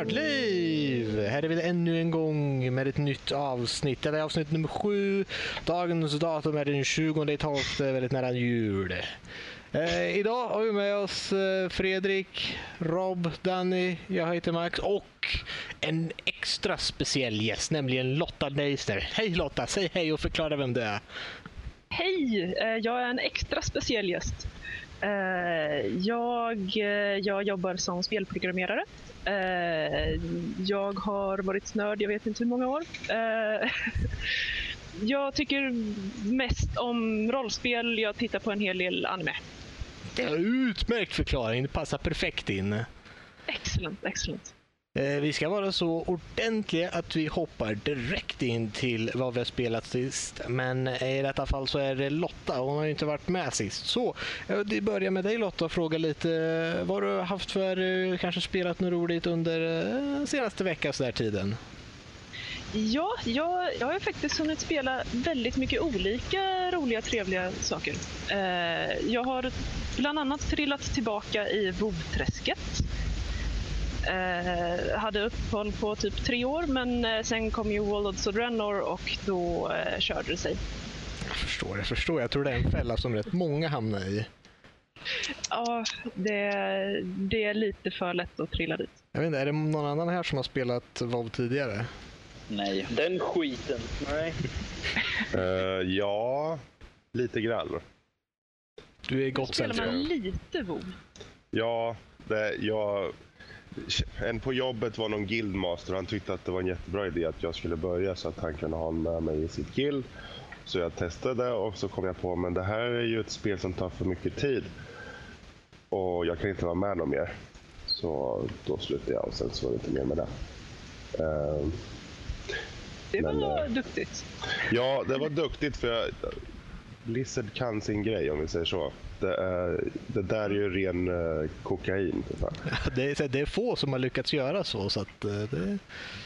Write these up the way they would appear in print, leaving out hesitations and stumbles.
Nördliv! Här är vi ännu en gång med ett nytt avsnitt. Det är avsnitt nummer 7. Dagens datum är den 20/12, väldigt nära jul. Idag har vi med oss Fredrik, Rob, Danny, jag heter Max och en extra speciell gäst, nämligen Lotta Neisner. Hej Lotta, säg hej och förklara vem det är. Hej, jag är en extra speciell gäst. Jag jobbar som spelprogrammerare. Jag har varit nörd, jag vet inte hur många år. Jag tycker mest om rollspel, jag tittar på en hel del anime. Utmärkt förklaring, det passar perfekt in. Excellent. Vi ska vara så ordentliga att vi hoppar direkt in till vad vi har spelat sist. Men i detta fall så är det Lotta, hon har ju inte varit med sist. Så jag börjar med dig Lotta och fråga lite vad du har haft för, kanske spelat något roligt under senaste veckan så där tiden. Ja, jag har ju faktiskt hunnit spela väldigt mycket olika roliga, trevliga saker. Jag har bland annat trillat tillbaka i WoW-träsket. Hade uppehåll på typ 3 år, men sen kom ju Warlords of Draenor och då körde det sig. Jag förstår. Jag tror det är en fälla som rätt många hamnar i. Ja, det är lite för lätt att trilla dit. Jag vet inte, är det någon annan här som har spelat WoW tidigare? Nej, den skiten. Nej. Ja, lite grann. Du är gott spelar man lite WoW? Ja, en på jobbet var någon guildmaster. Han tyckte att det var en jättebra idé att jag skulle börja så att han kunde ha med mig i sitt guild. Så jag testade och så kom jag på, men det här är ju ett spel som tar för mycket tid. Och jag kan inte vara med någon mer. Så då slutade jag och sen så var det inte mer med det. Det var duktigt. Ja, det var duktigt för Blizzard kan sin grej om vi säger så. Det där är ju ren kokain. Ja, det är få som har lyckats göra så att det...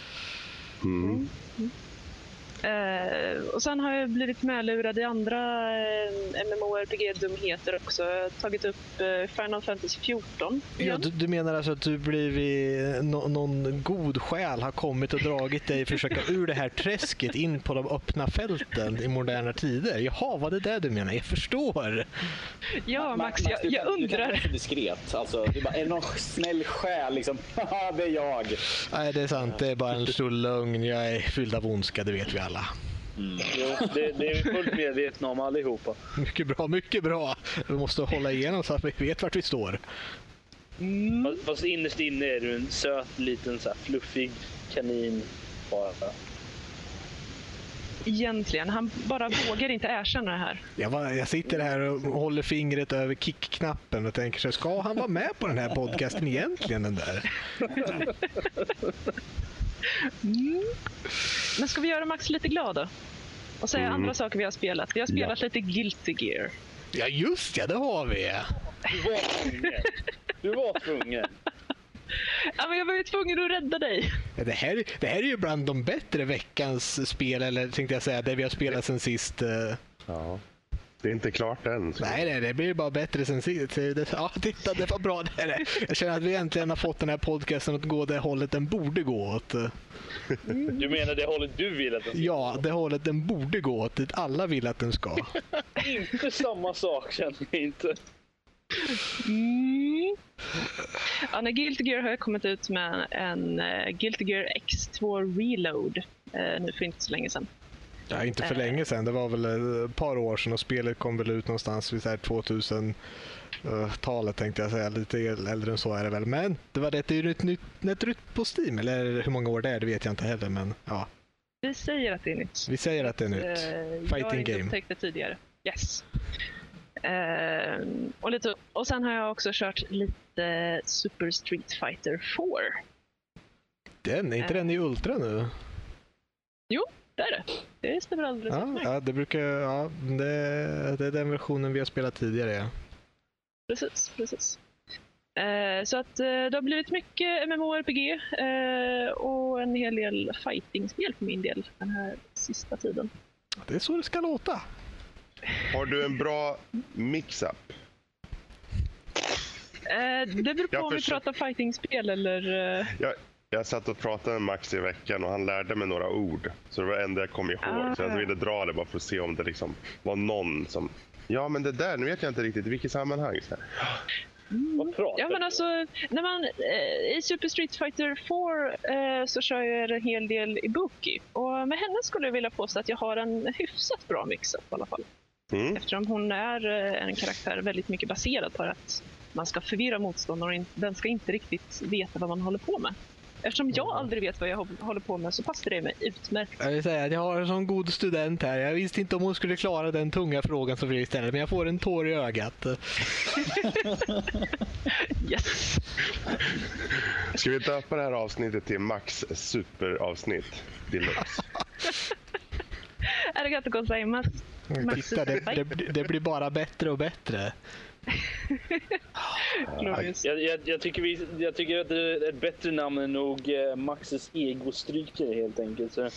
Och sen har jag blivit medlurad i andra MMORPG-dumheter också. Jag har tagit upp Final Fantasy 14 igen. Ja, du menar alltså att du blivit någon god själ har kommit och dragit dig försöka ur det här träsket in på de öppna fälten i moderna tider? Jaha, vad är det du menar? Jag förstår. Ja, Max, jag undrar. Du kan vara så diskret. Alltså, du bara, är det någon snäll själ liksom? Haha, det är jag. Nej, det är sant. Det är bara en stor lögn. Jag är fylld av ondska, det vet vi alla. Jo, det är vi fullt medvetna om allihopa. Mycket bra. Vi måste hålla igenom så att vi vet vart vi står. Fast innerst inne är du en söt, liten, så här, fluffig kanin bara. Egentligen, han bara vågar inte erkänna det här. Jag sitter här och håller fingret över kick-knappen och tänker så, ska han vara med på den här podcasten egentligen, den där? Men ska vi göra Max lite glad då? Och säga andra saker vi har spelat. Vi har spelat lite Guilty Gear. Ja just ja, det har vi. Du var tvungen. Ja, men jag var ju tvungen att rädda dig. Det här är ju bland de bättre veckans spel, eller tänkte jag säga, det vi har spelat sen sist. Ja. Det är inte klart än. Så. Nej, det blir bara bättre sen sist. Ja, titta, det var bra det. Jag känner att vi äntligen har fått den här podcasten att gå det hållet den borde gå åt. Du menar det hållet du vill att den ska? Ja, det hållet den borde gå åt. Det alla vill att den ska. Inte samma sak, känner jag inte. Ja, när Guilty Gear har jag kommit ut med en Guilty Gear X2 Reload nu för inte så länge sedan. Ja, inte för länge sedan. Det var väl ett par år sedan och spelet kom väl ut någonstans vid 2000-talet tänkte jag säga. Lite äldre än så är det väl. Men det var det är ju ett nytt på Steam. Eller hur många år det är, det vet jag inte heller. Men ja. Vi säger att det är nytt. Vi säger att det är nytt. Fighting jag har inte game. upptäckt det tidigare. Yes. Och sen har jag också kört lite Super Street Fighter 4. Är inte den i Ultra nu? Jo, det är det. Det stämmer alldeles. Ja, det brukar... Ja, det är den versionen vi har spelat tidigare, ja. Precis. Så att det har blivit mycket MMORPG och en hel del fighting-spel för min del den här sista tiden. Det är så det ska låta. Har du en bra mix-up? Det beror på om vi pratar fighting-spel eller... Jag satt och pratade med Max i veckan och han lärde mig några ord. Så det var det enda jag kom ihåg. Så jag ville dra det bara för att se om det liksom var någon som... Ja, men det där, nu vet jag inte riktigt i vilket sammanhang. Så här. Ja, men alltså, när man i Super Street Fighter 4 så kör jag en hel del Ibuki. Och med henne skulle jag vilja påstå att jag har en hyfsat bra mix-up i alla fall. Eftersom hon är en karaktär väldigt mycket baserad på att man ska förvirra motståndaren och den ska inte riktigt veta vad man håller på med. Eftersom jag aldrig vet vad jag håller på med så passar det mig utmärkt. Jag vill säga att jag har en sån god student här. Jag visste inte om hon skulle klara den tunga frågan som Fredrik ställer, men jag får en tår i ögat. Yes! Ska vi döpa det här avsnittet till Max superavsnitt deluxe? Arigato gozaimasu. Titta, det blir bara bättre och bättre. Jag tycker att det är ett bättre namn än nog Maxes egostrykare helt enkelt. Så.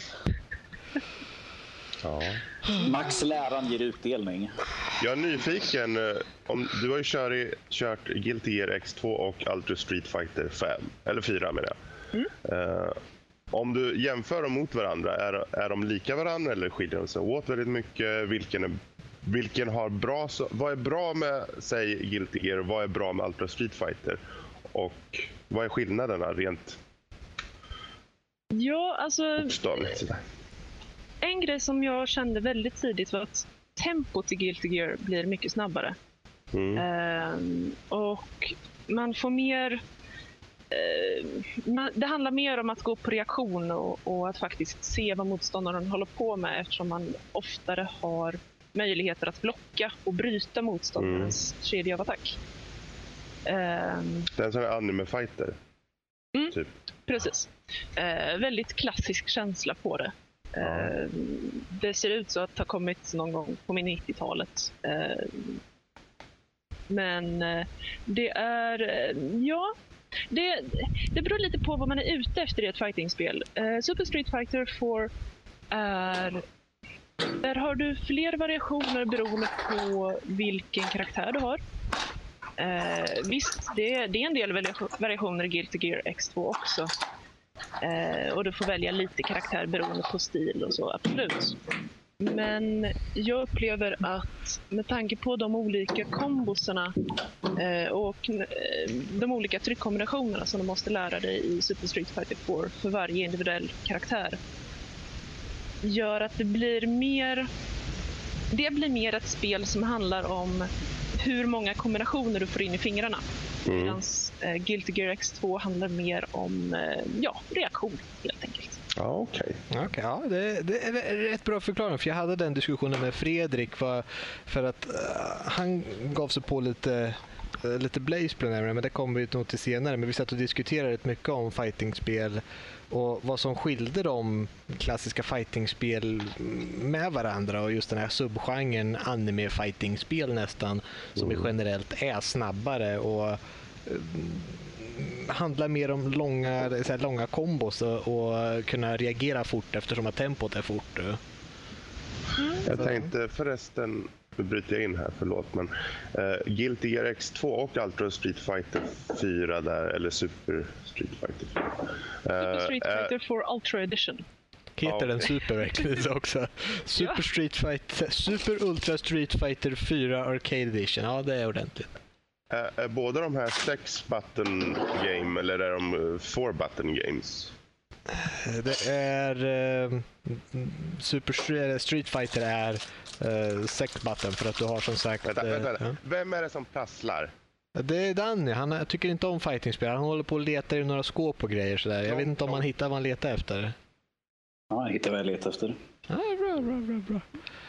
Ja. Max läraren ger utdelning. Jag är nyfiken. Du har ju kört Guilty Gear X2 och Ultra Street Fighter 5. Eller 4 med det. Om du jämför dem mot varandra, är de lika varandra eller skiljer de sig åt väldigt mycket? Vilken har bra, vad är bra med, säg, Guilty Gear och vad är bra med Ultra Street Fighter? Och vad är skillnaderna rent? Ja, alltså... Bokstavligt. En grej som jag kände väldigt tidigt var att tempot i Guilty Gear blir mycket snabbare. Och man får mer... det handlar mer om att gå på reaktion och att faktiskt se vad motståndaren håller på med, eftersom man oftare har möjligheter att blocka och bryta motståndarens kedja av attack. Det är en sån här anime-fighter. Typ. Precis. Väldigt klassisk känsla på det. Det ser ut så att ha kommit någon gång på 90-talet. Men det är... Ja... Det beror lite på vad man är ute efter i ett fightingspel. Super Street Fighter 4 är... Där har du fler variationer beroende på vilken karaktär du har. Visst, det är en del variationer i Guilty Gear X2 också. Och du får välja lite karaktär beroende på stil och så, absolut. Men jag upplever att med tanke på de olika kombosarna och de olika tryckkombinationerna som du måste lära dig i Super Street Fighter 4 för varje individuell karaktär, gör att det blir mer ett spel som handlar om hur många kombinationer du får in i fingrarna. Medan Guilty Gear X2 handlar mer om reaktion helt enkelt. Ja, okej. Ja, det är rätt bra förklaring, för jag hade den diskussionen med Fredrik för att han gav sig på lite Blaze Planner, men det kommer vi nog till senare. Men vi satt och diskuterade rätt mycket om fightingspel och vad som skilde de klassiska fightingspel med varandra, och just den här subgenren anime-fightingspel nästan, som generellt är snabbare och handlar mer om långa kombos och kunna reagera fort eftersom att tempot är fort. Jag tänkte förresten, nu bryter jag in här, förlåt, men Guilty Gear X2 och Ultra Street Fighter 4 där, eller Super Street Fighter 4. Super Street Fighter 4 Ultra Edition. Heter den Super verkligen också? Super Ultra Street Fighter 4 Arcade Edition. Ja, det är ordentligt. Är båda de här 6-button game eller är de 4-button games? Det är Super Street Fighter är 6-button för att du har som sagt... Vänta. Vem är det som prasslar? Det är Danny. Han tycker inte om fightingspel. Han håller på att leta i några skåp och grejer sådär. Jag vet inte om han hittar vad han letar efter. Ja, jag hittar vad jag letar efter. Bra.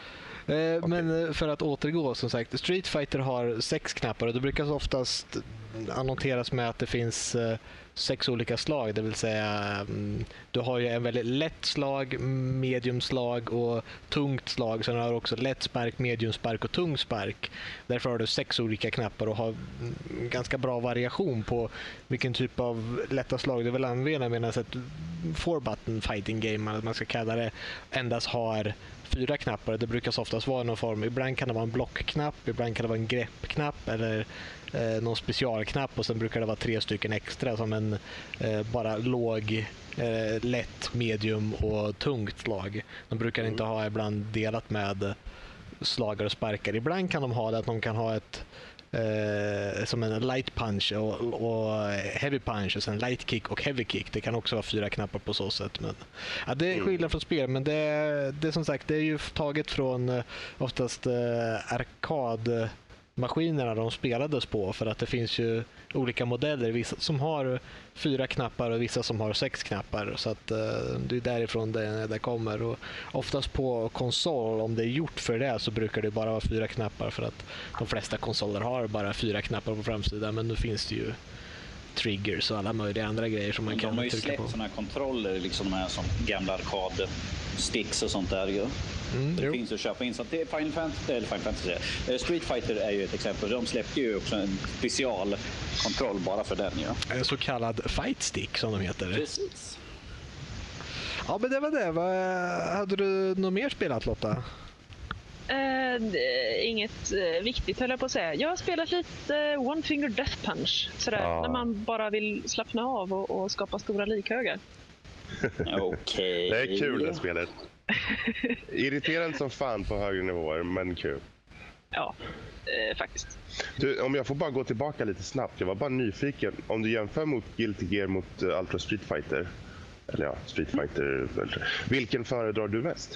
Men för att återgå, som sagt, Street Fighter har 6 knappar och det brukar oftast annoteras med att det finns 6 olika slag, det vill säga du har ju en väldigt lätt slag, medium slag och tungt slag. Sen har du också lätt spark, medium spark och tung spark. Därför har du 6 olika knappar och har ganska bra variation på vilken typ av lätta slag du vill använda, medan ett 4-button fighting game, man ska kalla det, endast har 4 knappar. Det brukar så oftast vara någon form. Ibland kan det vara en blockknapp, ibland kan det vara en greppknapp eller någon special specialknapp och sen brukar det vara 3 stycken extra som en bara låg, lätt, medium och tungt slag. De brukar inte ha ibland delat med slagar och sparkar. Ibland kan de ha det att de kan ha ett som en light punch och heavy punch och sen light kick och heavy kick. Det kan också vara 4 knappar på så sätt. Men, ja, det är skillnad från spel, men det är som sagt, det är ju taget från oftast arkadmaskinerna de spelades på, för att det finns ju olika modeller, vissa som har 4 knappar och vissa som har 6 knappar, så att det är därifrån det kommer. Och oftast på konsol, om det är gjort för det, så brukar det bara vara 4 knappar, för att de flesta konsoler har bara 4 knappar på framsidan, men nu finns det ju triggers och alla möjliga andra grejer som man kan trycka på. De har ju släppt sådana här kontroller, liksom de här som gamla arkadsticks och sånt där ju. Det finns att köpa in. Så att det är Final Fantasy. Street Fighter är ju ett exempel. De släppte ju också en specialkontroll bara för den. Ja. En så kallad fight stick som de heter. Precis. Ja, men det var det. Hade du något mer spelat, Lotta? Inget viktigt, höll jag på att säga. Jag har spelat lite One Finger Death Punch. Sådär, när man bara vill slappna av och skapa stora likhögar. Okej. Det är kul det spelet. Irriterande som fan på högre nivåer, men kul. Ja, faktiskt. Du, om jag får bara gå tillbaka lite snabbt. Jag var bara nyfiken. Om du jämför mot Guilty Gear mot Ultra Street Fighter. Eller ja, Street Fighter. Vilken föredrar du mest?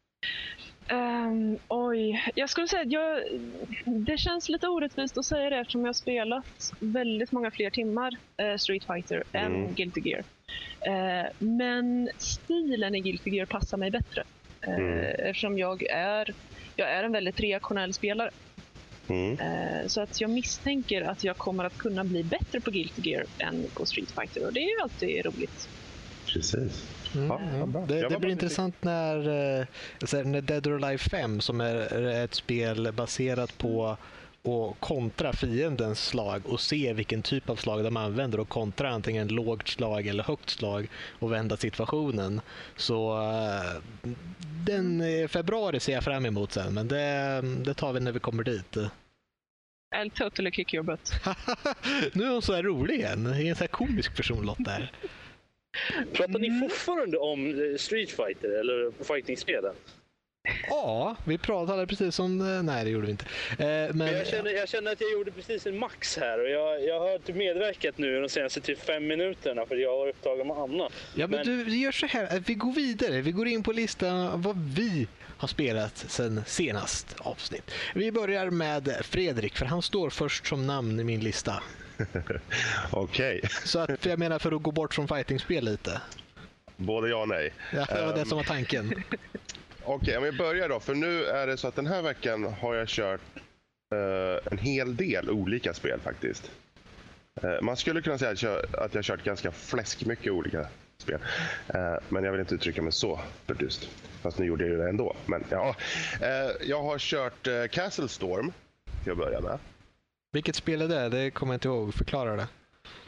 Jag skulle säga att det känns lite orättvist att säga det, eftersom jag har spelat väldigt många fler timmar Street Fighter än Guilty Gear. Men stilen i Guilty Gear passar mig bättre. Eftersom jag är en väldigt reaktionell spelare. Så att jag misstänker att jag kommer att kunna bli bättre på Guilty Gear än på Street Fighter. Och det är ju alltid roligt. Precis. Det blir intressant när Dead or Alive 5, som är ett spel baserat på att kontra fiendens slag och se vilken typ av slag de använder och kontra antingen lågt slag eller högt slag och vända situationen. Så den februari ser jag fram emot sen, men det tar vi när vi kommer dit. I'll totally kick your butt. Nu är hon så här rolig igen. Det är en så här komisk person, Lotta där. Pratar ni fortfarande om Street Fighter eller fighting-spelen? Ja, vi pratade precis om... Nej, det gjorde vi inte. Men jag känner att jag gjorde precis en max här. Och jag har typ medverkat nu de senaste typ 5 minuterna för jag har upptagat med annat. Ja, men du gör så här. Vi går vidare. Vi går in på listan vad vi har spelat sen senast avsnitt. Vi börjar med Fredrik, för han står först som namn i min lista. Okej. Så att, jag menar, för att gå bort från fighting-spel lite. Både ja och nej. Ja, det var det som var tanken. Okej, om vi börjar då. För nu är det så att den här veckan har jag kört en hel del olika spel faktiskt. Man skulle kunna säga att jag har kört ganska fläskmycket olika spel. Men jag vill inte uttrycka mig så burdust. Fast nu gjorde jag ju det ändå. Men ja, jag har kört Castle Storm till att börja med. Vilket spel är det? Det kommer jag inte ihåg. Förklara det.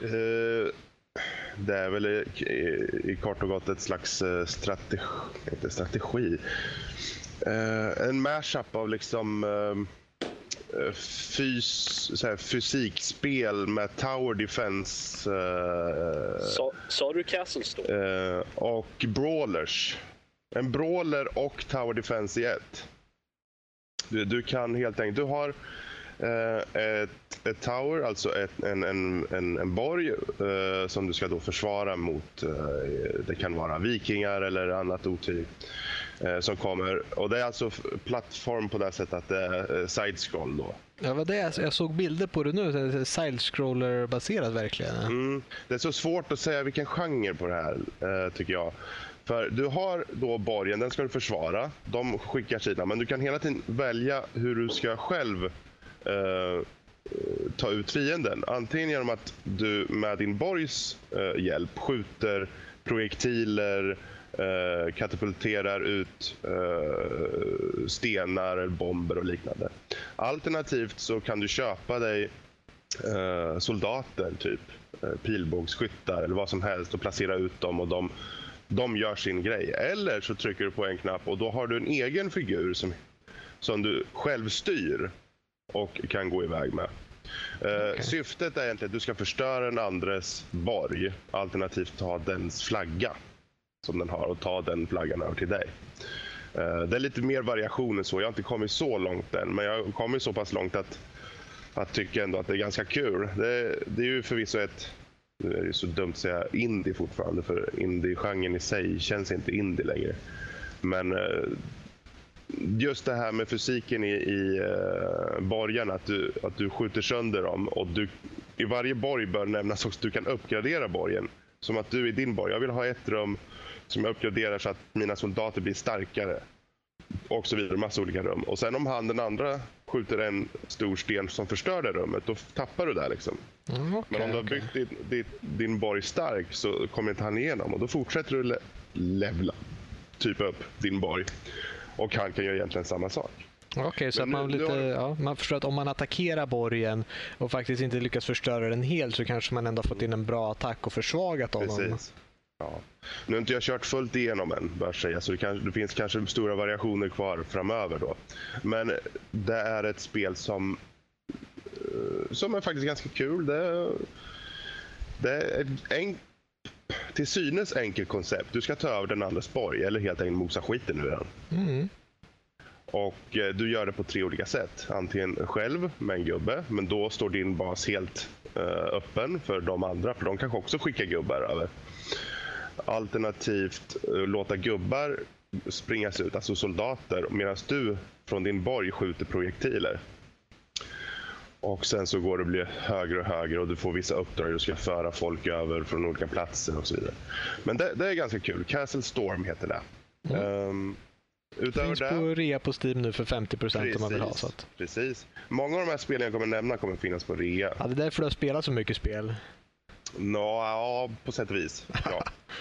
Det är väl i kort och gott ett slags strategi. En mashup av liksom fysikspel med tower defense. Sa du Castle Storm? Och brawlers. En brawler och tower defense i ett. Du kan helt enkelt... Du har ett tower, alltså en borg som du ska då försvara mot. Det kan vara vikingar eller annat otyg som kommer. Och det är alltså plattform på det sättet att det är side-scroll då. Ja, vad det är. Jag såg bilder på det nu. Det är side-scroller-baserat verkligen. Det är så svårt att säga vilken genre på det här, tycker jag. För du har då borgen, den ska du försvara. De skickar sina, men du kan hela tiden välja hur du ska själv ta ut fienden. Antingen genom att du med din borgs hjälp skjuter projektiler, katapulterar ut stenar, bomber och liknande. Alternativt så kan du köpa dig soldater, typ pilbågsskyttar eller vad som helst, och placera ut dem, och de gör sin grej. Eller så trycker du på en knapp och då har du en egen figur som du själv styr och kan gå iväg med. Syftet är egentligen att du ska förstöra en andres borg, alternativt ta dens flagga som den har och ta den flaggan över till dig. Det är lite mer variation än så. Jag har inte kommit så långt än, men jag har kommit så pass långt att tycka ändå att det är ganska kul. Det är ju förvisso nu är det så dumt att säga indie fortfarande, för indie-genren i sig känns inte indie längre. Men just det här med fysiken i borgarna, att du skjuter sönder dem, och i varje borg bör nämnas också att du kan uppgradera borgen. Som att du i din borg, jag vill ha ett rum som jag uppgraderar så att mina soldater blir starkare. Och så vidare, massa olika rum. Och sen om den andra skjuter en stor sten som förstör det rummet, då tappar du där liksom. Men om du har byggt din borg stark så kommer inte han igenom. Och då fortsätter du levla, typ upp din borg. Och han kan göra egentligen samma sak. Okej, så att man förstår att om man attackerar borgen och faktiskt inte lyckas förstöra den helt, så kanske man ändå fått in en bra attack och försvagat honom. Precis. Ja. Nu har inte jag kört fullt igenom än, bör säga, så det finns kanske stora variationer kvar framöver då. Men det är ett spel som är faktiskt ganska kul. Det är till synes enkelt koncept. Du ska ta över den andres borg eller helt enkelt mosa skiten ur den. Och du gör det på 3 olika sätt. Antingen själv med en gubbe, men då står din bas helt öppen för de andra, för de kanske också skickar gubbar över. Alternativt låta gubbar springas ut, alltså soldater, medan du från din borg skjuter projektiler. Och sen så går det bli högre och högre, och du får vissa uppdrag. Du ska föra folk över från olika platser och så vidare. Men det är ganska kul. Castle Storm heter det. Finns på rea på Steam nu för 50% om man vill ha. Så att. Precis. Många av de här spelen jag kommer nämna kommer finnas på rea. Ja, det är därför du har spelat så mycket spel. Ja, på sätt och vis. Ja.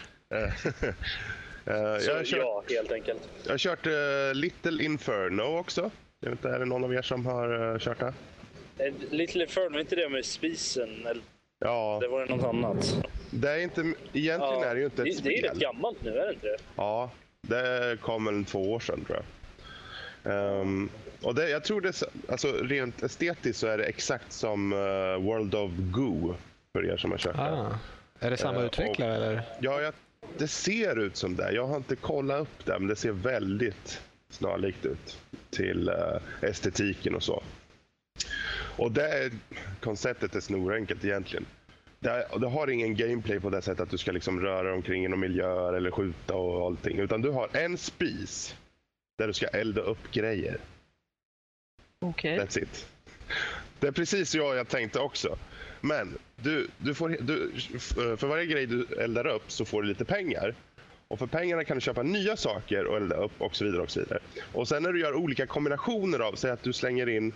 Helt enkelt. Jag har kört Little Inferno också. Jag vet inte, är det någon av er som har kört det? Little Inferno, inte det med spisen? Eller? Ja. Det var det något annat. Det är inte, egentligen är det ju inte ett spel. Det är rätt gammalt nu, är det inte det? Ja, det kom väl 2 år sedan, tror jag. Och jag tror det, alltså rent estetiskt så är det exakt som World of Goo, för er som har kört det. Är det samma utvecklare eller? Ja, det ser ut som det. Jag har inte kollat upp det, men det ser väldigt snarlikt ut till estetiken och så. Och konceptet är snorenkelt egentligen. Det har ingen gameplay på det sättet att du ska liksom röra omkring i någon miljö eller skjuta och allting. Utan du har en spis där du ska elda upp grejer. Okej. That's it. Det är precis så jag tänkte också. Men för varje grej du eldar upp så får du lite pengar. Och för pengarna kan du köpa nya saker och elda upp och så vidare och så vidare. Och sen när du gör olika kombinationer av, säg att du slänger in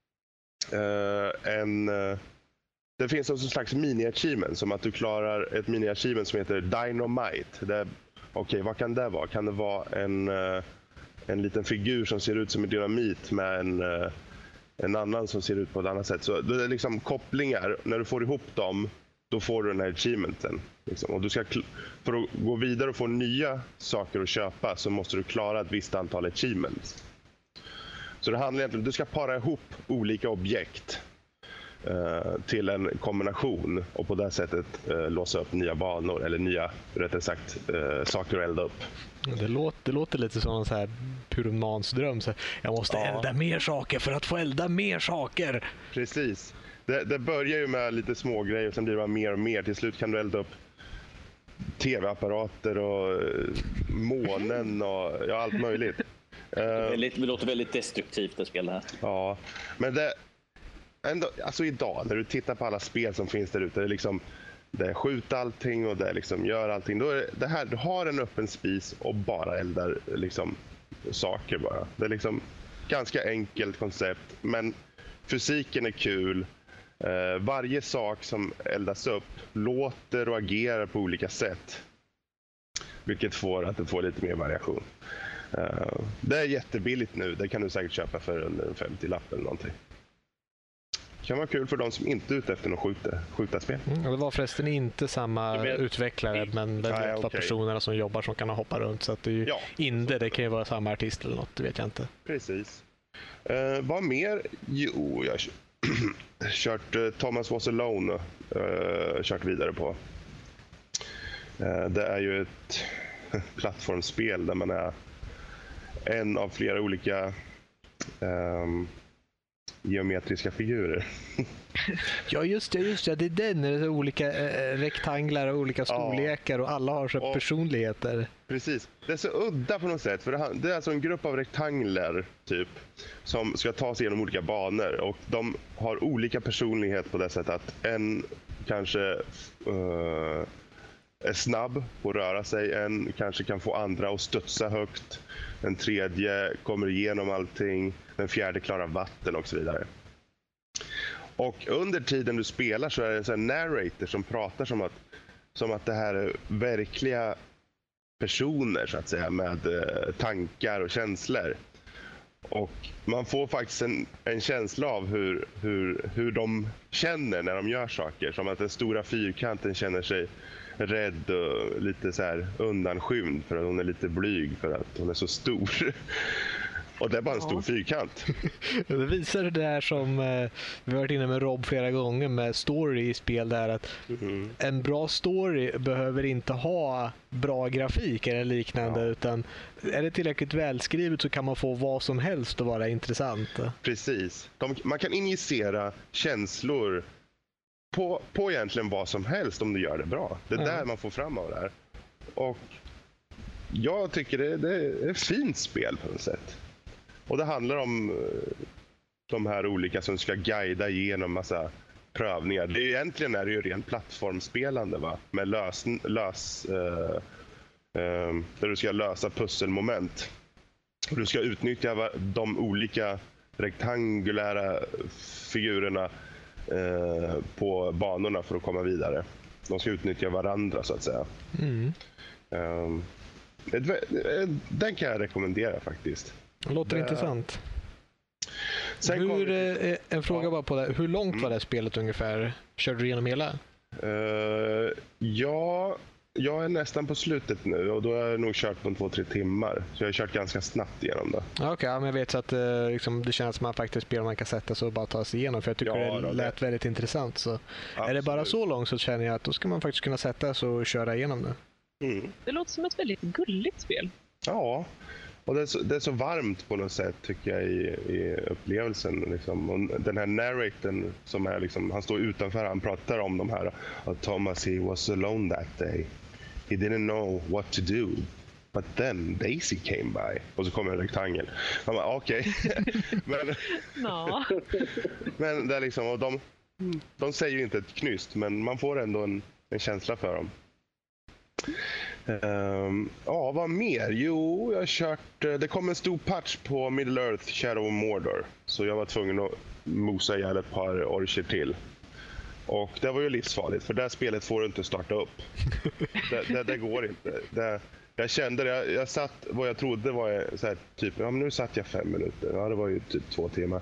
det finns en slags mini-achievement, som att du klarar ett mini-achievement som heter Dynamite. Okej, vad kan det vara? Kan det vara en liten figur som ser ut som en dynamit med en annan som ser ut på ett annat sätt? Så det är liksom kopplingar. När du får ihop dem, då får du den här achievementen. Liksom. Och för att gå vidare och få nya saker att köpa så måste du klara ett visst antal achievements. Så det handlar egentligen om att du ska para ihop olika objekt till en kombination och på det sättet låsa upp nya banor eller nya, rättare sagt, saker att elda upp. Det låter lite som en så här pyromansdröm. Så jag måste elda mer saker för att få elda mer saker. Precis. Det börjar ju med lite små grejer och sen blir det mer och mer. Till slut kan du elda upp tv-apparater och månen och allt möjligt. Det låter väldigt destruktivt att spela här. Ja, men ändå, alltså idag när du tittar på alla spel som finns där ute, det är skjut allting och det är liksom gör allting. Då är det här, du har en öppen spis och bara eldar liksom saker bara. Det är liksom ganska enkelt koncept, men fysiken är kul. Varje sak som eldas upp låter och agerar på olika sätt, vilket får att det får lite mer variation. Det är jättebilligt nu. Det kan du säkert köpa för en 50-lapp eller någonting. Det kan vara kul för de som inte är ute efter något skjuta-spel. Det var förresten inte samma utvecklare, men det var personerna som jobbar som kan hoppa runt. Så att det är ju inte, det kan ju vara samma artist eller något, det vet jag inte. Precis. Vad mer? Jo, kört Thomas Was Alone, kört vidare på. Det är ju ett plattformsspel där man är en av flera olika geometriska figurer. Ja, just det. Det är den. Det är olika rektanglar och olika storlekar och alla har så personligheter. Precis. Det är så udda på något sätt. För det är alltså en grupp av rektangler typ som ska ta sig igenom olika banor. Och de har olika personlighet på det sättet att en kanske är snabb på att röra sig. En kanske kan få andra att studsa högt. En tredje kommer igenom allting. Den fjärde klarar vatten och så vidare. Och under tiden du spelar så är det en sån här narrator som pratar som att det här är verkliga personer så att säga med tankar och känslor. Och man får faktiskt en känsla av hur de känner när de gör saker. Som att den stora fyrkanten känner sig rädd och lite så här undanskymd för att hon är lite blyg för att hon är så stor. Och det är bara en stor fyrkant. Det visar det där som vi har varit inne med Rob flera gånger med story i spel där att en bra story behöver inte ha bra grafik eller liknande utan är det tillräckligt välskrivet så kan man få vad som helst att vara intressant. Precis. Man kan injicera känslor på egentligen vad som helst om du gör det bra. Det är där man får fram av det här. Och jag tycker det är ett fint spel på något sätt. Och det handlar om de här olika som ska guida igenom massa prövningar. Egentligen är det ju rent plattformspelande va? Med där du ska lösa pusselmoment. Och du ska utnyttja de olika rektangulära figurerna på banorna för att komma vidare. De ska utnyttja varandra så att säga. Den kan jag rekommendera faktiskt. Det låter intressant. Sen en fråga bara på det. Hur långt var det spelet ungefär? Körde du igenom hela? Ja, jag är nästan på slutet nu och då har jag nog kört på 2-3 timmar. Så jag har kört ganska snabbt igenom det. Okej, men jag vet så att det känns som att man faktiskt spelar man kan sätta sig och bara ta sig igenom. För jag tycker det lät väldigt intressant. Så är det bara så långt så känner jag att då ska man faktiskt kunna sätta sig och köra igenom det. Det låter som ett väldigt gulligt spel. Ja, och det är så varmt på något sätt tycker jag i upplevelsen. Liksom. Och den här narratorn som är liksom, han står utanför, han pratar om de här. Thomas, he was alone that day. He didn't know what to do. But then Daisy came by. Och så kommer en rektangel. Han bara, okej. Men det är liksom, och de säger ju inte ett knyst, men man får ändå en känsla för dem. Vad mer? Jo, jag har kört... Det kom en stor patch på Middle Earth Shadow of Mordor. Så jag var tvungen att mosa ihjäl ett par orcher till. Och det var ju livsfarligt, för det här spelet får du inte starta upp. Det går inte. Jag kände det, jag satt vad jag trodde var så här, typ, men nu satt jag 5 minuter. Ja, det var ju typ 2 timmar.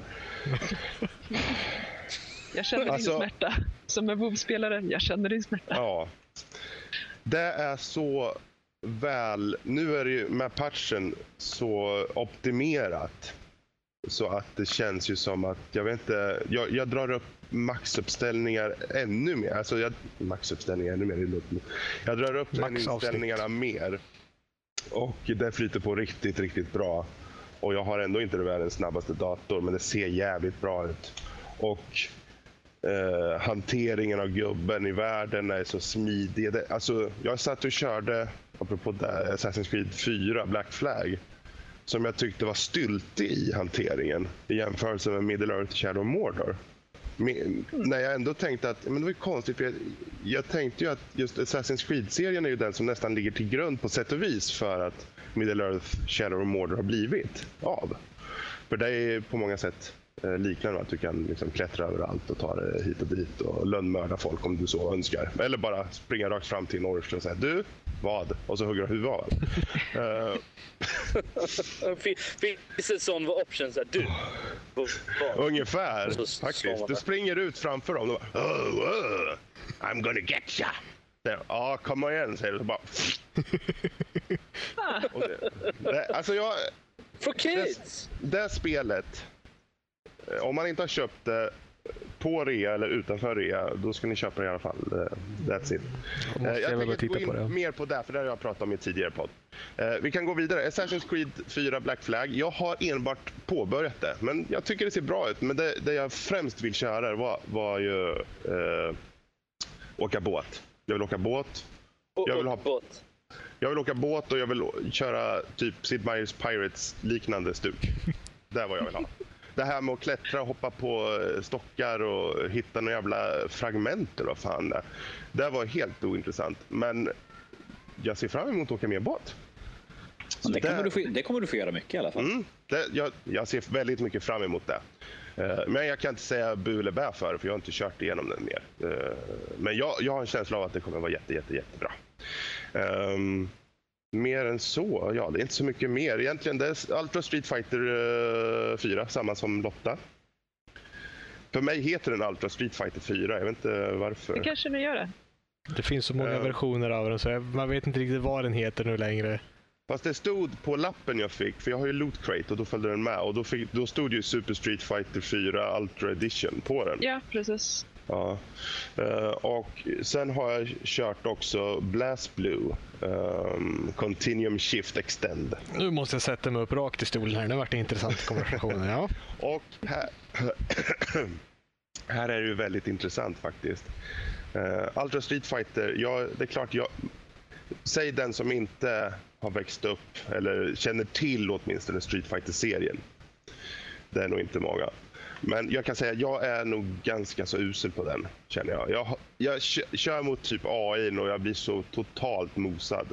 Jag känner din smärta. Som en WoW-spelare, jag känner din smärta. Ja. Det är så väl... Nu är det ju med patchen så optimerat så att det känns ju som att jag vet inte, jag drar upp maxuppställningar ännu mer. Alltså maxuppställningar ännu mer. Jag drar upp inställningarna mer och det flyter på riktigt, riktigt bra. Och jag har ändå inte världens snabbaste dator, men det ser jävligt bra ut. Och hanteringen av gubben i världen är så smidig. Alltså, jag satt och körde, apropå det, Assassin's Creed 4, Black Flag, som jag tyckte var styltig i hanteringen i jämförelse med Middle Earth Shadow of Mordor. När jag ändå tänkte att, men det var konstigt, för jag tänkte ju att just Assassin's Creed-serien är ju den som nästan ligger till grund på sätt och vis för att Middle Earth Shadow of Mordor har blivit av. För det är på många sätt liknande att du kan liksom klättra överallt och ta det hit och dit och lönnmörda folk om du så önskar. Eller bara springa rakt fram till en orch och säga, du, vad? Och så hugger du huvudet av. Finns det sån option så här, du, vad? Ungefär, faktiskt. Du springer ut framför dem och bara, I'm gonna get ya. Ja, kom igen, säger du. Så bara... alltså For kids! Det spelet, om man inte har köpt det, på rea eller utanför rea, då ska ni köpa det i alla fall. That's it. Jag tänker inte gå in mer på det, för det har jag pratat om i tidigare podd. Vi kan gå vidare. Assassin's Creed 4 Black Flag. Jag har enbart påbörjat det, men jag tycker det ser bra ut. Men det jag främst vill köra var ju åka båt. Jag vill åka båt. Jag vill åka båt och jag vill köra typ Sid Meier's Pirates liknande stuk. Det är vad jag vill ha. Det här med att klättra och hoppa på stockar och hitta några jävla fragment eller vad fan det var helt ointressant. Men jag ser fram emot att åka med båt. Det kommer du få göra mycket i alla fall. Jag ser väldigt mycket fram emot det. Men jag kan inte säga bu eller bä för jag har inte kört igenom den mer. Men jag har en känsla av att det kommer vara jättebra. Mer än så, det är inte så mycket mer. Egentligen det är Ultra Street Fighter 4, samma som Lotta. För mig heter den Ultra Street Fighter 4, jag vet inte varför. Det kanske ni gör det. Det finns så många versioner av den så man vet inte riktigt vad den heter nu längre. Fast det stod på lappen jag fick, för jag har ju Loot Crate och då följde den med. Och då stod ju Super Street Fighter 4 Ultra Edition på den. Ja, precis. Ja. Och sen har jag kört också Blast Blue Continuum Shift Extend. Nu måste jag sätta mig upp rakt i stolen här. Nu vart det intressant konversation. Ja. Och här är det ju väldigt intressant faktiskt. Ultra Street Fighter, det är klart säg den som inte har växt upp eller känner till åtminstone Street Fighter-serien. Det är nog inte många. Men jag kan säga att jag är nog ganska så usel på den, känner jag. Jag kör mot typ AI och jag blir så totalt mosad.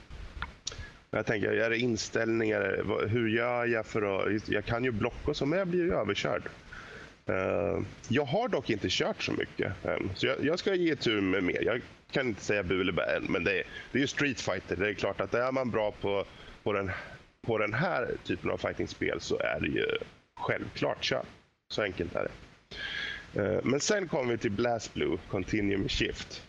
Jag tänker, är det inställningar? Hur gör jag för att... Jag kan ju blocka och så, men jag blir ju överkörd. Jag har dock inte kört så mycket. Så jag ska ge tur med mer. Jag kan inte säga bu eller bä än, men det är ju Street Fighter. Det är klart att är man bra på den här typen av fightingspel så är det ju självklart kört. Så enkelt är det. Men sen kommer vi till Blast Blue Continuum Shift.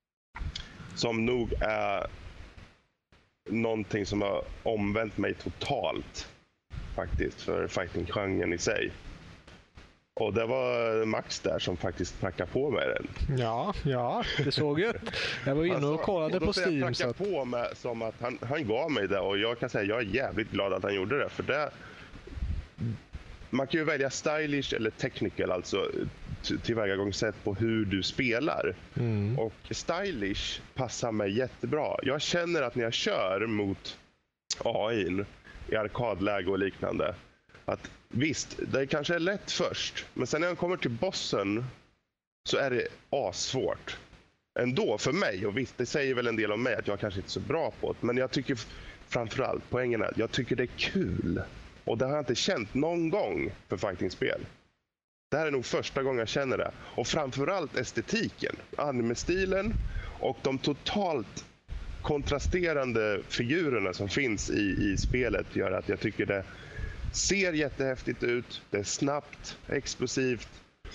Som nog är någonting som har omvänt mig totalt faktiskt för fighting-genren i sig. Och det var Max där som faktiskt prackade på mig den. Ja, det såg ut. Jag var inne och kollade på Steam. Jag prackade på mig som att han gav mig det och jag kan säga att jag är jävligt glad att han gjorde det. För det... Man kan ju välja stylish eller technical, alltså tillvägagångssätt på hur du spelar. Och stylish passar mig jättebra. Jag känner att när jag kör mot AI i arkadläge och liknande, att visst, det kanske är lätt först, men sen när jag kommer till bossen så är det assvårt. Ändå för mig, och visst, det säger väl en del om mig att jag kanske inte är så bra på det, men jag tycker framförallt, poängen är att jag tycker det är kul. Och det har jag inte känt någon gång för fightingspel. Det här är nog första gången jag känner det. Och framförallt estetiken, anime-stilen och de totalt kontrasterande figurerna som finns i spelet gör att jag tycker det ser jättehäftigt ut. Det är snabbt, explosivt.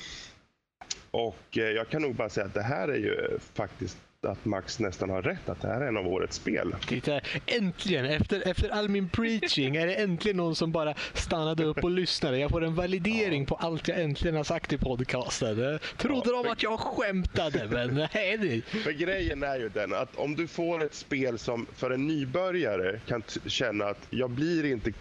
Och jag kan nog bara säga att det här är ju faktiskt att Max nästan har rätt att det här är en av årets spel. Äntligen, efter all min preaching är det äntligen någon som bara stannade upp och lyssnade. Jag får en validering på allt jag äntligen har sagt i podcasten. Trodde de att jag skämtade, men nej. För grejen är ju den att om du får ett spel som för en nybörjare kan känna att jag blir inte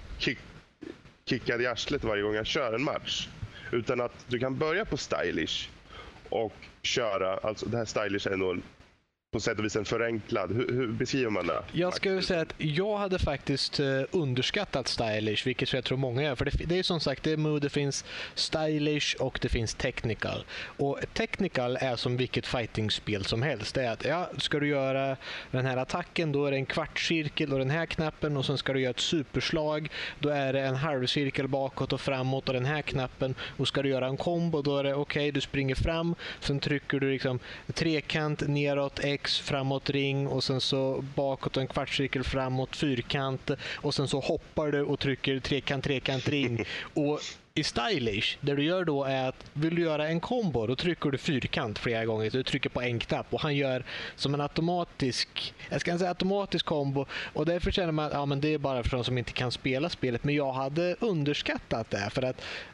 kickad i arslet varje gång jag kör en match. Utan att du kan börja på stylish och köra, alltså det här stylish är nog på sätt och vis en förenklad. Hur beskriver man det? Jag skulle säga att jag hade faktiskt underskattat stylish, vilket jag tror många gör. För det är som sagt, det finns stylish och det finns technical. Och technical är som vilket fightingspel som helst. Det är att ska du göra den här attacken, då är det en kvartscirkel och den här knappen, och sen ska du göra ett superslag, då är det en halvcirkel bakåt och framåt och den här knappen, och ska du göra en kombo, då är det okej, du springer fram, sen trycker du liksom trekant neråt, X, framåt ring, och sen så bakåt en kvartscirkel framåt, fyrkant, och sen så hoppar du och trycker trekant ring. Och i stylish, det du gör då är att vill du göra en kombo, då trycker du fyrkant flera gånger, så du trycker på en knapp och han gör som en automatisk kombo, och därför känner man att men det är bara för de som inte kan spela spelet. Men jag hade underskattat det, för att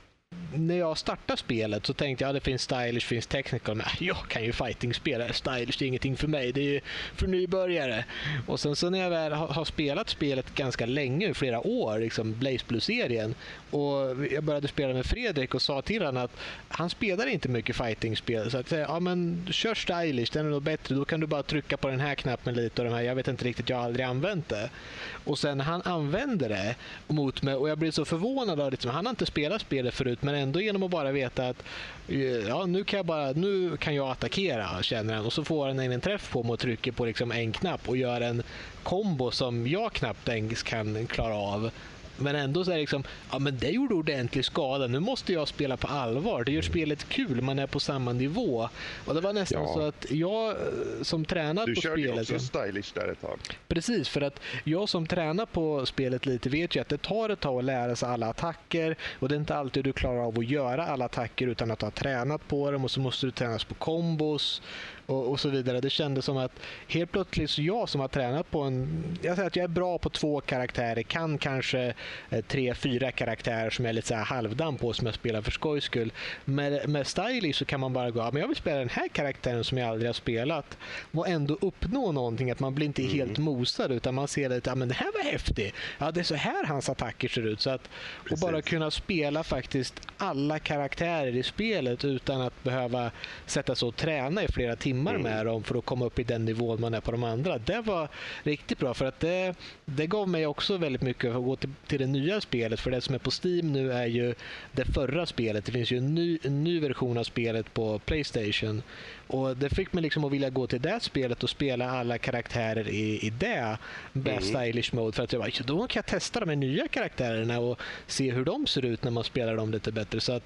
när jag startade spelet så tänkte jag det finns stylish, finns technical, men jag kan ju fighting spela, stylish är ingenting för mig, det är ju för nybörjare. Och sen så när jag väl har spelat spelet ganska länge, flera år, liksom Blaze Blue-serien, och jag började spela med Fredrik och sa till honom att han spelar inte mycket fighting-spel, så att ja men kör stylish, den är nog bättre, då kan du bara trycka på den här knappen lite och de här, jag vet inte riktigt, jag har aldrig använt det. Och sen han använde det mot mig och jag blev så förvånad av det, han har inte spelat spelet förut, men ändå genom att bara veta att ja, nu kan jag attackera, känner han, och så får han en träff på mig och trycker på liksom en knapp och gör en kombo som jag knappt ens kan klara av. Men ändå så är det liksom, ja men det gjorde ordentlig skada, nu måste jag spela på allvar, det gör spelet kul, man är på samma nivå. Och det var nästan så att jag som tränat på spelet... Du körde också stylish där ett tag. Precis, för att jag som tränar på spelet lite vet ju att det tar ett tag att lära sig alla attacker, och det är inte alltid du klarar av att göra alla attacker utan att ha tränat på dem, och så måste du tränas på kombos och så vidare. Det kändes som att helt plötsligt så jag som har tränat på jag säger att jag är bra på 2 karaktärer, kan kanske 3-4 karaktärer som jag är lite så här halvdan på, som jag spelar för skojs skull. Med stylish så kan man bara gå, men jag vill spela den här karaktären som jag aldrig har spelat, och ändå uppnå någonting, att man blir inte helt mosad, utan man ser lite, men det här var häftigt. Ja, det är så här hans attacker ser ut. Så att och bara kunna spela faktiskt alla karaktärer i spelet utan att behöva sätta sig och träna i flera timmar med dem för att komma upp i den nivån man är på de andra. Det var riktigt bra, för att det gav mig också väldigt mycket att gå till det nya spelet, för det som är på Steam nu är ju det förra spelet. Det finns ju en ny version av spelet på PlayStation, och det fick mig liksom att vilja gå till det spelet och spela alla karaktärer i det stylish mode, för att jag bara, då kan jag testa de här nya karaktärerna och se hur de ser ut när man spelar dem lite bättre. Så att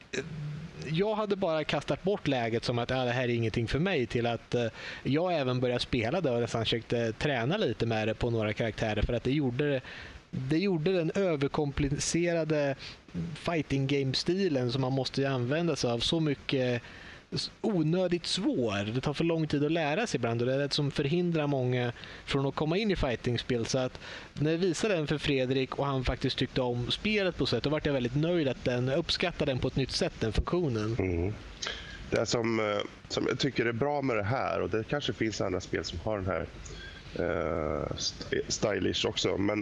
jag hade bara kastat bort läget som att det här är ingenting för mig, till att jag även började spela det och nästan försökte träna lite med det på några karaktärer, för att det gjorde den överkomplicerade fighting game-stilen som man måste använda sig av så mycket onödigt svår. Det tar för lång tid att lära sig ibland, och det är det som förhindrar många från att komma in i fighting-spel. Så att när jag visade den för Fredrik och han faktiskt tyckte om spelet på sätt, då var jag väldigt nöjd att den uppskattade den på ett nytt sätt, den funktionen. Det som jag tycker är bra med det här, och det kanske finns andra spel som har den här stylish också, men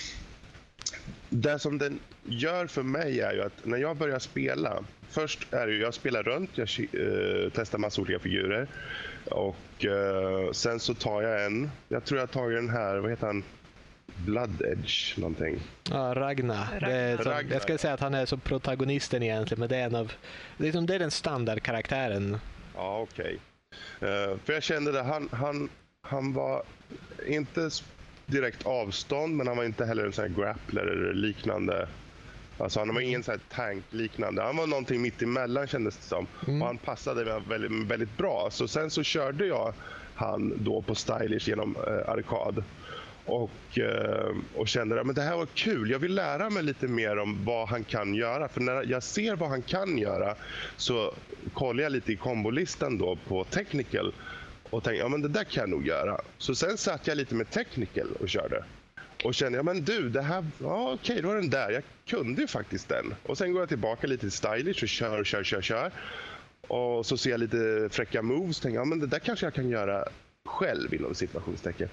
det som den gör för mig är ju att när jag börjar spela, först är det ju, jag spelar runt, jag testar massa olika figurer, och sen så tar jag tror jag tar den här, vad heter han? Blood Edge någonting. Ja, Ragnar. Jag ska säga att han är som protagonisten egentligen, men det är det är den standardkaraktären. Ja, okej. För jag kände det, han var inte direkt avstånd, men han var inte heller en sån här grappler eller liknande. Alltså han var ingen sån här tank-liknande. Han var någonting mitt emellan, kändes det som. Och han passade väldigt, väldigt bra. Så sen så körde jag han då på stylish genom arkad. Och kände att det här var kul. Jag vill lära mig lite mer om vad han kan göra. För när jag ser vad han kan göra så kollar jag lite i kombolistan då på technical. Och tänkte, men det där kan jag nog göra. Så sen satt jag lite med technical och körde. Och kände, men du, det här, okej, då var den där. Jag kunde ju faktiskt den. Och sen går jag tillbaka lite till stylish och kör. Och så ser jag lite fräcka moves. Och tänker, men det där kanske jag kan göra själv inom situationstecken.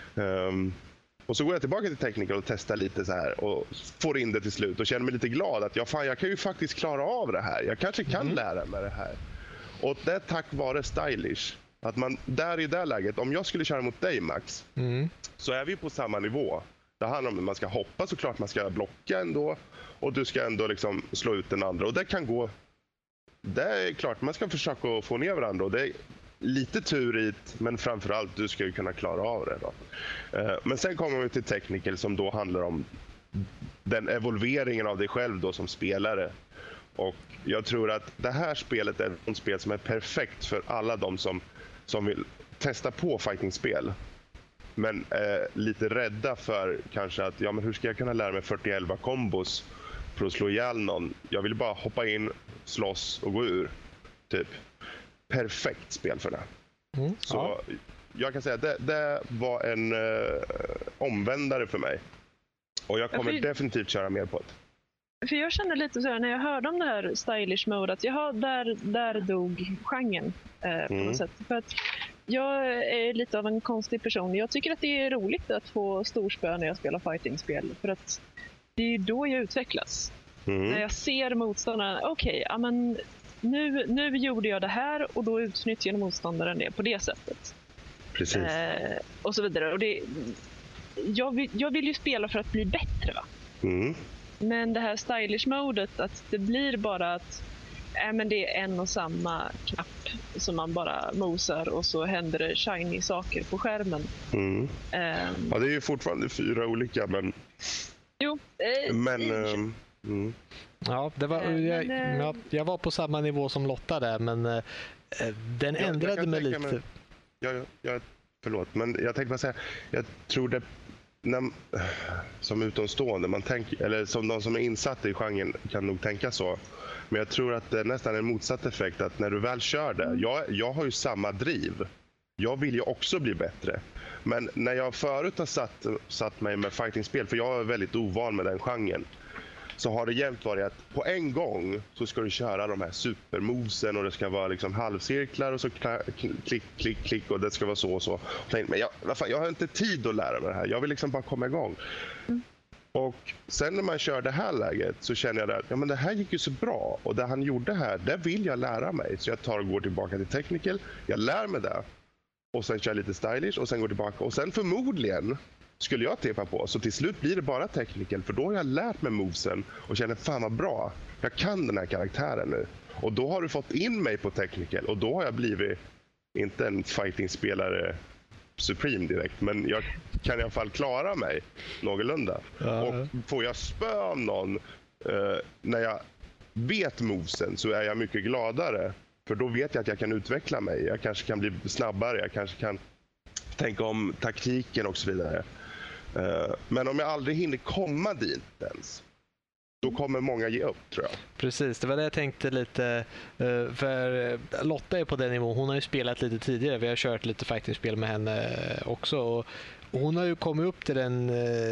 Och så går jag tillbaka till technical och testar lite så här. Och får in det till slut. Och känner mig lite glad att jag kan ju faktiskt klara av det här. Jag kanske kan lära mig det här. Och det är tack vare stylish. Att man där i det läget, om jag skulle köra mot dig Max, så är vi på samma nivå. Det handlar om att man ska hoppa, såklart man ska blocka ändå, och du ska ändå liksom slå ut den andra. Och det kan gå, det är klart man ska försöka få ner varandra, och det är lite turigt, men framförallt du ska ju kunna klara av det då. Men sen kommer vi till technical som då handlar om den evolveringen av dig själv då som spelare. Och jag tror att det här spelet är ett spel som är perfekt för alla de som vill testa på fightingspel, men lite rädda för kanske att men hur ska jag kunna lära mig 40-11 kombos för att slå ihjäl någon? Jag vill bara hoppa in, slåss och gå ur. Typ. Perfekt spel för det. Så jag kan säga att det var en omvändare för mig. Och jag kommer definitivt köra mer på det. För jag kände lite så här när jag hörde om det här stylish mode att där dog genren på något sätt. För att jag är lite av en konstig person. Jag tycker att det är roligt att få storspö när jag spelar fightingspel. För att det är då jag utvecklas. När jag ser motståndaren, okej, men nu gjorde jag det här och då utnyttjar motståndaren det på det sättet. Precis. Och så vidare. Och jag vill ju spela för att bli bättre, va? Men det här stylish-modet, att det blir bara att men det är en och samma knapp som man bara mosar och så händer det shiny saker på skärmen. Ja, det är ju fortfarande 4 olika, men... Jo. Ja, det var, jag var på samma nivå som Lotta där, men den ändrade mig lite. Förlåt, men jag tänkte bara säga, jag tror det som utomstående, man tänker, eller som de som är insatta i genren kan nog tänka så. Men jag tror att det är nästan en motsatt effekt, att när du väl kör det, jag har ju samma driv. Jag vill ju också bli bättre. Men när jag förut har satt mig med fightingspel, för jag är väldigt ovan med den genren, så har det jämt varit att på en gång så ska du köra de här supermovesen och det ska vara liksom halvcirklar och så klick, klick, klick och det ska vara så och så. Och tänkte, men jag har inte tid att lära mig det här. Jag vill liksom bara komma igång. Och sen när man kör det här läget så känner jag att men det här gick ju så bra. Och det han gjorde här, det vill jag lära mig. Så jag tar och går tillbaka till technical. Jag lär mig det. Och sen kör lite stylish och sen går tillbaka. Och sen förmodligen skulle jag tippa på. Så till slut blir det bara technical. För då har jag lärt mig movesen och känner fan vad bra. Jag kan den här karaktären nu. Och då har du fått in mig på technical. Och då har jag blivit, inte en fighting-spelare supreme direkt. Men jag kan i alla fall klara mig någorlunda. Och får jag spö om någon när jag vet movesen så är jag mycket gladare. För då vet jag att jag kan utveckla mig. Jag kanske kan bli snabbare. Jag kanske kan tänka om taktiken och så vidare. Men om jag aldrig hinner komma dit ens, då kommer många ge upp, tror jag. Precis, det var det jag tänkte lite. För Lotta är på den nivån. Hon har ju spelat lite tidigare. Vi har kört lite fightingspel med henne också. Och hon har ju kommit upp till den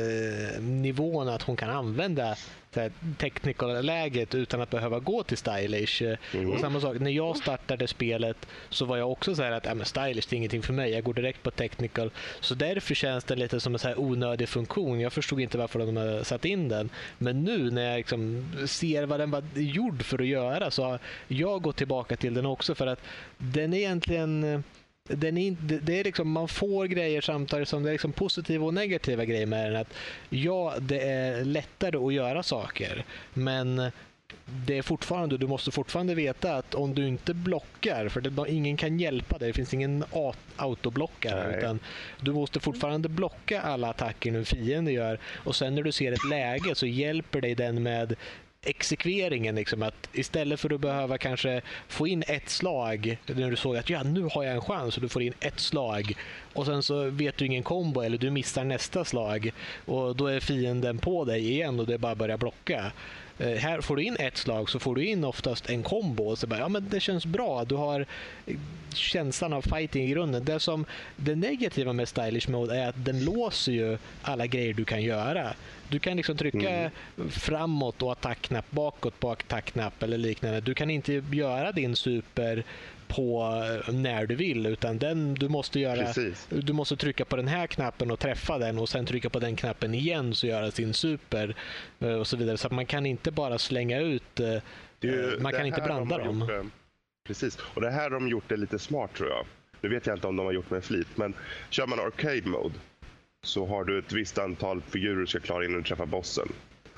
nivån att hon kan använda technical-läget utan att behöva gå till stylish. Och samma sak, när jag startade spelet så var jag också så här att stylish är ingenting för mig, jag går direkt på technical. Så därför känns det lite som en så här onödig funktion. Jag förstod inte varför de har satt in den. Men nu när jag liksom ser vad den var gjord för att göra så har jag gått tillbaka till den också, för att den är egentligen... det är liksom, man får grejer samtidigt som det är liksom positiva och negativa grejer med den. Att det är lättare att göra saker, men det är fortfarande, du måste fortfarande veta att om du inte blockar, för ingen kan hjälpa dig, det finns ingen autoblockare, utan du måste fortfarande blocka alla attacker en fiende gör, och sen när du ser ett läge så hjälper dig den med exekveringen, liksom, att istället för att behöva kanske få in ett slag när du såg att nu har jag en chans och du får in ett slag och sen så vet du ingen kombo eller du missar nästa slag och då är fienden på dig igen och det är bara att börja blocka. Här får du in ett slag så får du in oftast en kombo och så bara, men det känns bra, du har känslan av fighting i grunden. Det som det negativa med stylish mode är att den låser ju alla grejer du kan göra. Du kan liksom trycka framåt och attackknapp, bakåt på attackknapp eller liknande. Du kan inte göra din super på när du vill, utan du måste trycka på den här knappen och träffa den och sen trycka på den knappen igen så göra sin super och så vidare. Så att man kan inte bara slänga ut, man kan inte blanda dem. Precis, och det här har de gjort det lite smart, tror jag. Nu vet jag inte om de har gjort med flit, men kör man arcade mode så har du ett visst antal figurer du ska klara innan du träffar bossen.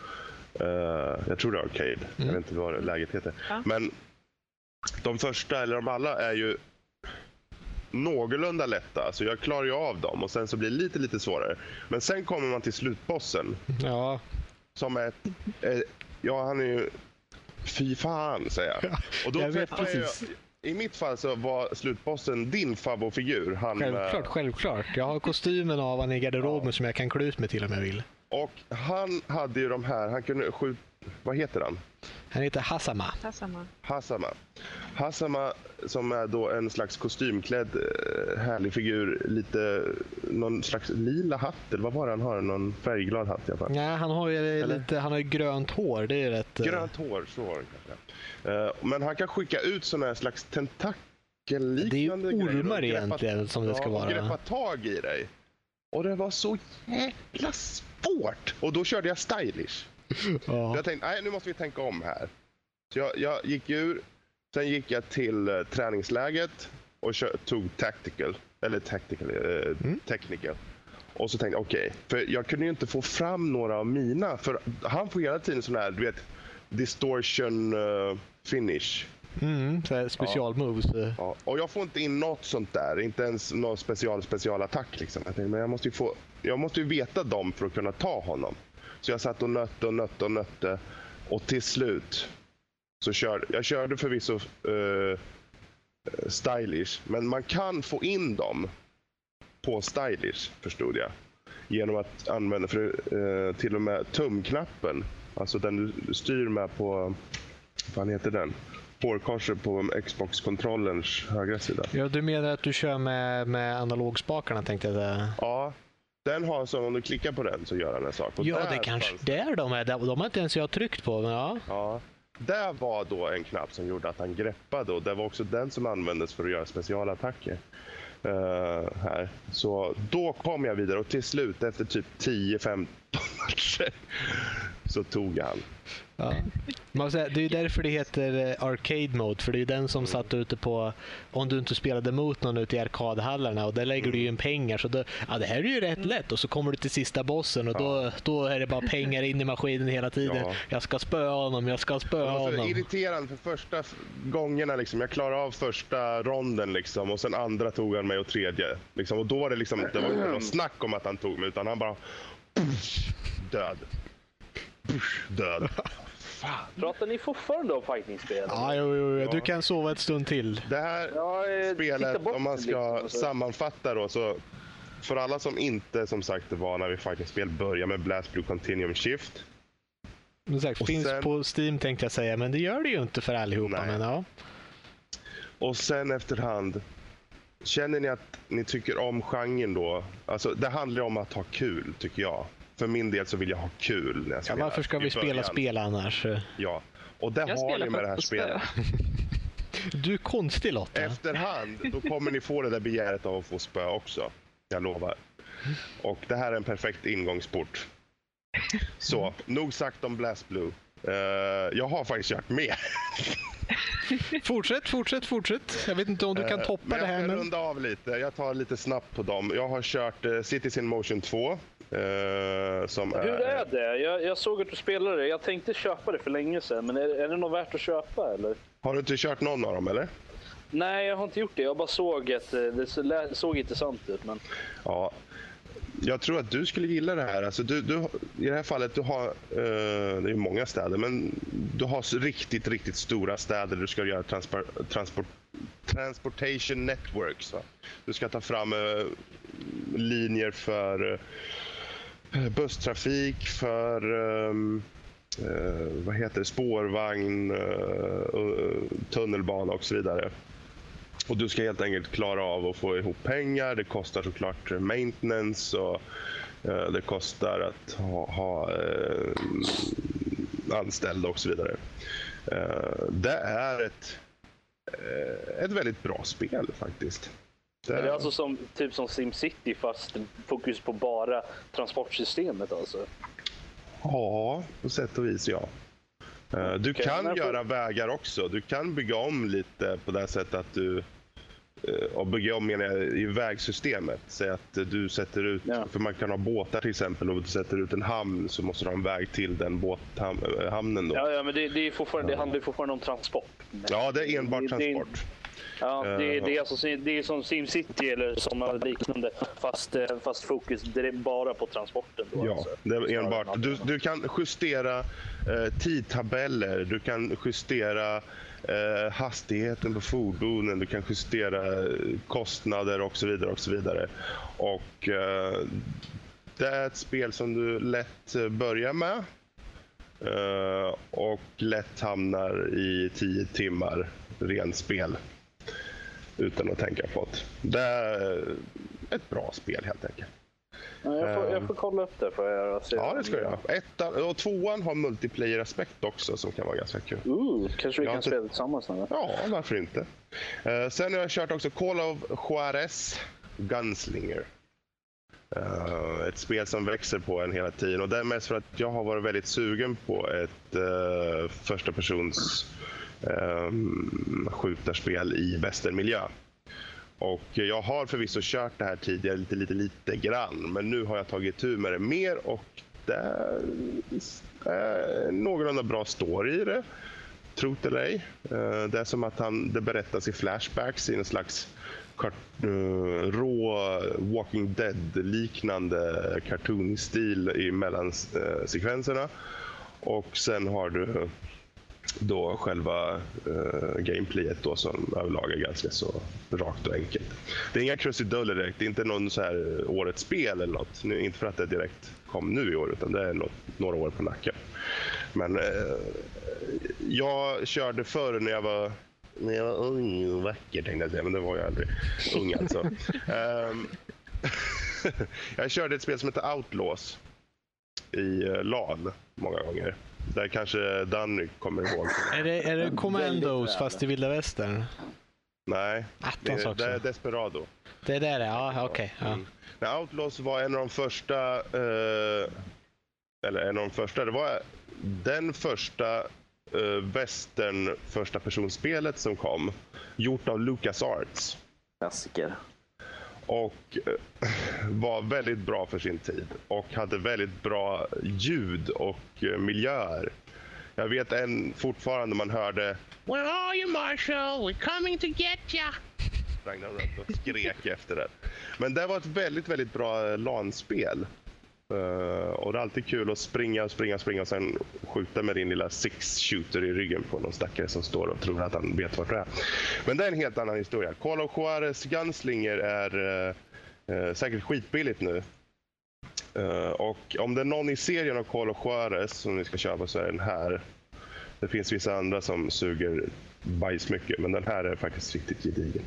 Jag tror det är arcade. Jag vet inte vad läget heter. Men de första, eller de alla, är ju någorlunda lätta. Så jag klarar ju av dem och sen så blir det lite svårare. Men sen kommer man till slutbossen. Ja. Som är... han är ju... Fy fan, säger jag. Och då i mitt fall så var slutbossen din favoritfigur. Självklart. Jag har kostymen av han i garderoben som jag kan klä ut med till om jag vill. Och han hade ju de här, han kunde vad heter han? Han heter Hasama som är då en slags kostymklädd härlig figur, lite någon slags lila hatt, eller vad var det han har? Någon färgglad hatt i alla fall. Nej, han har ju han har ju grönt hår, det är rätt. Grönt hår, så var det kanske. Men han kan skicka ut såna här slags tentakelliknande grejer. Det är ju ormar egentligen som det ska vara. Och greppa tag i dig. Och det var så jäkla svårt. Och då körde jag stylish. Ja. Jag tänkte, nej, nu måste vi tänka om här. Så jag gick ur. Sen gick jag till träningsläget och tog technical. Och så tänkte jag, okej. För jag kunde ju inte få fram några av mina. För han får hela tiden sån här, du vet, distortion finish. Specialmoves. Ja. Och jag får inte in något sånt där. Inte ens någon specialattack liksom. Jag tänkte, men jag måste ju veta dem för att kunna ta honom. Så jag satt och nötte. Och till slut så körde förvisso stylish. Men man kan få in dem på stylish, förstod jag. Genom att använda till och med tumknappen. Alltså den du styr med på, vad heter den? Hårkorset på Xbox-kontrollerns högra sida. Ja, du menar att du kör med analogspakarna, tänkte jag säga. Ja, den har så om du klickar på den så gör den en sak. Och ja, det kanske där de är. De har inte ens jag tryckt på, men ja. Ja, där var då en knapp som gjorde att han greppade. Och det var också den som användes för att göra specialattacker. Här. Så då kom jag vidare och till slut efter typ 10-15 matcher så tog jag han. Ja. Det är ju därför det heter Arcade Mode, för det är ju den som satt ute på, om du inte spelade mot någon ute i arkadhallarna, och där lägger du ju in pengar, så då, det här är ju rätt lätt, och så kommer du till sista bossen och då är det bara pengar in i maskinen hela tiden. Ja. Jag ska spöa honom. Det var så irriterande för första gångerna liksom. Jag klarade av första ronden liksom, och sen andra tog han mig och tredje liksom, och då var det liksom, det var inte någon snack om att han tog mig, utan han bara död. Fan. Pratar ni fortfarande om fighting-spel? Ja, jo. Du kan sova ett stund till. Det här spelet, om man ska sammanfatta då, så för alla som inte som sagt är vana vid fighting-spel, börjar med BlazBlue Continuum Shift. Exakt, finns sen på Steam tänkte jag säga, men det gör det ju inte för allihopa. Men, ja. Och sen efterhand, känner ni att ni tycker om genren då? Alltså, det handlar om att ha kul, tycker jag. För min del så vill jag ha kul när jag spelar. Ja, varför ska vi spela spel annars? Ja, och det har ni med det här spelet. Du är konstig, Lotta. Efterhand, då kommer ni få det där begäret av att få spö också. Jag lovar. Och det här är en perfekt ingångsport. Så, nog sagt om BlazBlue. Jag har faktiskt kört med. Fortsätt. Jag vet inte om du kan toppa det här. Jag ska runda av lite. Jag tar lite snabbt på dem. Jag har kört Cities in Motion 2. Hur är det? Jag såg att du spelade det. Jag tänkte köpa det för länge sedan. Men är det nog värt att köpa, eller? Har du inte kört någon av dem, eller? Nej, jag har inte gjort det. Jag bara såg att det såg intressant ut. Men... Ja, jag tror att du skulle gilla det här. Alltså, du, i det här fallet, du har, det är många städer, men du har riktigt stora städer. Du ska göra transportation networks. Va? Du ska ta fram linjer för busstrafik, för spårvagn, tunnelbana och så vidare. Och du ska helt enkelt klara av att få ihop pengar. Det kostar såklart maintenance och det kostar att ha anställda och så vidare. Det är ett väldigt bra spel faktiskt. Det är alltså typ som SimCity, fast fokus på bara transportsystemet alltså? Ja, på sätt och vis, ja. Du kan göra vägar också. Du kan bygga om lite på det sättet att du... Och bygga om menar jag i vägsystemet. Säg att du sätter ut... Ja. För man kan ha båtar till exempel, och du sätter ut en hamn, så måste du ha en väg till den hamnen då. Ja, men det är fortfarande, det handlar fortfarande om transport. Ja, det är enbart transport. Ja, det är som SimCity eller sådana liknande, fast fokus bara på transporten. Då, ja, alltså. Det är enbart. Du kan justera tidtabeller, du kan justera hastigheten på fordonen, du kan justera kostnader och så vidare och så vidare. Och det är ett spel som du lätt börjar med. och lätt hamnar i 10 timmar ren spel utan att tänka på det. Det är ett bra spel helt enkelt. Jag får kolla upp det för er. Ja, det ska jag. 2:an har multiplayer-aspekt också som kan vara ganska kul. Kanske vi kan spela tillsammans nu. Ja, varför inte. Sen har jag kört också Call of Juarez Gunslinger. Ett spel som växer på en hela tiden. Och det är mest för att jag har varit väldigt sugen på ett första persons skjutarspel i västernmiljö. Och jag har förvisso kört det här tidigare lite grann. Men nu har jag tagit tur med det mer och det är någorlunda bra story i det. Tro det eller ej. Det är som att det berättas i flashbacks i en slags rå Walking Dead-liknande cartoon-stil i mellansekvenserna. Och sen har du då själva gameplayet då som överlag är ganska så rakt och enkelt. Det är inga krusiduller direkt, det är inte någon så här årets spel eller något. Nu, inte för att det direkt kom nu i år utan det är några år på nacken. Men jag körde förr när jag var ung och vacker tänkte jag säga, men det var jag aldrig ung alltså. Jag körde ett spel som heter Outlaws i LAN många gånger. Där kanske Danny kommer ihåg. Är det Commandos fast i Vilda Västern? Nej, det är Desperado. Det är det, ja okej. Ja. Outlaws var en av de första, det var den första västern första personspelet som kom, gjort av LucasArts. Klassiker. Och var väldigt bra för sin tid och hade väldigt bra ljud och miljöer. Jag vet fortfarande man hörde "Where are you Marshall? We're coming to get ya!" Sprang de runt och skrek efter det. Men det var ett väldigt, väldigt bra LAN-spel. Och det är alltid kul att springa och sen skjuta med din lilla six-shooter i ryggen på någon stackare som står och tror att han vet vart det är. Men det är en helt annan historia. Call of Juarez Gunslinger är säkert skitbilligt nu. Och om det är någon i serien av Call of Juarez som ni ska köpa så är den här. Det finns vissa andra som suger bajsmycket, men den här är faktiskt riktigt gedigen.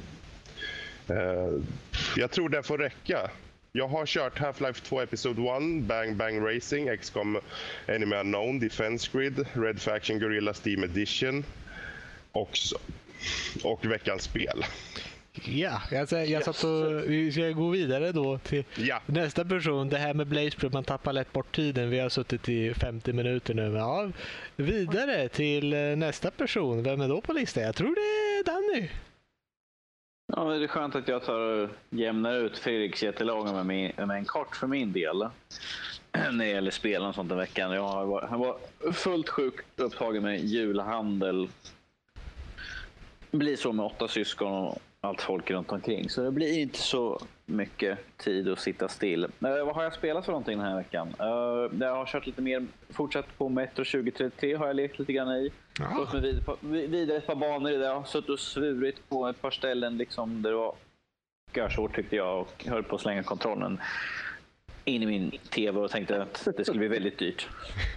Jag tror det får räcka. Jag har kört Half-Life 2 Episode 1, Bang Bang Racing, XCOM Enemy Unknown, Defense Grid, Red Faction Guerrilla Steam Edition och veckans spel. Ja, jag satt och vi ska gå vidare då till nästa person. Det här med Blaze, man tappar lätt bort tiden. Vi har suttit i 50 minuter nu. Ja, vidare till nästa person. Vem är då på listan? Jag tror det är Danny. Ja, men det är skönt att jag tar och jämnar ut Fredriks jättelaga med en kort för min del. När det gäller spelen och sånt den veckan. Han var fullt sjukt upptagen med julhandel. Det blir så med 8 syskon och allt folk runt omkring. Så det blir inte så mycket tid att sitta still. Vad har jag spelat för någonting den här veckan? Jag har kört lite mer, fortsatt på Metro 2033 har jag lekt lite grann i. Gått med vidare ett par banor i det. Jag har suttit och svurit på ett par ställen liksom, där det var görsvårt tyckte jag och höll på att slänga kontrollen in i min tv och tänkte att det skulle bli väldigt dyrt.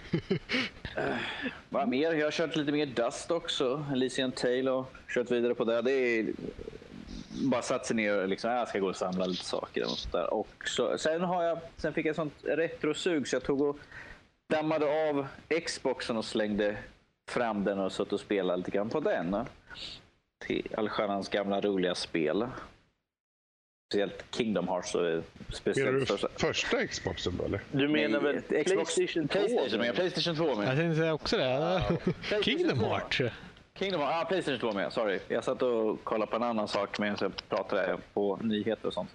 Vad mer? Jag har kört lite mer Dust också, Elysian Tale och kört vidare på det. Det är bara satt sig ner och liksom, jag ska gå och samla lite saker och sånt där. Och så, sen fick jag sånt retrosug så jag tog och dammade av Xboxen och slängde fram den och satt och spelade lite grann på den. Till allsköns gamla roliga spel. Speciellt Kingdom Hearts och speciellt första Xboxen då, eller? Du menar väl PlayStation 2? PlayStation 2 med. Jag tänkte säga också det. Kingdom Hearts. PlayStation 2 med, sorry. Jag satt och kollade på en annan sak men jag pratade på nyheter och sånt.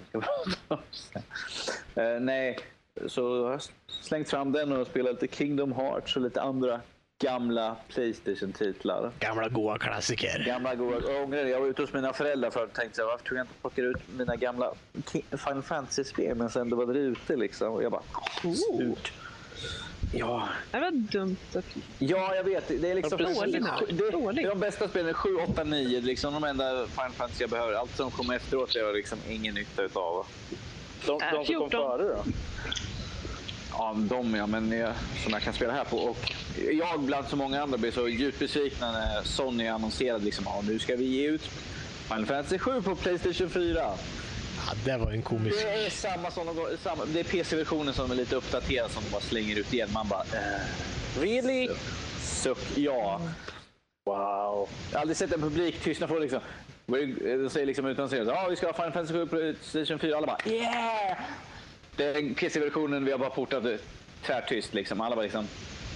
Nej, så jag har slängt fram den och spelat lite Kingdom Hearts och lite andra gamla PlayStation-titlar. Gamla goa klassiker. Jag var ute hos mina föräldrar för att tänkte varför tog jag inte plocka ut mina gamla Final Fantasy-spel men sen då var det ute liksom. Och jag bara, surt. Ja. Det var dumt. Ja, jag vet. Det är liksom dåligt. De bästa spelen 7, 8, 9 liksom de enda Final Fantasy jag behöver. Allt som kommer efteråt är jag liksom ingen nytta utav. De som kom före då? som jag kan spela här på. Och jag bland så många andra blir så djupt besvikna när Sony annonserade liksom, nu ska vi ge ut Final Fantasy 7 på PlayStation 4. Ja, det var en komisk. Det är samma. Det är PC-versionen som är lite uppdaterad som de bara slänger ut igen. Man bara, really? Suck, ja. Wow. Jag har aldrig sett en publik tystna på liksom. De säger liksom utan sig, vi ska ha Final Fantasy 7 på PlayStation 4. Alla bara, yeah! Det är PC-versionen, vi har bara portat tvärtyst liksom. Alla bara liksom,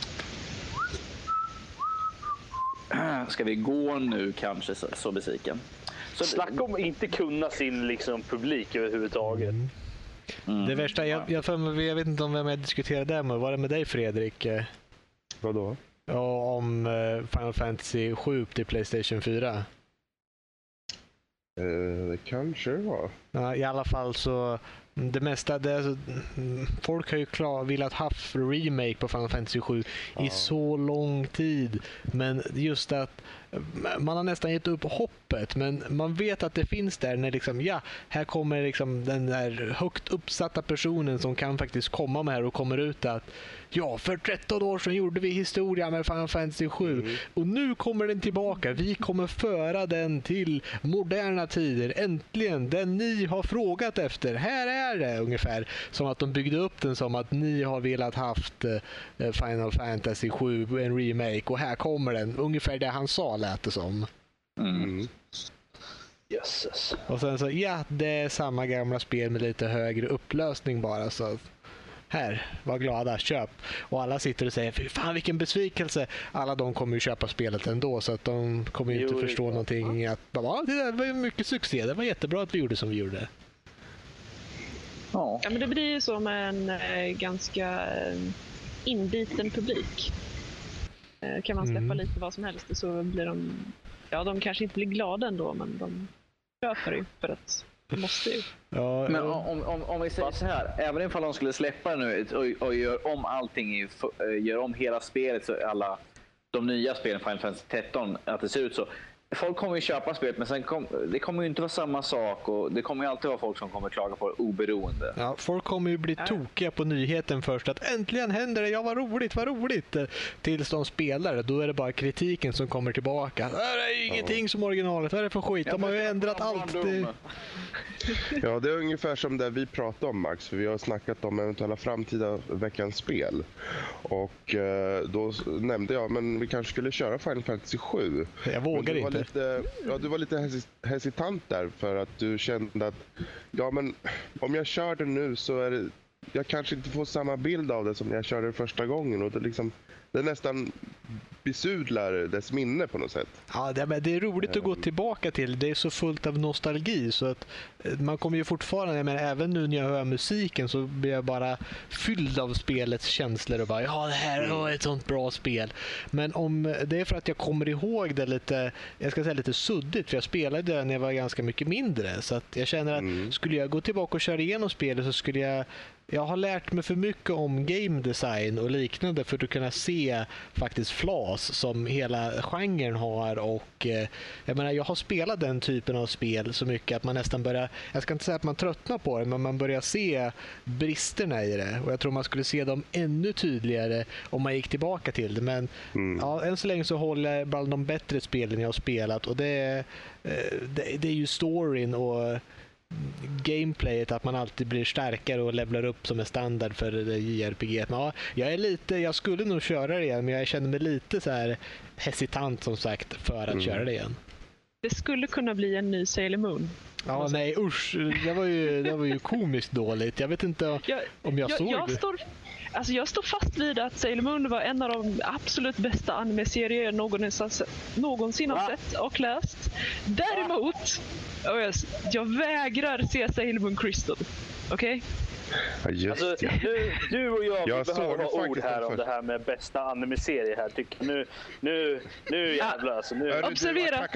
ska vi gå nu kanske, så besviken. Så snacka om inte kunna sin liksom, publik överhuvudtaget. Det värsta, jag vet inte om vem jag diskuterade det med. Var det med dig, Fredrik? Vadå? Ja, om Final Fantasy 7 till PlayStation 4. Det kanske var. Ja, i alla fall så det mesta, folk har ju velat haft remake på Final Fantasy 7 i så lång tid, men just att man har nästan gett upp hoppet, men man vet att det finns där när liksom, här kommer liksom den där högt uppsatta personen som kan faktiskt komma med här och kommer ut att för 13 år sedan gjorde vi historia med Final Fantasy 7 och nu kommer den tillbaka. Vi kommer föra den till moderna tider. Äntligen, den ni har frågat efter. Här är det, ungefär. Som att de byggde upp den som att ni har velat haft Final Fantasy 7, en remake, och här kommer den. Ungefär det han sa lät det som. Jösses. Och sen så, det är samma gamla spel med lite högre upplösning bara, så här, var glada, köp. Och alla sitter och säger, fy fan vilken besvikelse. Alla de kommer ju köpa spelet ändå, så att de kommer ju inte förstå någonting. Att det var ju mycket succé, det var jättebra att vi gjorde som vi gjorde. Ja, men det blir ju så med en ganska inbiten publik. Kan man släppa lite vad som helst så blir de kanske inte blir glada ändå, men de köper ju för att de måste ju. Ja, men om vi säger så här, även ifall de skulle släppa nu och gör om allting, gör om hela spelet, så alla de nya spelen Final Fantasy 13, att det ser ut så. Folk kommer ju köpa spelet, men sen det kommer ju inte vara samma sak, och det kommer ju alltid vara folk som kommer klaga på det oberoende. Ja, folk kommer ju bli tokiga på nyheten först, att äntligen händer det, vad roligt. Tills de spelar, då är det bara kritiken som kommer tillbaka. Det är ju ingenting som originalet, vad är det för skit? De har ju ändrat allt. Ja, det är ungefär som det vi pratade om, Max, för vi har snackat om eventuella framtida veckans spel. Och då nämnde jag, men vi kanske skulle köra Final Fantasy 7. Jag vågar inte. Du var lite hesitant där, för att du kände att men om jag kör det nu så är det, jag kanske inte får samma bild av det som när jag körde det första gången, och det nästan besudlar dess minne på något sätt. Ja, det är roligt att gå tillbaka till. Det är så fullt av nostalgi, så att man kommer ju fortfarande, men även nu när jag hör musiken så blir jag bara fylld av spelets känslor och bara, det här är ett sånt bra spel. Men om det är för att jag kommer ihåg det lite, jag ska säga lite suddigt, för jag spelade det när jag var ganska mycket mindre, så att jag känner att skulle jag gå tillbaka och köra igenom spelet så skulle jag har lärt mig för mycket om game design och liknande för att kunna se faktiskt flas som hela genren har, och jag menar, jag har spelat den typen av spel så mycket att man nästan börjar, jag ska inte säga att man tröttnar på det, men man börjar se bristerna i det, och jag tror man skulle se dem ännu tydligare om man gick tillbaka till det, men än så länge så håller jag bland de bättre spelen jag har spelat, och det är ju storyn och gameplayet, att man alltid blir starkare och levlar upp som en standard för JRPG. Men jag skulle nog köra det igen, men jag känner mig lite så här hesitant som sagt för att köra det igen. Det skulle kunna bli en ny Sailor Moon. Ja, nej usch, det var ju komiskt dåligt. Jag vet inte om jag såg det. Jag står fast vid att Sailor Moon var en av de absolut bästa anime-serier jag någonsin har sett och läst. Däremot, jag vägrar se Sailor Moon Crystal. Okej? Ja, alltså, du och jag behöver ha ord här om det här med bästa anime-serie här. Nu jävlar. Alltså, nu. Observera!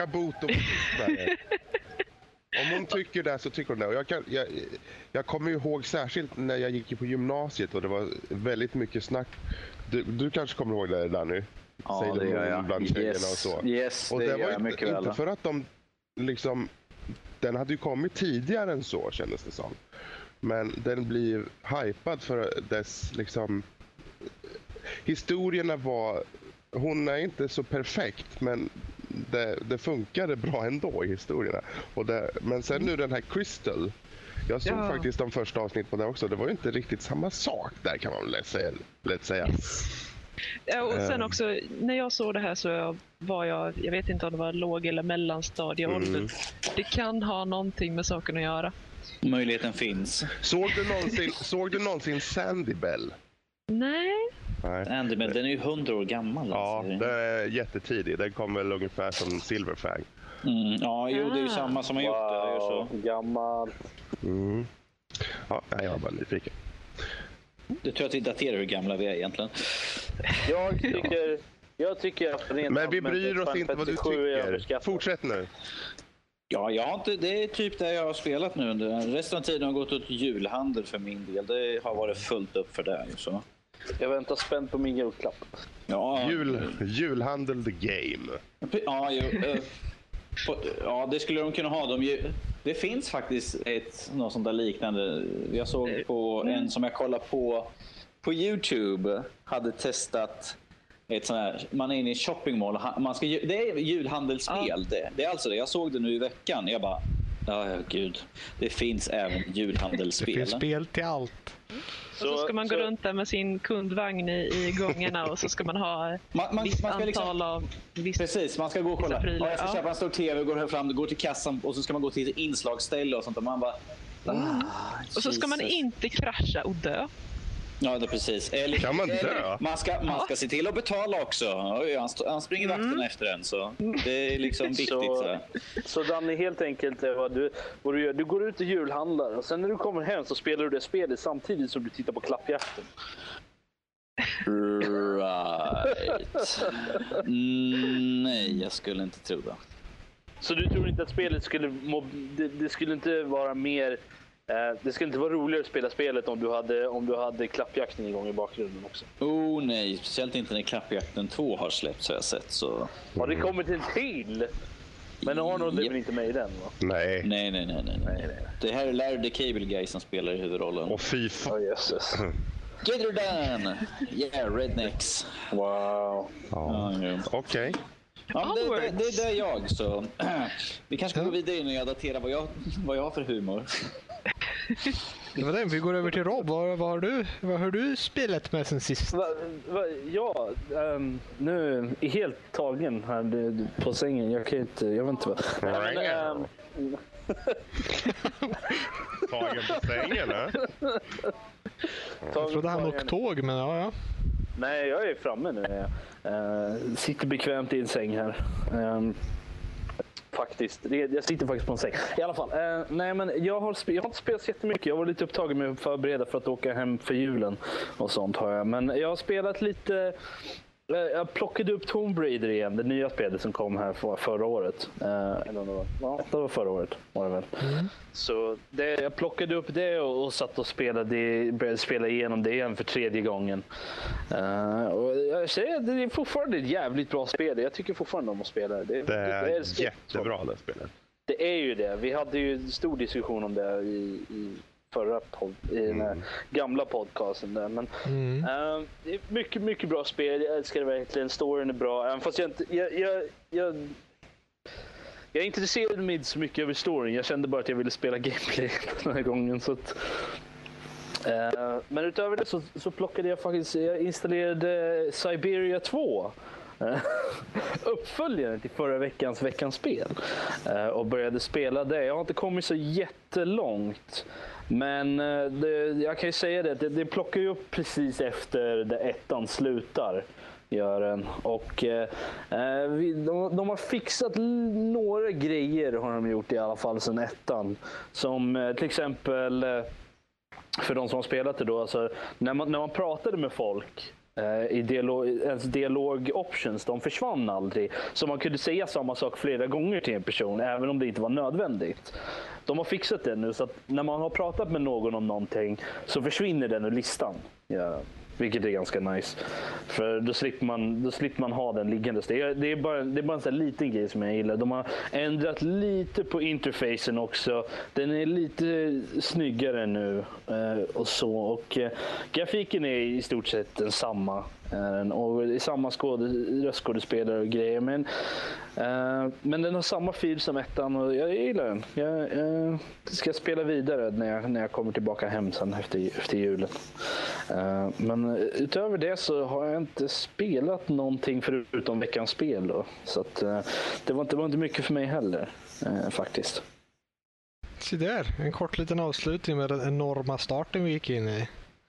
Om hon tycker det så tycker hon det. Och jag kommer ihåg särskilt när jag gick på gymnasiet och det var väldigt mycket snack. Du kanske kommer ihåg det, Danny? Ja, det gör jag. Bland tjejerna och så. Yes, och det det gör var jag mycket inte väl. För att de liksom, den hade ju kommit tidigare än så, kändes det som. Men den blir hypad för dess liksom... Historierna var... Hon är inte så perfekt, men det funkade bra ändå i historierna. Men sen nu den här Crystal... Jag såg faktiskt de första avsnitten på det också. Det var ju inte riktigt samma sak där, kan man lätt säga. Ja, och sen också, när jag såg det här så var jag vet inte om det var låg- eller mellanstadieålder. Det kan ha någonting med saken att göra. Möjligheten finns. Såg du någonsin Sandy Bell? Nej. Sandy Bell, den är ju 100 år gammal. Ja, den är jättetidig. Den kom väl ungefär som Silverfang. Ja, det är ju samma som har gjort det. Det är så. Gammal. Ja, jag var bara nyfiken. Du tror att vi daterar hur gamla vi är egentligen? Jag tycker att men vi bryr oss inte vad du tycker. Fortsätt nu. Ja, jag har inte, det är typ det jag har spelat nu. Resten av tiden har gått åt julhandel för min del. Det har varit fullt upp för det. Så. Jag väntar spänt på min julklapp. Ja, julhandel the game. Ja, det skulle de kunna ha. Det finns faktiskt något sånt där liknande. Jag såg på en som jag kollade på YouTube hade testat ett sånt här, man är inne i shoppingmall, det är julhandelsspel. Det är alltså det. Jag såg det nu i veckan. Jag bara, gud, det finns även julhandelsspel. Det finns spel till allt. Och så ska man gå runt där med sin kundvagn i gångerna och så ska man ha visst antal av visst. Precis, man ska gå och kolla. Jag ska köpa en stor tv, går till kassan och så ska man gå till ett inslagsställe och sånt och man bara... och så ska man inte krascha och dö. Ja, det är precis. Kan man dö? Man ska se till att betala också. Han springer vakten efter en, så det är liksom viktigt. Så Danny, helt enkelt vad du gör. Du går ut och julhandlar och sen när du kommer hem så spelar du det spelet samtidigt som du tittar på klappjakten. Right. Nej, jag skulle inte tro det. Så du tror inte att spelet det skulle inte vara mer... Det skulle inte vara roligare att spela spelet om du hade klappjakten igång i bakgrunden också. Nej, speciellt inte när klappjakten 2 har släppts, har jag sett. Så... Har det kommit en till? Men Arnold är väl inte med i den, va? Nej. Nej. Det här är Larry the Cable Guy som spelar i huvudrollen. Och FIFA. Jesus. Get her done! Yeah, rednecks. Wow. Okej. Ja, det är jag, så vi kanske ska gå vidare innan jag daterar vad jag har för humor. Det var den. Vi går över till Rob. Vad har du spelat med sen sist? Nu är helt tagen här på sängen. Jag vet inte vad. Tagen på sängen, eller? Jag trodde han åkte tåg, men ja. Nej, jag är framme nu. Sitter bekvämt i en säng här. Faktiskt. Jag sitter faktiskt på en säng. I alla fall. Nej, men jag har inte spelat så jättemycket. Jag var lite upptagen med att förbereda för att åka hem för julen och sånt har jag. Men jag har spelat lite... Jag plockade upp Tomb Raider igen, det nya spelet som kom här förra året. Det var förra året, var det väl. Så jag plockade upp det och satt och började spela igenom det igen för 3:e gången. Och jag säger att det är fortfarande ett jävligt bra spel. Jag tycker fortfarande om att spela det. Det är jättebra det spelet. Det är ju det. Vi hade ju en stor diskussion om det i den här gamla podcasten där. Men det är mycket, mycket bra spel. Jag älskar det verkligen. Storyn är bra. Även fast jag intresserade mig inte så mycket över storyn. Jag kände bara att jag ville spela gameplay den här gången. Så att, men utöver det så plockade jag installerade Siberia 2. Uppföljaren till förra veckans spel. Och började spela det. Jag har inte kommit så jättelångt. Men jag kan ju säga det plockar ju upp precis efter det ettan slutar. Gör den. Och de har fixat några grejer har de gjort i alla fall sen ettan. Som till exempel för de som har spelat det då. Alltså, när man pratade med folk i dialog options, de försvann aldrig. Så man kunde säga samma sak flera gånger till en person, även om det inte var nödvändigt. De har fixat det nu, så att när man har pratat med någon om någonting så försvinner den ur listan. Ja. vilket är ganska nice. För då slipper man ha den liggandes. Det är bara en sån här liten grej som jag gillar. De har ändrat lite på interfacen också. Den är lite snyggare nu och så. Och grafiken är i stort sett densamma. Och det är samma röstskådespelare och grejer. Men den har samma fil som ettan och jag gillar den. Jag ska spela vidare när jag kommer tillbaka hem sen efter julen. Men utöver det så har jag inte spelat någonting förutom veckans spel då. Så att, det var inte mycket för mig heller faktiskt. Så där, en kort liten avslutning med den enorma starten vi gick in i.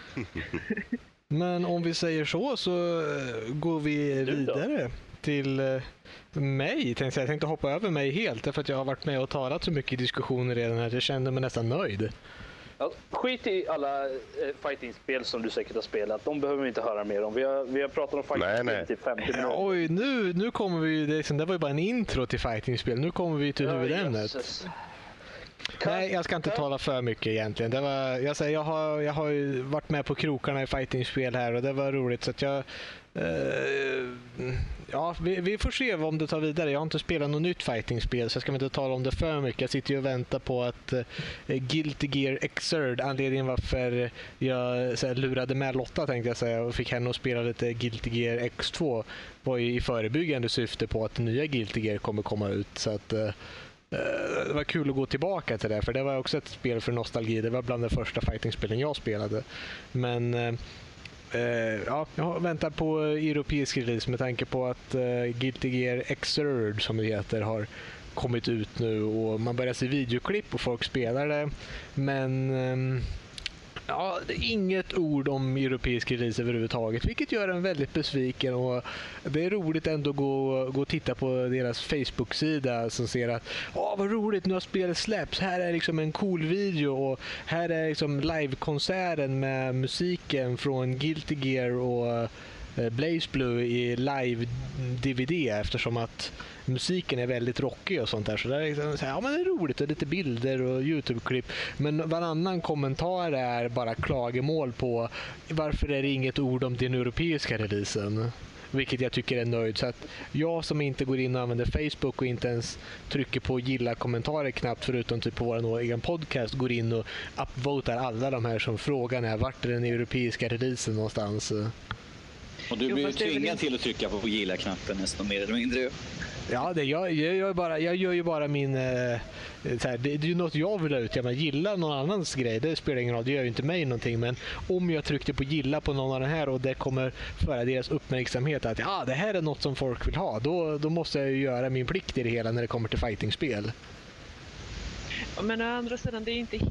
Men om vi säger så går vi vidare till mig. Jag tänkte hoppa över mig helt därför att jag har varit med och talat så mycket i diskussioner redan här. Jag kände mig nästan nöjd. Ja, skit i alla fighting-spel som du säkert har spelat. De behöver vi inte höra mer om. Vi har pratat om fighting-spel till 50 minuter. Oj, nu kommer vi... Det var ju bara en intro till fighting-spel. Nu kommer vi till huvudämnet. Jesus. Nej, jag ska inte tala för mycket egentligen. Jag har ju varit med på krokarna i fighting-spel här och det var roligt så att jag... vi får se om det tar vidare. Jag har inte spelat något nytt fighting-spel så jag ska inte tala om det för mycket. Jag sitter ju och väntar på att Guilty Gear Xrd, anledningen varför jag lurade med Lotta tänkte jag säga och fick henne att spela lite Guilty Gear X2 var ju i förebyggande syfte på att nya Guilty Gear kommer komma ut så att det var kul att gå tillbaka till det för det var också ett spel för nostalgi. Det var bland de första fighting-spelen jag spelade. Men jag väntar på europeisk release med tanke på att Guilty Gear Xrd som det heter har kommit ut nu och man börjar se videoklipp och folk spelar det. Men det är inget ord om europeisk release överhuvudtaget, vilket gör en väldigt besviken och det är roligt ändå att gå och titta på deras Facebook-sida som ser att vad roligt, nu har spelet släpps, här är liksom en cool video och här är liksom livekonserten med musiken från Guilty Gear och Blaze Blue i live-DVD eftersom att musiken är väldigt rockig och sånt där. Så det är liksom men det är roligt och lite bilder och YouTube-klipp. Men varannan kommentar är bara klagemål på varför är det inget ord om den europeiska releasen. Vilket jag tycker är nöjd. Så att jag som inte går in och använder Facebook och inte ens trycker på gilla kommentarer knappt förutom typ på vår egen podcast går in och upvotar alla de här som frågan är vart är den europeiska releasen någonstans. Och du blir ju tvingad till att trycka på gilla-knappen nästan mer eller mindre. Ja, jag gör ju bara min... det är ju något jag vill ha ut. Jag gillar någon annans grej, det spelar ingen roll. Det gör ju inte mig någonting. Men om jag tryckte på gilla på någon av den här och det kommer föra deras uppmärksamhet att det här är något som folk vill ha. Då måste jag ju göra min plikt i det hela när det kommer till fightingspel. Men å andra sidan, det är inte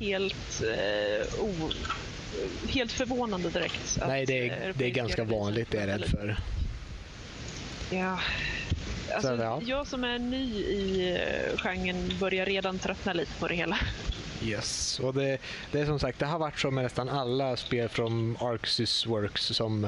helt förvånande direkt. Nej, det är ganska vanligt, det är jag rädd för. Ja, alltså, jag som är ny i genren börjar redan tröttna lite på det hela. Yes, och det är som sagt, det har varit så med nästan alla spel från Arxis Works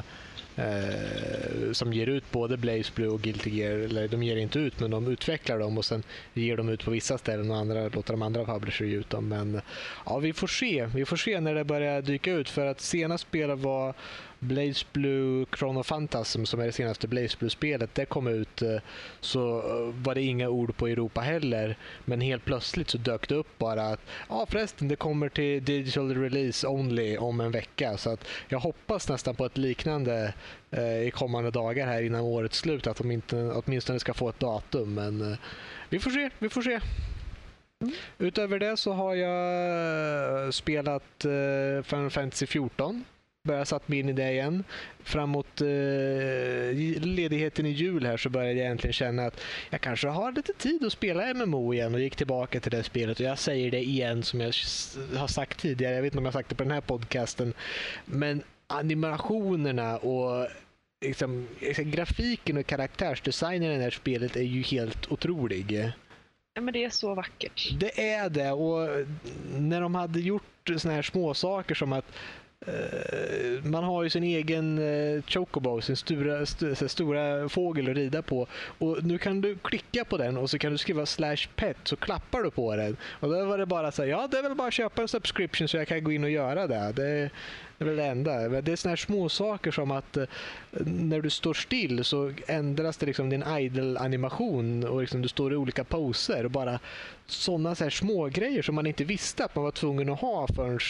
som ger ut både Blaze Blue och Guilty Gear, eller de ger inte ut men de utvecklar dem och sen ger de ut på vissa ställen och låter de andra publisher ge ut dem. Men vi får se när det börjar dyka ut, för att senast spelet var Blaze Blue Chrono Phantasm som är det senaste Blaze Blue-spelet. Det kom ut så var det inga ord på Europa heller, men helt plötsligt så dök det upp bara att förresten det kommer till digital release only om en vecka, så att jag hoppas nästan på ett liknande i kommande dagar här innan årets slut, att de inte åtminstone ska få ett datum, men vi får se. Utöver det så har jag spelat Final Fantasy 14. Börjar satt mig in i det igen. Framåt ledigheten i jul här så började jag egentligen känna att jag kanske har lite tid att spela MMO igen och gick tillbaka till det spelet. Och jag säger det igen som jag har sagt tidigare. Jag vet inte om jag har sagt det på den här podcasten. Men animationerna och liksom, grafiken och karaktärsdesignen i det här spelet är ju helt otrolig. Ja, men det är så vackert. Det är det, och när de hade gjort såna här små saker som att man har ju sin egen chocobo, sin stora fågel att rida på. Och nu kan du klicka på den och så kan du skriva /pet, så klappar du på den. Och då var det bara så här, ja, det är väl bara att köpa en subscription så jag kan gå in och göra det. Det är väl det enda. Det är såna här små saker som att när du står still så ändras det liksom din idle-animation och liksom du står i olika poser och bara sådana så här små grejer som man inte visste att man var tvungen att ha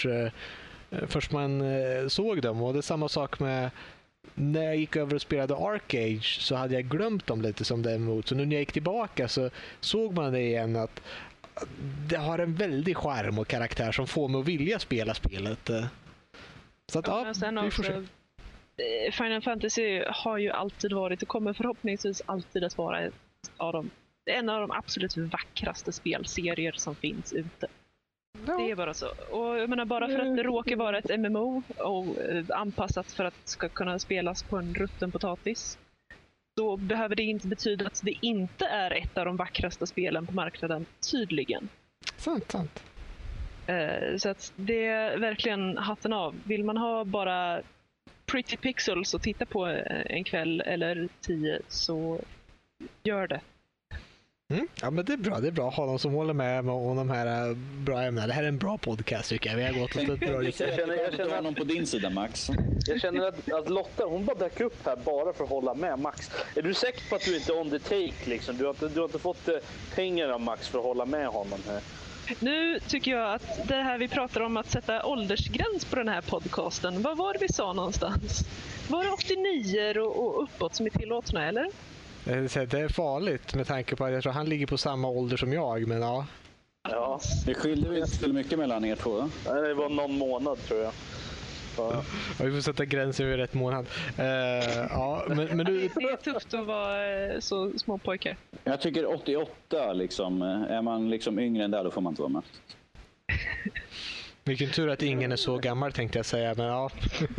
först man såg dem. Och det är samma sak med när jag gick över och spelade Arcage, så hade jag glömt dem lite som det emot. Så nu när jag gick tillbaka så såg man det igen, att det har en väldig charm och karaktär som får mig att vilja spela spelet. Så att, ja, sen också, Final Fantasy har ju alltid varit och kommer förhoppningsvis alltid att vara en av de absolut vackraste spelserier som finns ute. Ja. Det är bara så. Och jag menar, bara för att det råkar vara ett MMO och anpassat för att det ska kunna spelas på en rutten potatis, då behöver det inte betyda att det inte är ett av de vackraste spelen på marknaden, tydligen. Sant. Så att det är verkligen hatten av. Vill man ha bara pretty pixels och titta på en kväll eller 10, så gör det. Ja, men det är bra att ha någon som håller med om de här bra ämnena. Det här är en bra podcast, tycker jag. Vi har gått och bra. Jag känner någon på din sida, Max. Jag känner att Lotta, hon bara dök upp här bara för att hålla med Max. Är du säker på att du inte är on the take liksom? Du har inte fått pengar av Max för att hålla med honom här? Nu tycker jag att det här vi pratar om att sätta åldersgräns på den här podcasten, vad var det vi sa någonstans? Var det 89 och uppåt som är tillåtna, eller? Det är farligt med tanke på att jag tror han ligger på samma ålder som jag, men ja. Ja. Det skiljer inte så mycket mellan er två. Nej, det var någon månad, tror jag. Ja, vi får sätta gränsen vid rätt månad. Ja, men du... Det är tufft att vara så små pojkar. Jag tycker 88, liksom, är man liksom yngre än där, då får man inte vara med. Vilken tur att ingen är så gammal, tänkte jag säga, men ja.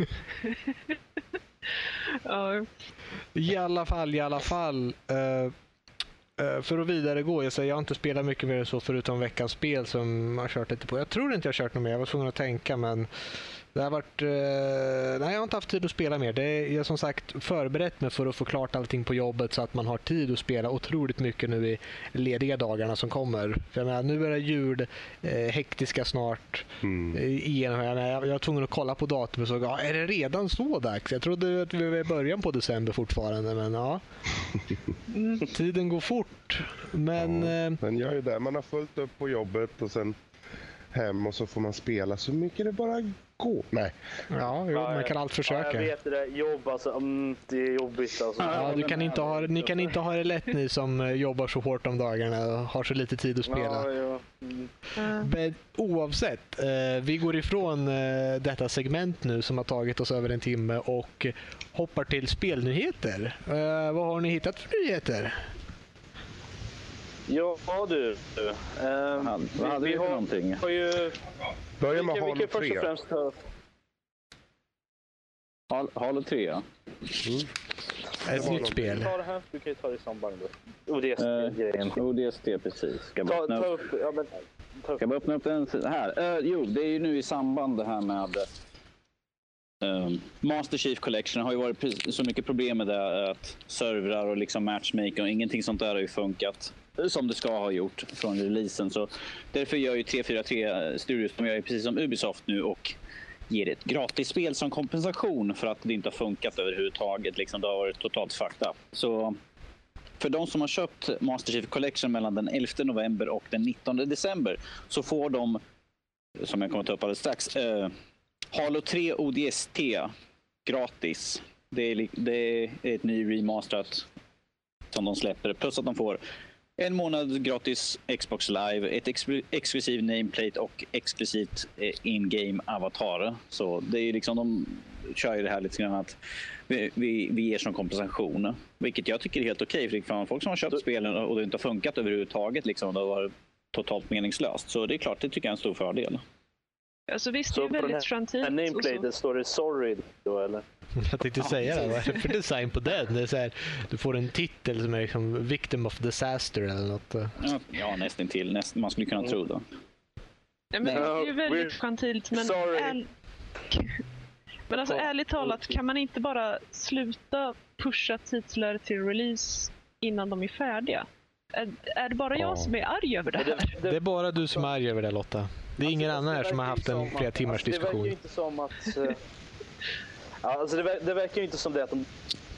Ja. I alla fall. För att vidare gå, jag har inte spelat mycket mer än så förutom veckans spel som jag har kört lite på. Jag tror inte jag har kört något mer, jag var tvungen att tänka, men det har varit... nej, jag har inte haft tid att spela mer. Jag har som sagt förberett mig för att få klart allting på jobbet så att man har tid att spela otroligt mycket nu i lediga dagarna som kommer. För jag menar, nu är det jul, hektiska snart. Jag var tvungen att kolla på datum och så är det redan så dags? Jag trodde att vi var i början på december fortfarande, men ja. Tiden går fort. Men den gör ju det. Man har fullt upp på jobbet och sen hem och så får man spela så mycket det bara går. Nej. Ja, man kan allt försöka. Ja, jag vet det. Jobb, alltså, det är jobbigt. Alltså. Ja, ni kan inte ha det lätt, ni som jobbar så hårt om dagarna och har så lite tid att spela. Ja. Men oavsett, vi går ifrån detta segment nu som har tagit oss över en timme och hoppar till spelnyheter. Vad har ni hittat för nyheter? Ja, du. Vad hade vi för någonting? Börja med Halo 3. Först och främst Halo 3, ja. Ett nytt spel. Ta det här, du kan ju ta det i samband med ODST-grejen. ODST, precis. Ska jag bara öppna upp den här? Jo, det är ju nu i samband det här med Master Chief Collection. Har ju varit så mycket problem med det, att servrar och liksom matchmaking och ingenting sånt där har ju funkat som det ska ha gjort från releasen. Så därför gör ju 343 Studios, de gör ju precis som Ubisoft nu och ger ett gratis spel som kompensation för att det inte har funkat överhuvudtaget. Liksom, det har varit totalt fucked up. Så för de som har köpt Master Chief Collection mellan den 11 november och den 19 december så får de, som jag kommer att ta upp alldeles strax, Halo 3 ODST gratis. Det är ett ny remasterat som de släpper. Plus att de får en månad gratis Xbox Live, ett exklusiv nameplate och exklusivt in-game avatar. Så det är liksom, de kör ju det här lite grann att vi ger som kompensation. Vilket jag tycker är helt okej. För folk som har köpt spelen och det inte har funkat överhuvudtaget, liksom, det har varit totalt meningslöst. Så det är klart, det tycker jag är en stor fördel. Alltså visst, det är väldigt framtidigt. Men nameplate, står det sorry då, eller? Jag tänkte säga det. Vad är det för design på den? Det är så här, du får en titel som är liksom Victim of Disaster eller något. Ja, nästan till. Man skulle kunna tro det. Ja, men det är ju väldigt framtidigt. Men Men alltså ärligt talat, kan man inte bara sluta pusha titlar till release innan de är färdiga? Är det bara jag som är arg över det här? Det är bara du som är arg över det, Lotta. Det är ingen annan här som har haft en flera timmars diskussion. Det verkar ju inte som att... alltså det verkar ju inte som det att de...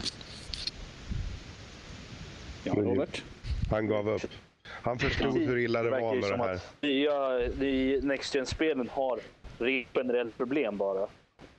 Ja, Robert? Han gav upp. Han förstod hur illa det var med det här. Ja, Next Gen-spelen har generellt problem bara.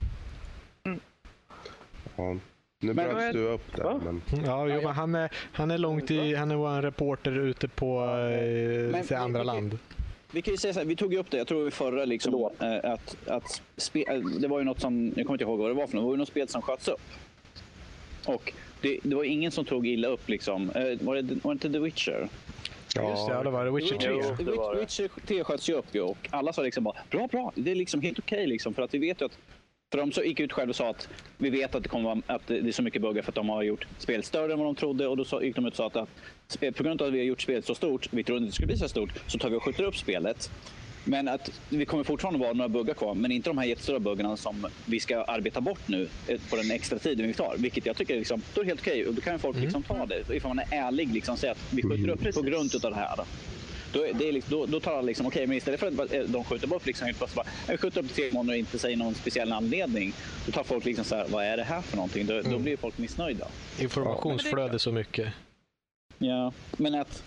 Ja. Nu bröts du upp där. Men... Ja, jo, men han är långt i... Han är en reporter ute på andra land. Vi kan ju säga så här, vi tog ju upp det, jag tror i förra liksom, det var ju något som, jag kommer inte ihåg vad det var för något, det var ju något spel som sköts upp. Och det var ingen som tog illa upp liksom, var det inte The Witcher? Ja, just det, det var The Witcher 3. Witcher 3 sköts ju upp ju och alla sa liksom bara, bra, det är liksom helt okej liksom, för att vi vet ju att för de så gick ut själv och sa att vi vet att det kommer att det är så mycket buggar för att de har gjort spel större än vad de trodde, och då gick de ut och sa att på grund av att vi har gjort spelet så stort, vi trodde inte det skulle bli så stort, så tar vi och skjuter upp spelet. Men att vi kommer fortfarande vara några buggar kvar, men inte de här jättestora buggarna som vi ska arbeta bort nu på den extra tiden vi tar, vilket jag tycker liksom, då är det helt okej, och då kan folk liksom ta det ifall man är ärlig liksom, säga att vi skjuter upp på grund av det här. Då tar alla liksom, okej, men istället för att de skjuter bort liksom, vi skjuter upp 3 månader och inte säger någon speciell anledning, då tar folk liksom så här, vad är det här för någonting? Då blir folk missnöjda. Informationsflöde så mycket. Ja, men att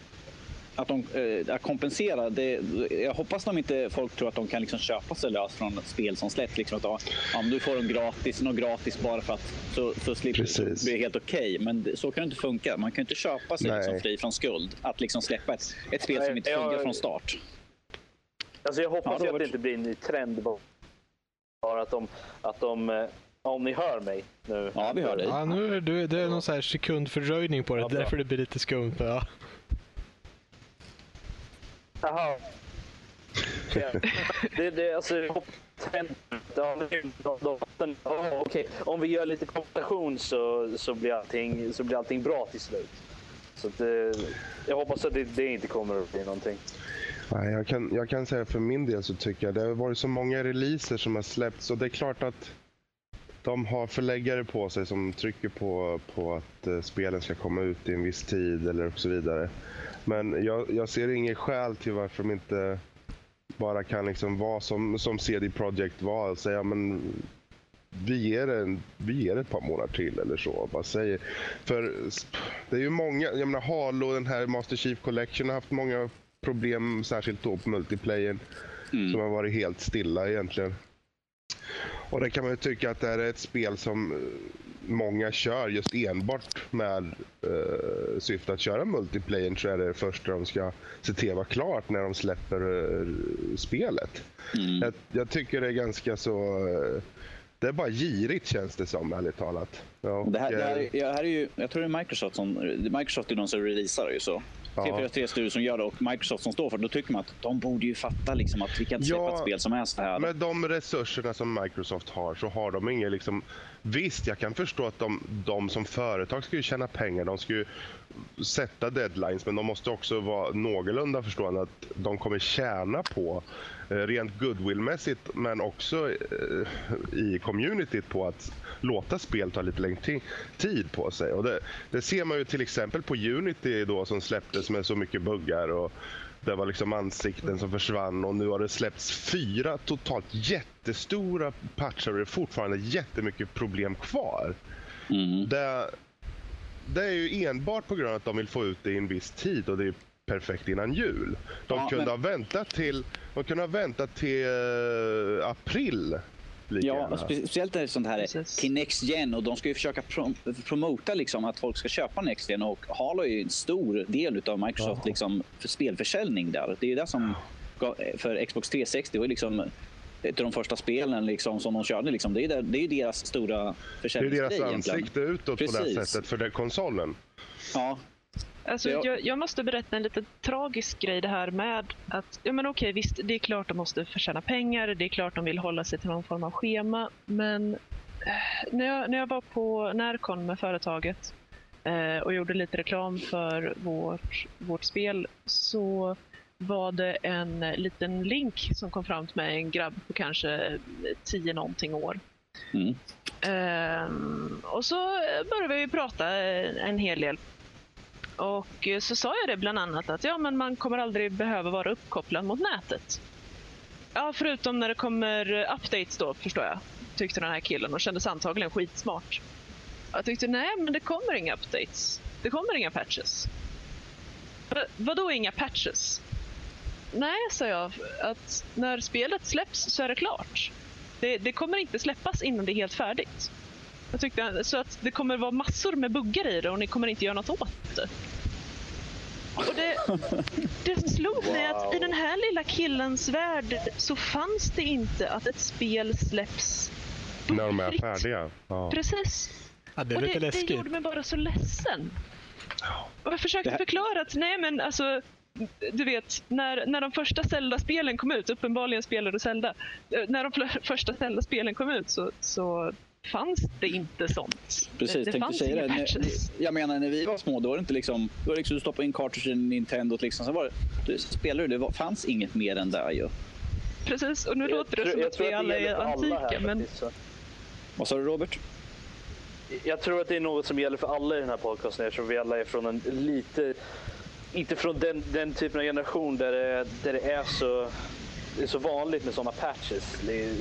kompensera det, jag hoppas de inte folk tror att de kan liksom köpa sig lös från spel som släpps liksom, att om du får något gratis bara för att så slipper det bli helt okej. Men så kan det inte funka, man kan inte köpa sig liksom fri från skuld att liksom släppa ett spel som inte fungerar från start. Alltså jag hoppas att det inte blir en ny trend bara att de om ni hör mig nu. Ja, vi hör dig. Ja, nu det är någon så här sekundfördröjning på det, därför det blir lite skumt. Ja. Jaha. Det alltså okej. Om vi gör lite kompensation så blir allting bra till slut. Så att, jag hoppas att det inte kommer att bli någonting. Nej, jag kan säga för min del så tycker jag det har varit så många releaser som har släppts, och det är klart att de har förläggare på sig som trycker på att spelen ska komma ut i en viss tid eller så vidare. Men jag ser ingen skäl till varför de inte bara kan liksom vara som CD Projekt var och säga, men vi ger ett par månader till eller så. Bara säger. För det är ju många, jag menar Halo, den här Master Chief Collection har haft många problem, särskilt då på multiplayer, som har varit helt stilla egentligen. Och det kan man ju tycka att det här är ett spel som många kör just enbart med syfte att köra multiplayer, så är det först de ska se till att vara klart när de släpper spelet. Jag tycker det är ganska så... Det är bara girigt, känns det som, ärligt talat. Och, det här är ju, jag tror det är Microsoft är de som releasar ju så. T4 studier som gör det och Microsoft som står för det. Då tycker man att de borde ju fatta liksom att vi kan inte släppa ett spel som är så här. Med de resurserna som Microsoft har så har de inga liksom... Visst, jag kan förstå att de som företag ska ju tjäna pengar. De ska ju sätta deadlines, men de måste också vara någorlunda förstående att de kommer tjäna på rent goodwillmässigt, men också i communityt på att låta spel ta lite längre tid på sig. Och det ser man ju till exempel på Unity då, som släpptes med så mycket buggar, och det var liksom ansikten som försvann, och nu har det släppts 4 totalt jättestora patchar och det är fortfarande jättemycket problem kvar. Det är ju enbart på grund av att de vill få ut det i en viss tid, och det är perfekt innan jul. De kunde ha väntat till april. Ja, speciellt är sånt här till Next Gen, och de ska ju försöka promota liksom att folk ska köpa Next Gen, och Halo är ju en stor del av Microsoft liksom för spelförsäljning där. Det är ju det som för Xbox 360 var liksom ett av de första spelen liksom som de körde liksom. Det är ju deras stora försäljningsgrej. Det är deras ansikte utåt. Precis. På det sättet för den konsolen. Ja. Alltså, jag måste berätta en lite tragisk grej det här med att, ja men okej, visst, det är klart de måste förtjäna pengar, det är klart de vill hålla sig till någon form av schema, men när jag var på Närcon med företaget och gjorde lite reklam för vårt spel, så var det en liten link som kom fram till mig, en grabb på kanske 10 någonting år, Och så började vi prata en hel del. Och så sa jag det bland annat att men man kommer aldrig behöva vara uppkopplad mot nätet. Ja, förutom när det kommer updates då, förstår jag. Tyckte den här killen och kändes antagligen skitsmart. Jag tyckte, nej men det kommer inga updates. Det kommer inga patches. Vadå inga patches? Nej, sa jag, att när spelet släpps så är det klart. Det kommer inte släppas innan det är helt färdigt. Jag tyckte så att det kommer vara massor med buggar i det och ni kommer inte göra något åt det. Och det som slog mig att i den här lilla killens värld så fanns det inte att ett spel släpps när de är färdiga. Ja. Precis. Ja, det är lite läskigt. Det gjorde mig bara så ledsen. Och jag försökte förklara att nej men alltså du vet, när de första Zelda-spelen kom ut, uppenbarligen spelade Zelda, när de första Zelda-spelen kom ut så fanns det inte sånt. Precis, det fanns inga patches. Jag menar, när vi var små, då var det inte liksom, då var det liksom du stoppade in cartridge i Nintendo liksom, så var det, spelade det fanns inget mer än där ju. Precis, och nu låter det som att vi alla är antika, men... Vad sa du, Robert? Jag tror att det är något som gäller för alla i den här podcasten, eftersom vi alla är från en lite... Inte från den typen av generation där det är så vanligt med sådana patches.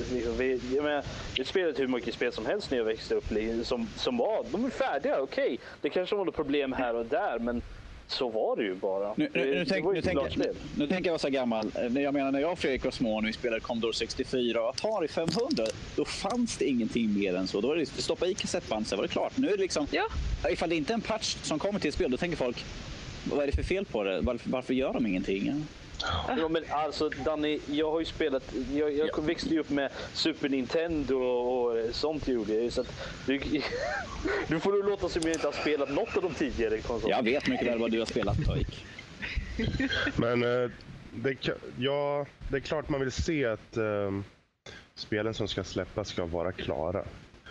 Vi spelade hur mycket spel som helst när jag växte upp som var, de är färdiga, okej. Det kanske var något problem här och där, men så var det ju bara. Nu tänker jag vara så gammal. Jag menar, när jag och Fredrik var små och vi spelade Commodore 64 och Atari 500, då fanns det ingenting mer än så. Då var det stoppa i kassettband, så var det klart. Nu är det liksom, ifall det inte är en patch som kommer till ett spel, då tänker folk, vad är det för fel på det? Varför gör de ingenting? Ja, men alltså Danny, jag har ju spelat, jag växte ju upp med Super Nintendo och sånt gjorde jag, så att du får du låta som jag inte har spelat något av de tidigare konsolerna. Jag vet mycket väl vad du har spelat, Toik. Men det är klart man vill se att spelen som ska släppas ska vara klara.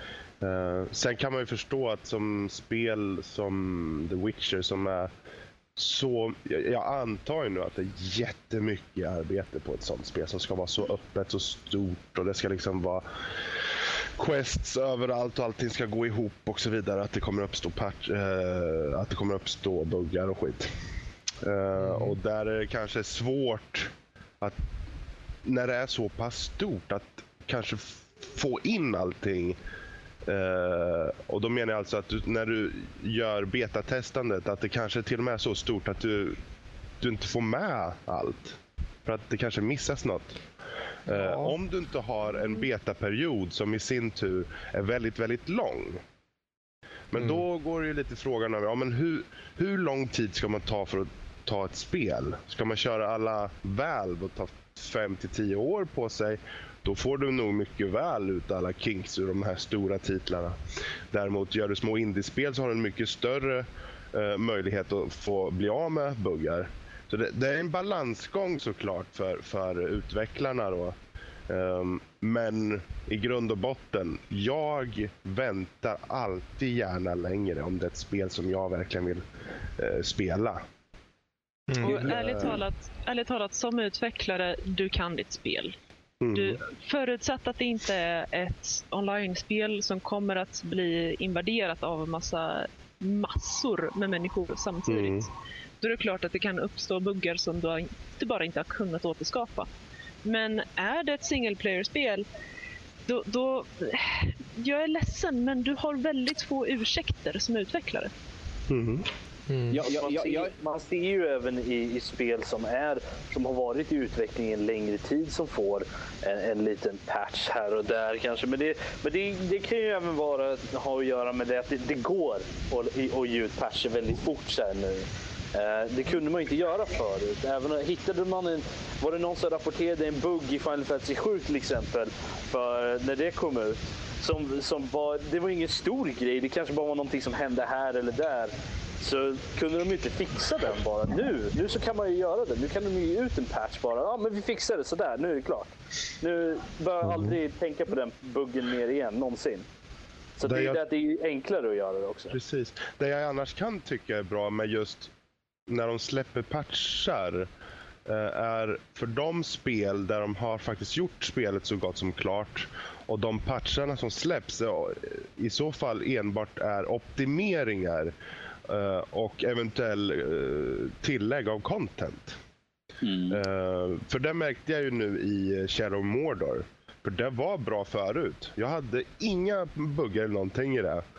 Sen kan man ju förstå att som spel som The Witcher som är så, jag antar ju nu att det är jättemycket arbete på ett sånt spel som ska vara så öppet, så stort, och det ska liksom vara quests överallt och allting ska gå ihop och så vidare, att det kommer uppstå buggar och skit. Och där är det kanske svårt att, när det är så pass stort, att kanske få in allting. Och då menar jag alltså att när du gör betatestandet, att det kanske till och med är så stort att du inte får med allt, för att det kanske missas något. Om du inte har en betaperiod som i sin tur är väldigt, väldigt lång, men då går det ju lite frågan över, men hur lång tid ska man ta för att ta ett spel? Ska man köra alla Valve och ta 5-10 år på sig, då får du nog mycket väl ut alla kinks ur de här stora titlarna. Däremot gör du små indiespel så har du en mycket större möjlighet att få bli av med buggar. Så det är en balansgång såklart för utvecklarna då. Men i grund och botten, jag väntar alltid gärna längre om det är ett spel som jag verkligen vill spela. Och ärligt talat, som utvecklare, du kan ditt spel. Du, förutsatt att det inte är ett online-spel som kommer att bli invaderat av massor med människor samtidigt. Då är det klart att det kan uppstå buggar som du bara inte har kunnat återskapa. Men är det ett single player-spel, då jag är ledsen, men du har väldigt få ursäkter som utvecklare. Man ser ju även i spel som har varit i utveckling en längre tid, som får en liten patch här och där kanske, men det kan ju även ha att göra med det att det går att ge ut patcher väldigt fort sen nu. Det kunde man inte göra förut. Var det någon som rapporterade en bugg i Final Fantasy 7 till exempel, för när det kom ut, det var ingen stor grej, det kanske bara var någonting som hände här eller där, så kunde de inte fixa den bara. Nu så kan man ju göra det. Nu kan de ju ge ut en patch bara. Men vi fixar det sådär, nu är det klart. Nu bör jag aldrig tänka på den buggen mer igen, någonsin. Så det är enklare att göra det också. Precis. Det jag annars kan tycka är bra med just när de släpper patchar, är för de spel där de har faktiskt gjort spelet så gott som klart, och de patcharna som släpps i så fall enbart är optimeringar och eventuell tillägg av content. För det märkte jag ju nu i Shadow of Mordor. För det var bra förut. Jag hade inga buggar eller någonting i det.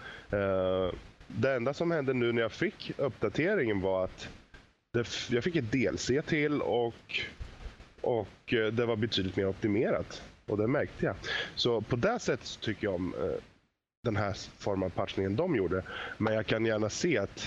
Det enda som hände nu när jag fick uppdateringen var att jag fick ett DLC till och det var betydligt mer optimerat. Och det märkte jag. Så på det sättet så tycker jag om den här formen av patchningen de gjorde. Men jag kan gärna se att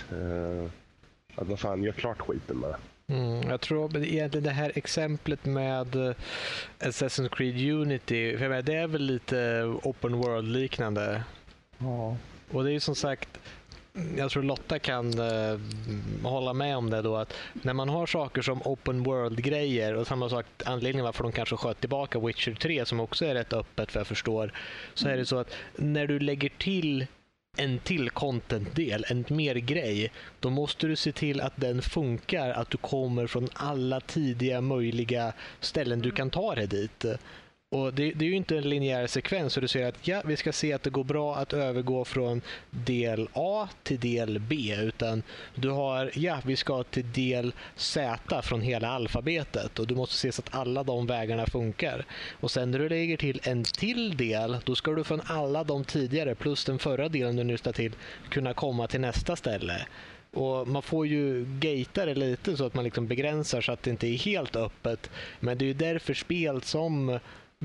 vad fan, gör klart skiten bara. Jag tror egentligen det här exemplet med Assassin's Creed Unity, för det är väl lite open world-liknande. Ja. Och det är ju som sagt, jag tror Lotta kan hålla med om det då, att när man har saker som open world-grejer, och samma sak anledningen varför de kanske sköt tillbaka Witcher 3 som också är rätt öppet för jag förstår, så är det så att när du lägger till en till content-del, en mer grej, då måste du se till att den funkar, att du kommer från alla tidiga möjliga ställen du kan ta dig dit. Och det är ju inte en linjär sekvens, så du säger att ja, vi ska se att det går bra att övergå från del A till del B, utan du har, ja, vi ska till del Z från hela alfabetet, och du måste se så att alla de vägarna funkar. Och sen när du lägger till en till del, då ska du från alla de tidigare plus den förra delen du nu ska till kunna komma till nästa ställe. Och man får ju gatea det lite så att man liksom begränsar så att det inte är helt öppet. Men det är ju därför spel som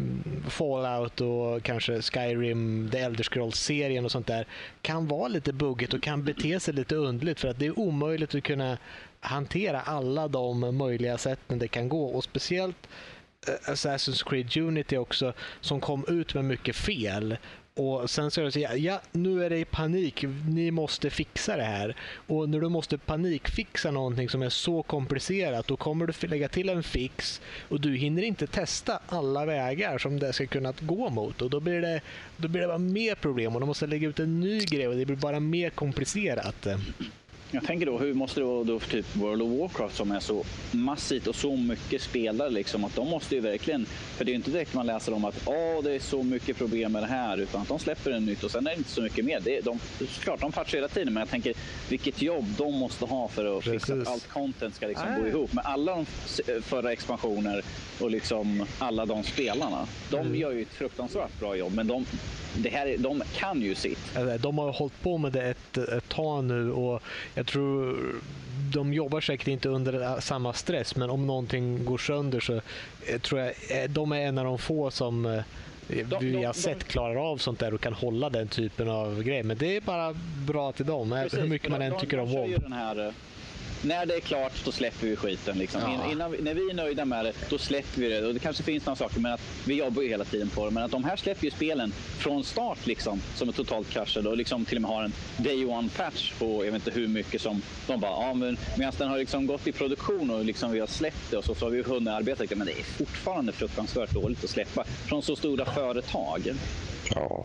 Fallout och kanske Skyrim, The Elder Scrolls-serien och sånt där kan vara lite buggigt och kan bete sig lite underligt, för att det är omöjligt att kunna hantera alla de möjliga sätten det kan gå. Och speciellt Assassin's Creed Unity också, som kom ut med mycket fel. Och sen så säger ja, nu är det i panik, ni måste fixa det här. Och när du måste panikfixa någonting som är så komplicerat, då kommer du lägga till en fix och du hinner inte testa alla vägar som det ska kunna gå mot. Och då blir det bara mer problem, och de måste lägga ut en ny grej och det blir bara mer komplicerat. Jag tänker då, hur måste det vara då för typ World of Warcraft som är så massivt och så mycket spelare liksom, att de måste ju verkligen, för det är ju inte direkt man läser om att det är så mycket problem med det här, utan att de släpper en nytt och sen är det inte så mycket mer. Klart, de patchar hela tiden, men jag tänker vilket jobb de måste ha för att fixa att allt content ska liksom gå ihop med alla de förra expansioner och liksom alla de spelarna. De gör ju ett fruktansvärt bra jobb, men de kan ju sitt. De har hållit på med det ett tag nu, och jag tror de jobbar säkert inte under samma stress, men om någonting går sönder så tror jag de är en av de få som vi har sett klarar av sånt där och kan hålla den typen av grejer. Men det är bara bra till dem, hur mycket man än tycker om WoW. När det är klart så släpper vi skiten liksom. När vi är nöjda med det, då släpper vi det. Och det kanske finns några saker, men att vi jobbar ju hela tiden på det. Men att de här släpper ju spelen från start liksom, som är totalt kraschade, och liksom till och med har en day one patch på jag vet inte hur mycket som de bara, men medan den har liksom gått i produktion och liksom vi har släppt det och så har vi hunnit arbeta, men det är fortfarande fruktansvärt dåligt att släppa från så stora företag. Ja,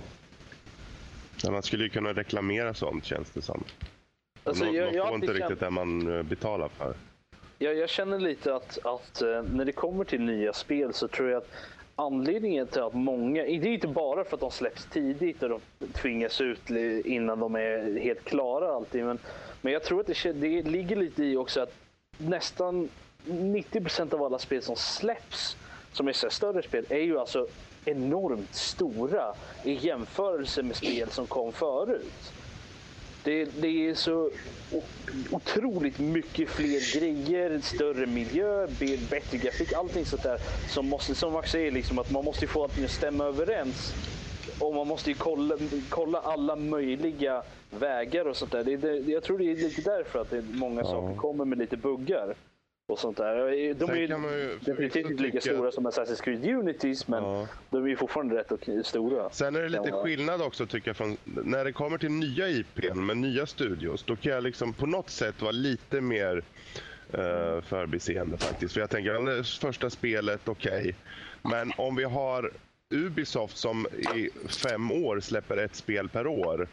man skulle ju kunna reklamera sånt, känns det som. Alltså, jag får inte riktigt det man betalar för. Jag känner lite att när det kommer till nya spel så tror jag att anledningen till att många, det är inte bara för att de släpps tidigt och de tvingas ut innan de är helt klara alltid, men jag tror att det ligger lite i också att nästan 90% av alla spel som släpps som är så större spel är ju alltså enormt stora i jämförelse med spel som kom förut. Det är så otroligt mycket fler grejer, större miljö, bättre grafik, allting sånt där som Max säger liksom, att man måste få allting att stämma överens, och man måste ju kolla alla möjliga vägar och sånt där. Jag tror det är lite därför att det är många saker kommer med lite buggar och sånt där. De är ju definitivt inte lika stora som Assassin's Creed Unities, men de är ju fortfarande rätt stora. Sen är det lite skillnad också tycker jag, från när det kommer till nya IP:n med nya studios, då kan jag liksom på något sätt vara lite mer förbiseende faktiskt. För jag tänker, det första spelet, okej. Men om vi har Ubisoft som i 5 år släpper ett spel per år,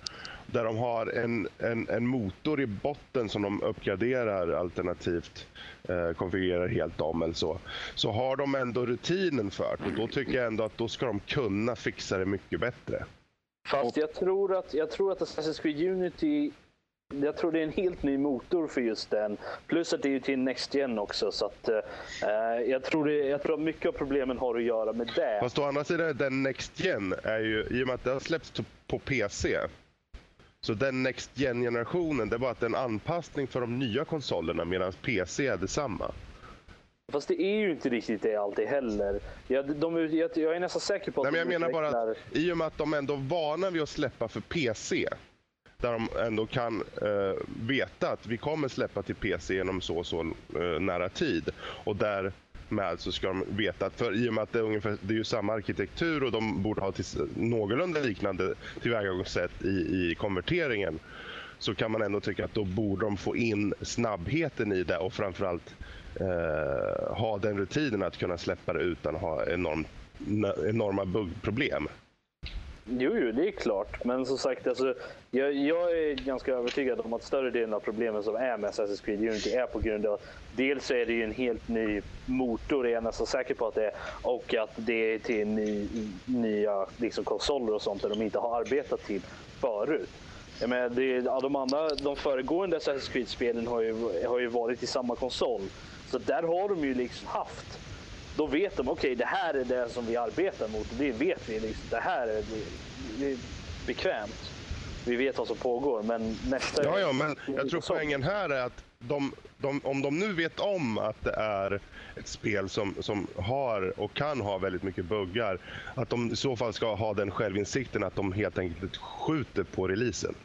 där de har en motor i botten som de uppgraderar alternativt konfigurerar helt om eller så har de ändå rutinen för det, och då tycker jag ändå att då ska de kunna fixa det mycket bättre. Fast jag tror att Assassin's Creed Unity, jag tror det är en helt ny motor för just den. Plus att det är ju till Next Gen också, så att jag tror att mycket av problemen har att göra med det. Fast å andra sidan, den Next Gen är ju, i och med att det har släppts på PC, så den Next Gen-generationen, det var att en anpassning för de nya konsolerna, medan PC är detsamma. Fast det är ju inte riktigt det alltid heller. Jag är nästan säker på att... Nej, men jag menar bara att i och med att de ändå är vana vid att släppa för PC, där de ändå kan veta att vi kommer släppa till PC genom så nära tid. Och därmed så ska de veta att, för i och med att det är ju samma arkitektur och de borde ha någorlunda liknande tillvägagångssätt i konverteringen, så kan man ändå tycka att då borde de få in snabbheten i det och framförallt ha den rutinen att kunna släppa det utan att ha enorma buggproblem. Jo, det är klart. Men som sagt, alltså, jag är ganska övertygad om att större delen av problemen som är med Assassin's Creed Unity är på grund av dels så är det ju en helt ny motor, är jag nästan säker på att det är, och att det är till nya liksom, konsoler och sånt där de inte har arbetat till förut. Jag menar, de föregående Assassin's Creed-spelen har ju varit i samma konsol. Så där har de ju liksom haft. Då vet de, okej, det här är det som vi arbetar mot. Det vet vi liksom. Det här är bekvämt. Vi vet vad som pågår, men nästa... Ja, men jag tror poängen här är att om de nu vet om att det är ett spel som har och kan ha väldigt mycket buggar, att de i så fall ska ha den självinsikten att de helt enkelt skjuter på releasen.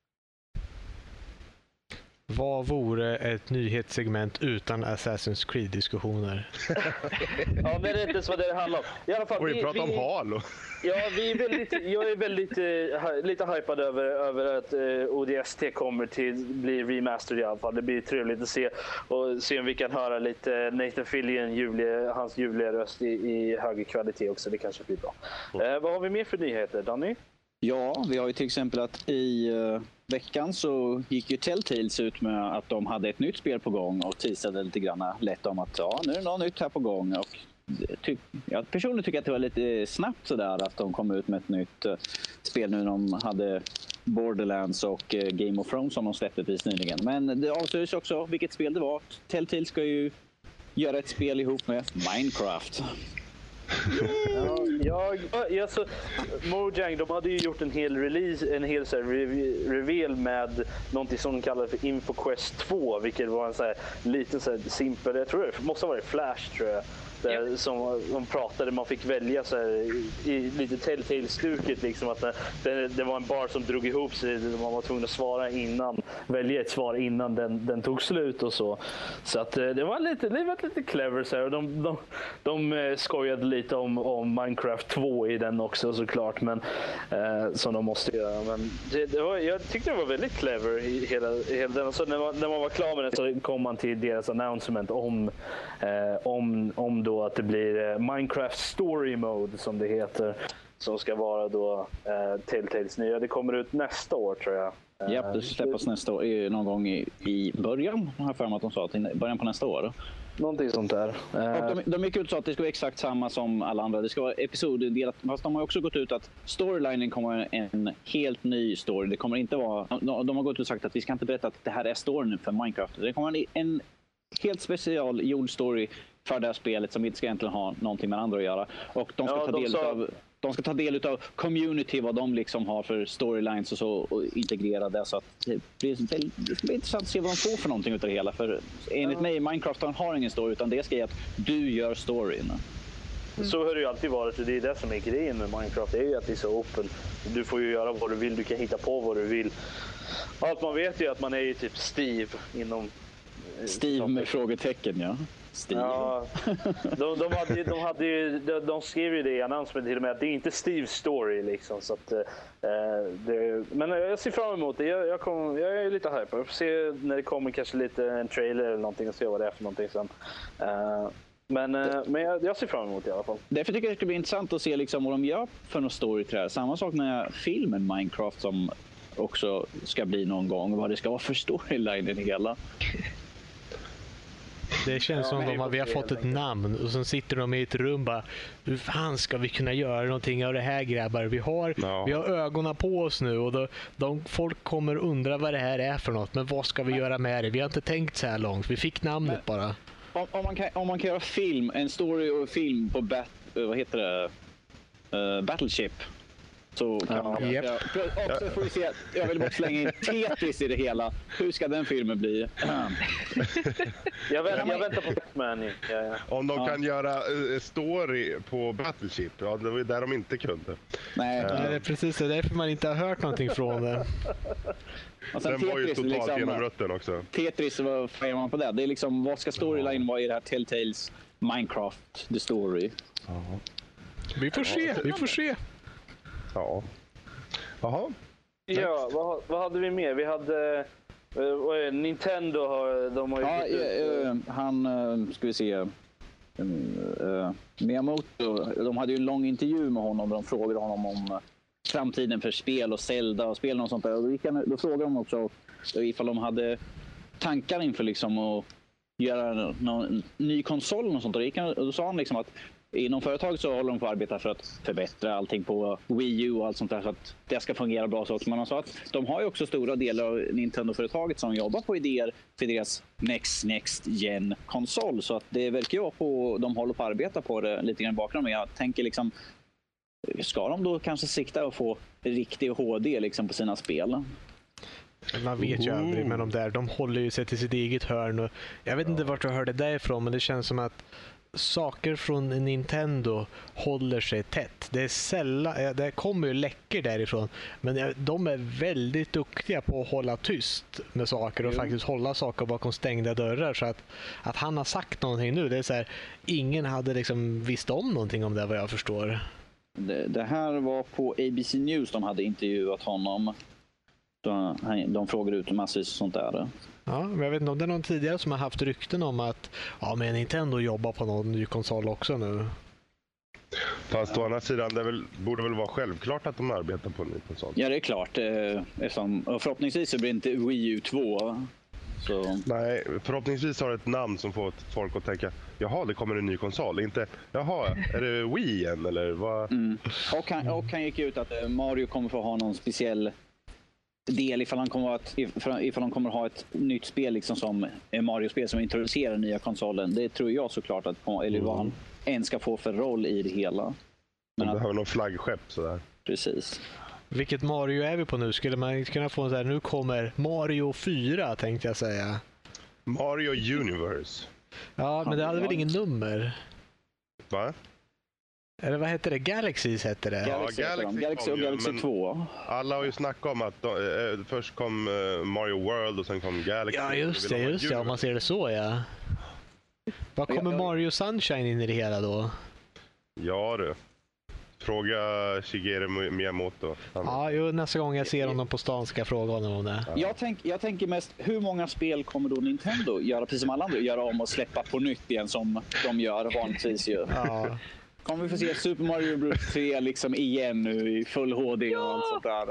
Vad vore ett nyhetssegment utan Assassin's Creed-diskussioner? Ja, men det är inte så det handlar om. I alla fall, vi pratar om Halo. Ja, jag är väldigt lite hypad över att ODST kommer till bli remastered i alla fall. Det blir trevligt att se om vi kan höra lite Nathan Fillion, hans ljuvliga röst i högre kvalitet också. Det kanske blir bra. Vad har vi mer för nyheter, Danny? Ja, vi har ju till exempel att i veckan så gick ju Telltales ut med att de hade ett nytt spel på gång och teasade lite grann lätt om att nu är det något nytt här på gång. Och jag personligen tycker att det var lite snabbt sådär att de kom ut med ett nytt spel nu när de hade Borderlands och Game of Thrones som de släppte precis nyligen. Men det avslöjas också vilket spel det var. Telltale ska ju göra ett spel ihop med Minecraft. Mojang, de hade ju gjort en hel så här reveal med någonting som de kallade för InfoQuest 2, vilket var en så här liten så här simpel, jag tror det måste ha varit Flash, tror jag. Där, som de pratade, man fick välja så här, i lite Telltale-stuket liksom, att det var en bar som drog ihop sig, man var tvungen att välja ett svar innan den tog slut och så att det var lite clever så här, och de skojade lite om Minecraft 2 i den också såklart, men som de måste göra, men jag tyckte det var väldigt clever i hela den, och så när man var klar med den så kom man till deras announcement om då att det blir Minecraft Story Mode som det heter, som ska vara då Telltales nya. Det kommer ut nästa år, tror jag. Ja, det släppas nästa år, någon gång i början, har jag för mig att de sa, till början på nästa år. Någonting sånt där. Och de gick ut så att det ska vara exakt samma som alla andra. Det ska vara episoddelat, fast de har också gått ut att storylinen kommer en helt ny story. Det kommer inte vara, de har gått ut och sagt att vi ska inte berätta att det här är storyn för Minecraft. Det kommer en helt specialgjord story för det här spelet som inte ska egentligen ha någonting med andra att göra. Och de ska ta del av community, vad de liksom har för storylines och så, och integrera det, så att det blir intressant att se vad de får för någonting utav det hela. För enligt mig, Minecraft har ingen story, utan det ska ge att du gör storyn. Så har det ju alltid varit, och det är det som är grejen med Minecraft, det är ju att det är så open. Du får ju göra vad du vill, du kan hitta på vad du vill. Allt man vet är att man är ju typ Steve inom... Steve med frågetecken, ja. Steve. Ja, de skrev ju det i announcement till och med att det är inte Steve's story liksom, så att men jag ser fram emot det. Jag är lite hype. Jag får se när det kommer kanske lite en trailer eller någonting och se vad det är för någonting sen. Men jag ser fram emot det i alla fall. Därför tycker jag det ska bli intressant att se liksom vad de gör för någon story till det här. Samma sak med filmen Minecraft som också ska bli någon gång. Vad det ska vara för storyline i det hela. Det känns som att vi har fått ett namn och så sitter de i ett rum bara, hur fan ska vi kunna göra någonting av det här, grabbar? Vi har ögonen på oss nu och folk kommer undra vad det här är för något, men vad ska vi göra med det? Vi har inte tänkt så här långt, vi fick namnet bara. Om man kan göra film, en story och film på Battleship, så kan man också får vi se, jag vill bara slänga in Tetris i det hela. Hur ska den filmen bli? Jag väntar på Batman. Ja. Om de kan göra story på Battleship, det var där de inte kunde. Nej, det är precis det. Därför man inte har hört någonting från det. Och sen den var ju totalt liksom, genom rötten också. Tetris, vad säger man på det? Det är liksom, vad ska storyline vara i det här Telltales Minecraft The Story? Vi får se. Ja. Jaha. Ja, vad hade vi mer? Vi hade Nintendo de har ju ska vi se. Miyamoto, de hade ju en lång intervju med honom där de frågade honom om framtiden för spel och Zelda och spel och sånt där. Och då frågade de också ifall de hade tankar inför liksom att göra någon ny konsol och sånt. Och då sa han liksom att inom företaget så håller de på att arbeta för att förbättra allting på Wii U och allt sånt där så att det ska fungera bra. Så man sa att de har ju också stora delar av Nintendo-företaget som jobbar på idéer för deras next gen konsol, så att det verkar ju vara på, de håller på att arbeta på det lite grann i bakgrunden. Men jag tänker liksom, ska de då kanske sikta och få riktig HD liksom på sina spel? Man vet ju aldrig, men de håller ju sig till sitt eget hörn. Och jag vet inte vart jag hörde det ifrån, men det känns som att saker från Nintendo håller sig tätt. Det är sällan, det kommer ju läckor därifrån, men de är väldigt duktiga på att hålla tyst med saker och faktiskt hålla saker bakom stängda dörrar, så att han har sagt någonting nu, det är så här, ingen hade liksom visst om någonting om det, vad jag förstår. Det här var på ABC News, de hade intervjuat honom. De frågade ut massor och sånt där. Ja, men jag vet inte om det är någon tidigare som har haft rykten om att men Nintendo jobbar på någon ny konsol också nu. Fast å andra sidan, det borde väl vara självklart att de arbetar på en ny konsol. Ja, det är klart. Och förhoppningsvis så blir det inte Wii U 2. Så. Nej, förhoppningsvis har det ett namn som får folk att tänka, jaha, det kommer en ny konsol. Inte, jaha, är det Wii igen eller vad? Och han gick ut att Mario kommer få ha någon speciell del ifall han kommer ha ett nytt spel liksom som Mario-spel som introducerar nya konsolen. Det tror jag såklart eller vad han än ska få för roll i det hela. Men behöver någon flaggskepp sådär. Precis. Vilket Mario är vi på nu? Skulle man kunna få en sån här, nu kommer Mario 4 tänkte jag säga. Mario Universe. Ja, men det hade väl ingen nummer? Va? Eller vad heter det? Galaxies heter det. Galaxy och Galaxy 2. Alla har ju snackat om att först kom Mario World och sen kom Galaxy. Ja, just det. Om man ser det så, ja. Vad kommer Mario Sunshine in i det hela då? Ja du. Fråga Shigeru Miyamoto. Nästa gång jag ser honom på stan ska jag fråga honom om det. Ja. Jag tänker mest, hur många spel kommer då Nintendo göra, precis som alla andra, göra om och släppa på nytt igen som de gör vanligtvis ju. Ja. Kommer vi få se Super Mario Bros 3 liksom igen nu i full HD och allt sånt där?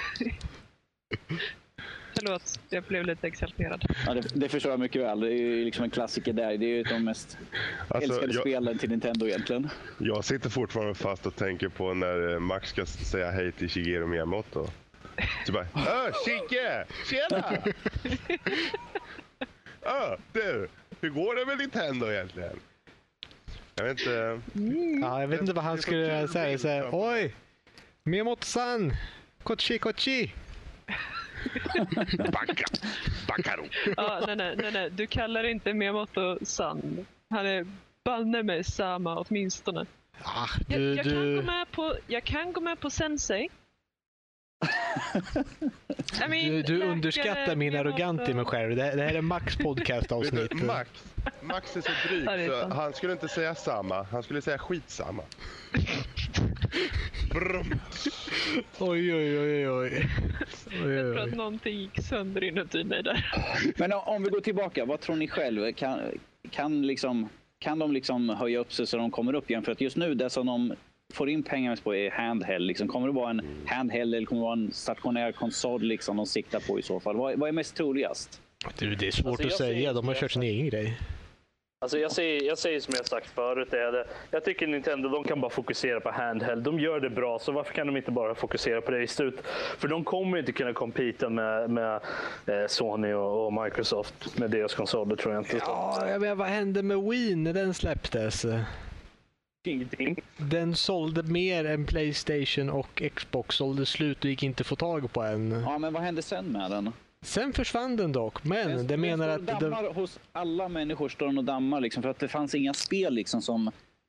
Förlåt, jag blev lite exalterad. Ja, det förstår jag mycket väl. Det är ju liksom en klassiker där. Det är ju de mest älskade spelen till Nintendo egentligen. Jag sitter fortfarande fast och tänker på när Max ska säga hej till Shigeru Miyamoto. Så bara, Shige! Tjena! Du, hur går det med Nintendo egentligen? Jag vet inte. Jag vet inte vad han skulle säga. Oj! Miyamoto-san! Kochi! Bakaro. Nej. Du kallar inte Miyamoto-san. Han är banne med samma åtminstone. Jag kan gå med på Sensei. Du underskattar min arrogant i mig själv. Det här är Max podcast-avsnitt. Max är så dryg så han skulle inte säga samma. Han skulle säga skitsamma. Oj. Jag tror att någonting gick sönder inuti mig där. Men om vi går tillbaka, vad tror ni själv? Kan de liksom höja upp sig så de kommer upp igen? För att just nu, det som de får in pengar på är handheld. Liksom. Kommer det vara en handheld eller kommer det vara en stationär konsol liksom, de siktar på i så fall? Vad är mest troligast? Det är svårt att säga. De har kört sin egen grej. Alltså jag säger som jag sagt förut, jag tycker Nintendo, de kan bara fokusera på handheld. De gör det bra, så varför kan de inte bara fokusera på det i slut? För de kommer inte kunna competa med Sony och Microsoft med deras konsoler, tror jag inte. Ja, jag vet, vad hände med Wii när den släpptes? Ingenting. Den sålde mer än PlayStation och Xbox sålde slut och gick inte få tag på en. Ja, men vad hände sen med den? Sen försvann den dock, men det menar att... Dammar hos alla människor står den och dammar liksom, för att det fanns inga spel liksom som...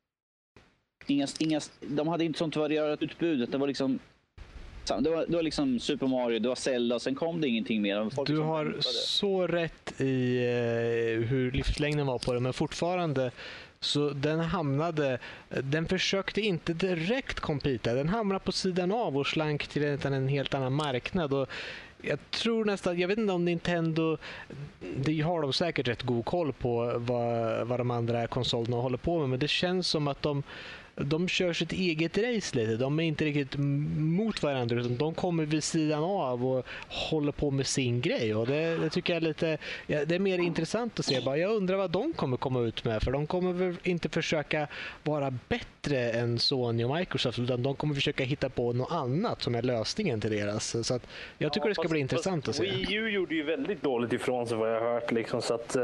De hade inte sånt varierat utbudet, det var liksom... Det var liksom Super Mario, det var Zelda och sen kom det ingenting mer. Folk du har så rätt i hur livslängden var på det, men fortfarande... Så den försökte inte direkt competa. Den hamnade på sidan av och slank till en helt annan marknad. Och jag tror nästan, jag vet inte om Nintendo, det har de säkert rätt god koll på vad de andra konsolerna håller på med. Men det känns som att de kör sitt eget race lite. De är inte riktigt mot varandra, utan de kommer vid sidan av och håller på med sin grej. Och det tycker jag är lite... Ja, det är mer intressant att se. Jag undrar vad de kommer komma ut med. För de kommer väl inte försöka vara bättre än Sony och Microsoft, utan de kommer försöka hitta på något annat som är lösningen till deras. Så att jag tycker det ska bli intressant att se. Wii U gjorde ju väldigt dåligt ifrån sig, vad jag har hört. Liksom, så att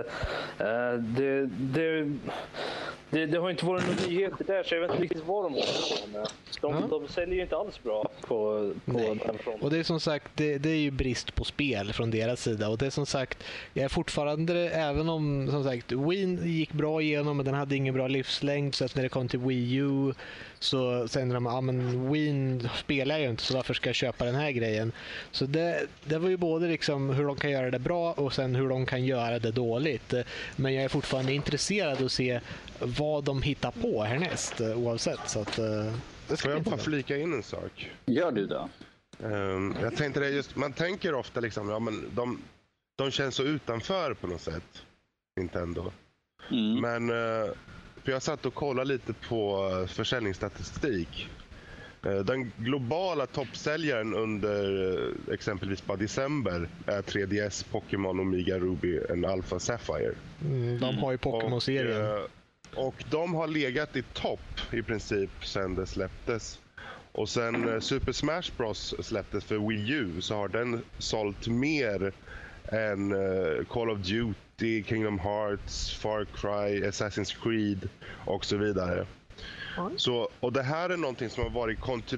det har inte varit någon nyhet där, så jag vet inte riktigt vad de håller med. De säljer ju inte alls bra på den fronten. Och det är som sagt, det är ju brist på spel från deras sida. Och det är som sagt, jag är fortfarande, även om som sagt Wii gick bra igenom, men den hade ingen bra livslängd, så att när det kom till Wii U så säger de, men Wii spelar jag ju inte, så varför ska jag köpa den här grejen? Så det var ju både liksom hur de kan göra det bra och sen hur de kan göra det dåligt. Men jag är fortfarande intresserad att se vad de hittar på härnäst, oavsett. Så att, får jag bara flika in en sak? Gör du det? Jag tänkte det just, man tänker ofta liksom, ja men de känns så utanför på något sätt, Nintendo. Men för jag satt och kollade lite på försäljningsstatistik. Den globala toppsäljaren under exempelvis bara december är 3DS, Pokémon, Omega Ruby och Alpha Sapphire. De har ju Pokémon-serien. Och de har legat i topp i princip sedan det släpptes. Och sen Super Smash Bros släpptes för Wii U så har den sålt mer än Call of Duty, Kingdom Hearts, Far Cry, Assassin's Creed och så vidare. Så, och det här är någonting som har varit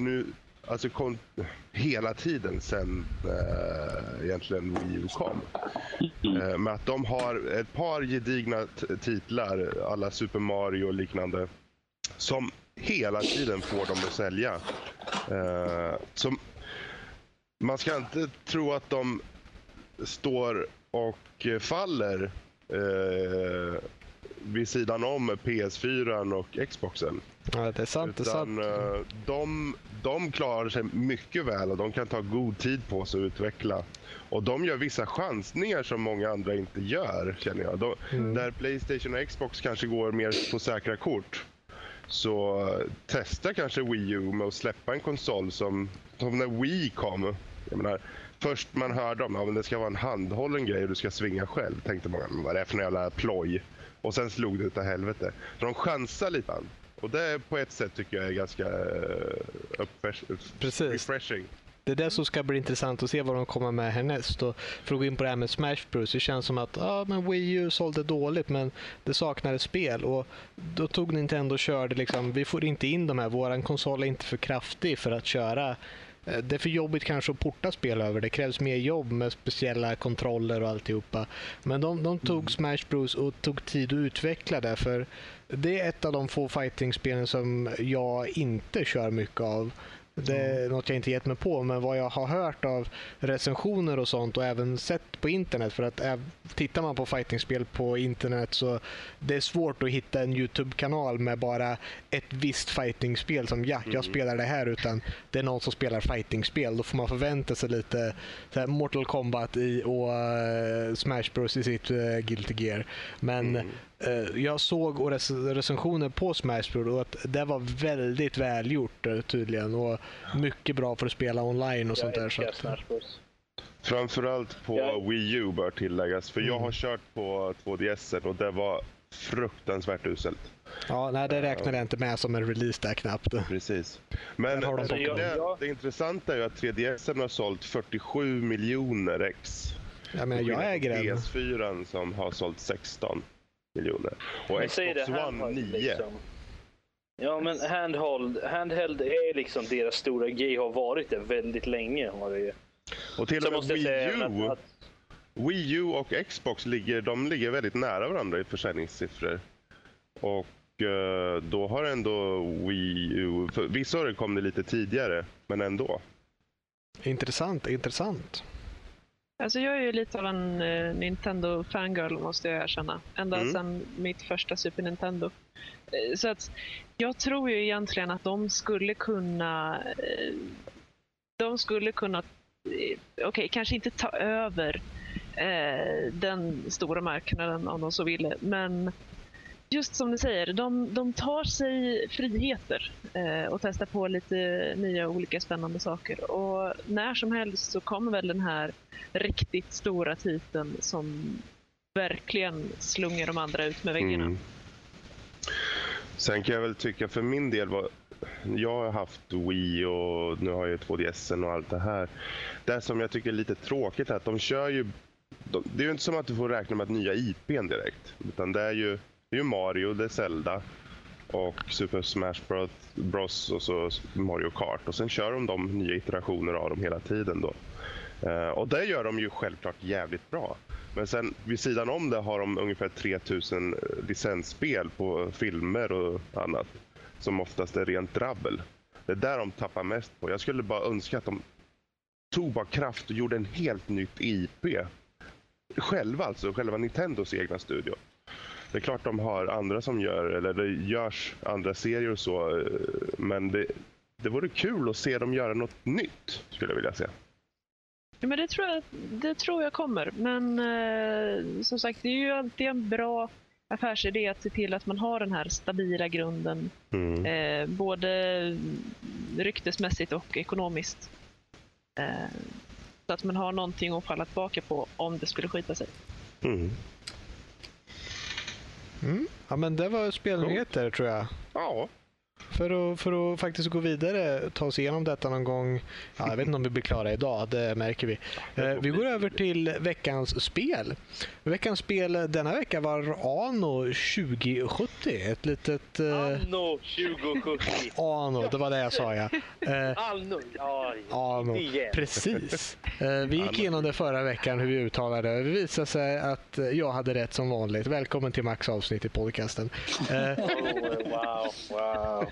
hela tiden sedan egentligen Wii U kom. Med att de har ett par gedigna titlar, alla Super Mario och liknande, som hela tiden får dem att sälja. Som, man ska inte tro att de står och faller vid sidan om PS4 och Xboxen. Ja, det är sant. Utan, det är sant. De klarar sig mycket väl och de kan ta god tid på sig att utveckla. Och de gör vissa chansningar som många andra inte gör, känner jag. Där PlayStation och Xbox kanske går mer på säkra kort, så testa kanske Wii U med att släppa en konsol som när Wii kom. Jag menar, först man hörde om att det ska vara en handhållen grej och du ska svinga själv, tänkte många, vad är det för en jävla ploj? Och sen slog det utav helvete. Så de chansar lite. Och det på ett sätt tycker jag är ganska refreshing. Det är det som ska bli intressant att se vad de kommer med härnäst. Och för att gå in på det här med Smash Bros, det känns som att men Wii U sålde dåligt, men det saknades spel. Och då tog Nintendo och körde liksom, vi får inte in de här, våran konsol är inte för kraftig för att köra. Det är för jobbigt kanske att porta spel över. Det krävs mer jobb med speciella kontroller och alltihopa. Men de tog Smash Bros och tog tid att utveckla det. För det är ett av de få fighting-spelen som jag inte kör mycket av. Det är något jag inte gett mig på, men vad jag har hört av recensioner och sånt och även sett på internet, för att tittar man på fightingspel på internet så det är svårt att hitta en YouTube-kanal med bara ett visst fightingspel som jag spelar det här, utan det är någon som spelar fightingspel. Då får man förvänta sig lite så här Mortal Kombat och Smash Bros i sitt Guilty Gear. Men jag såg och recensioner på Smash Bros och att det var väldigt välgjort tydligen och mycket bra för att spela online och sånt där. Så att, framförallt på Wii U bör tilläggas, för jag har kört på 2DSen och det var fruktansvärt uselt. Ja, nej, det räknar jag inte med som en release där knappt. Precis. Men det intressanta är ju att 3DSen har sålt 47 miljoner ex. Jag äger den. PS4 som har sålt 16 miljoner. Och Xbox One 9. Liksom. Ja, men handheld är liksom deras stora grej, har varit det väldigt länge. Har det ju. Och till och med Wii U och Xbox ligger väldigt nära varandra i försäljningssiffror. Och då har ändå Wii U... För vissa år kom det lite tidigare, men ändå. Intressant. Alltså jag är ju lite av en Nintendo-fangirl, måste jag erkänna. Ända sedan mitt första Super Nintendo. Så att jag tror ju egentligen att de skulle kunna... Okej, kanske inte ta över den stora marknaden om de så ville. Men just som du säger, de tar sig friheter och testar på lite nya olika spännande saker. Och när som helst så kommer väl den här riktigt stora titeln som verkligen slungar de andra ut med väggarna. Sen kan jag väl tycka för min del jag har haft Wii och nu har jag 2DSen och allt det här. Det som jag tycker är lite tråkigt är att de kör ju... Det är ju inte som att du får räkna med nya IP:n direkt. Utan det är ju Mario, det är Zelda och Super Smash Bros och så Mario Kart. Och sen kör de nya iterationer av dem hela tiden då. Och det gör de ju självklart jävligt bra. Men sen vid sidan om det har de ungefär 3000 licensspel på filmer och annat. Som oftast är rent drabbel. Det är där de tappar mest på. Jag skulle bara önska att de tog bara kraft och gjorde en helt nytt IP. Själva Nintendos egna studio. Det är klart de har andra som gör, eller det görs andra serier och så. Men det vore kul att se dem göra något nytt, skulle jag vilja säga. Ja, men det tror jag kommer. Men som sagt, det är ju alltid en bra affärsidé att se till att man har den här stabila grunden. Både ryktesmässigt och ekonomiskt. Så att man har någonting att falla tillbaka på om det skulle skita sig. Ja, men det var spelnyheter tror jag. Ja. För att faktiskt gå vidare, ta oss igenom detta någon gång. Ja, jag vet inte om vi blir klara idag, det märker vi. Vi går över till veckans spel. Veckans spel denna vecka var Anno 2070. Ett litet... Anno 2070. Anno, det var det jag sa, ja. Anno, precis. Vi gick igenom det förra veckan hur vi uttalade det. Det visade sig att jag hade rätt som vanligt. Välkommen till Max avsnitt i podcasten. Wow.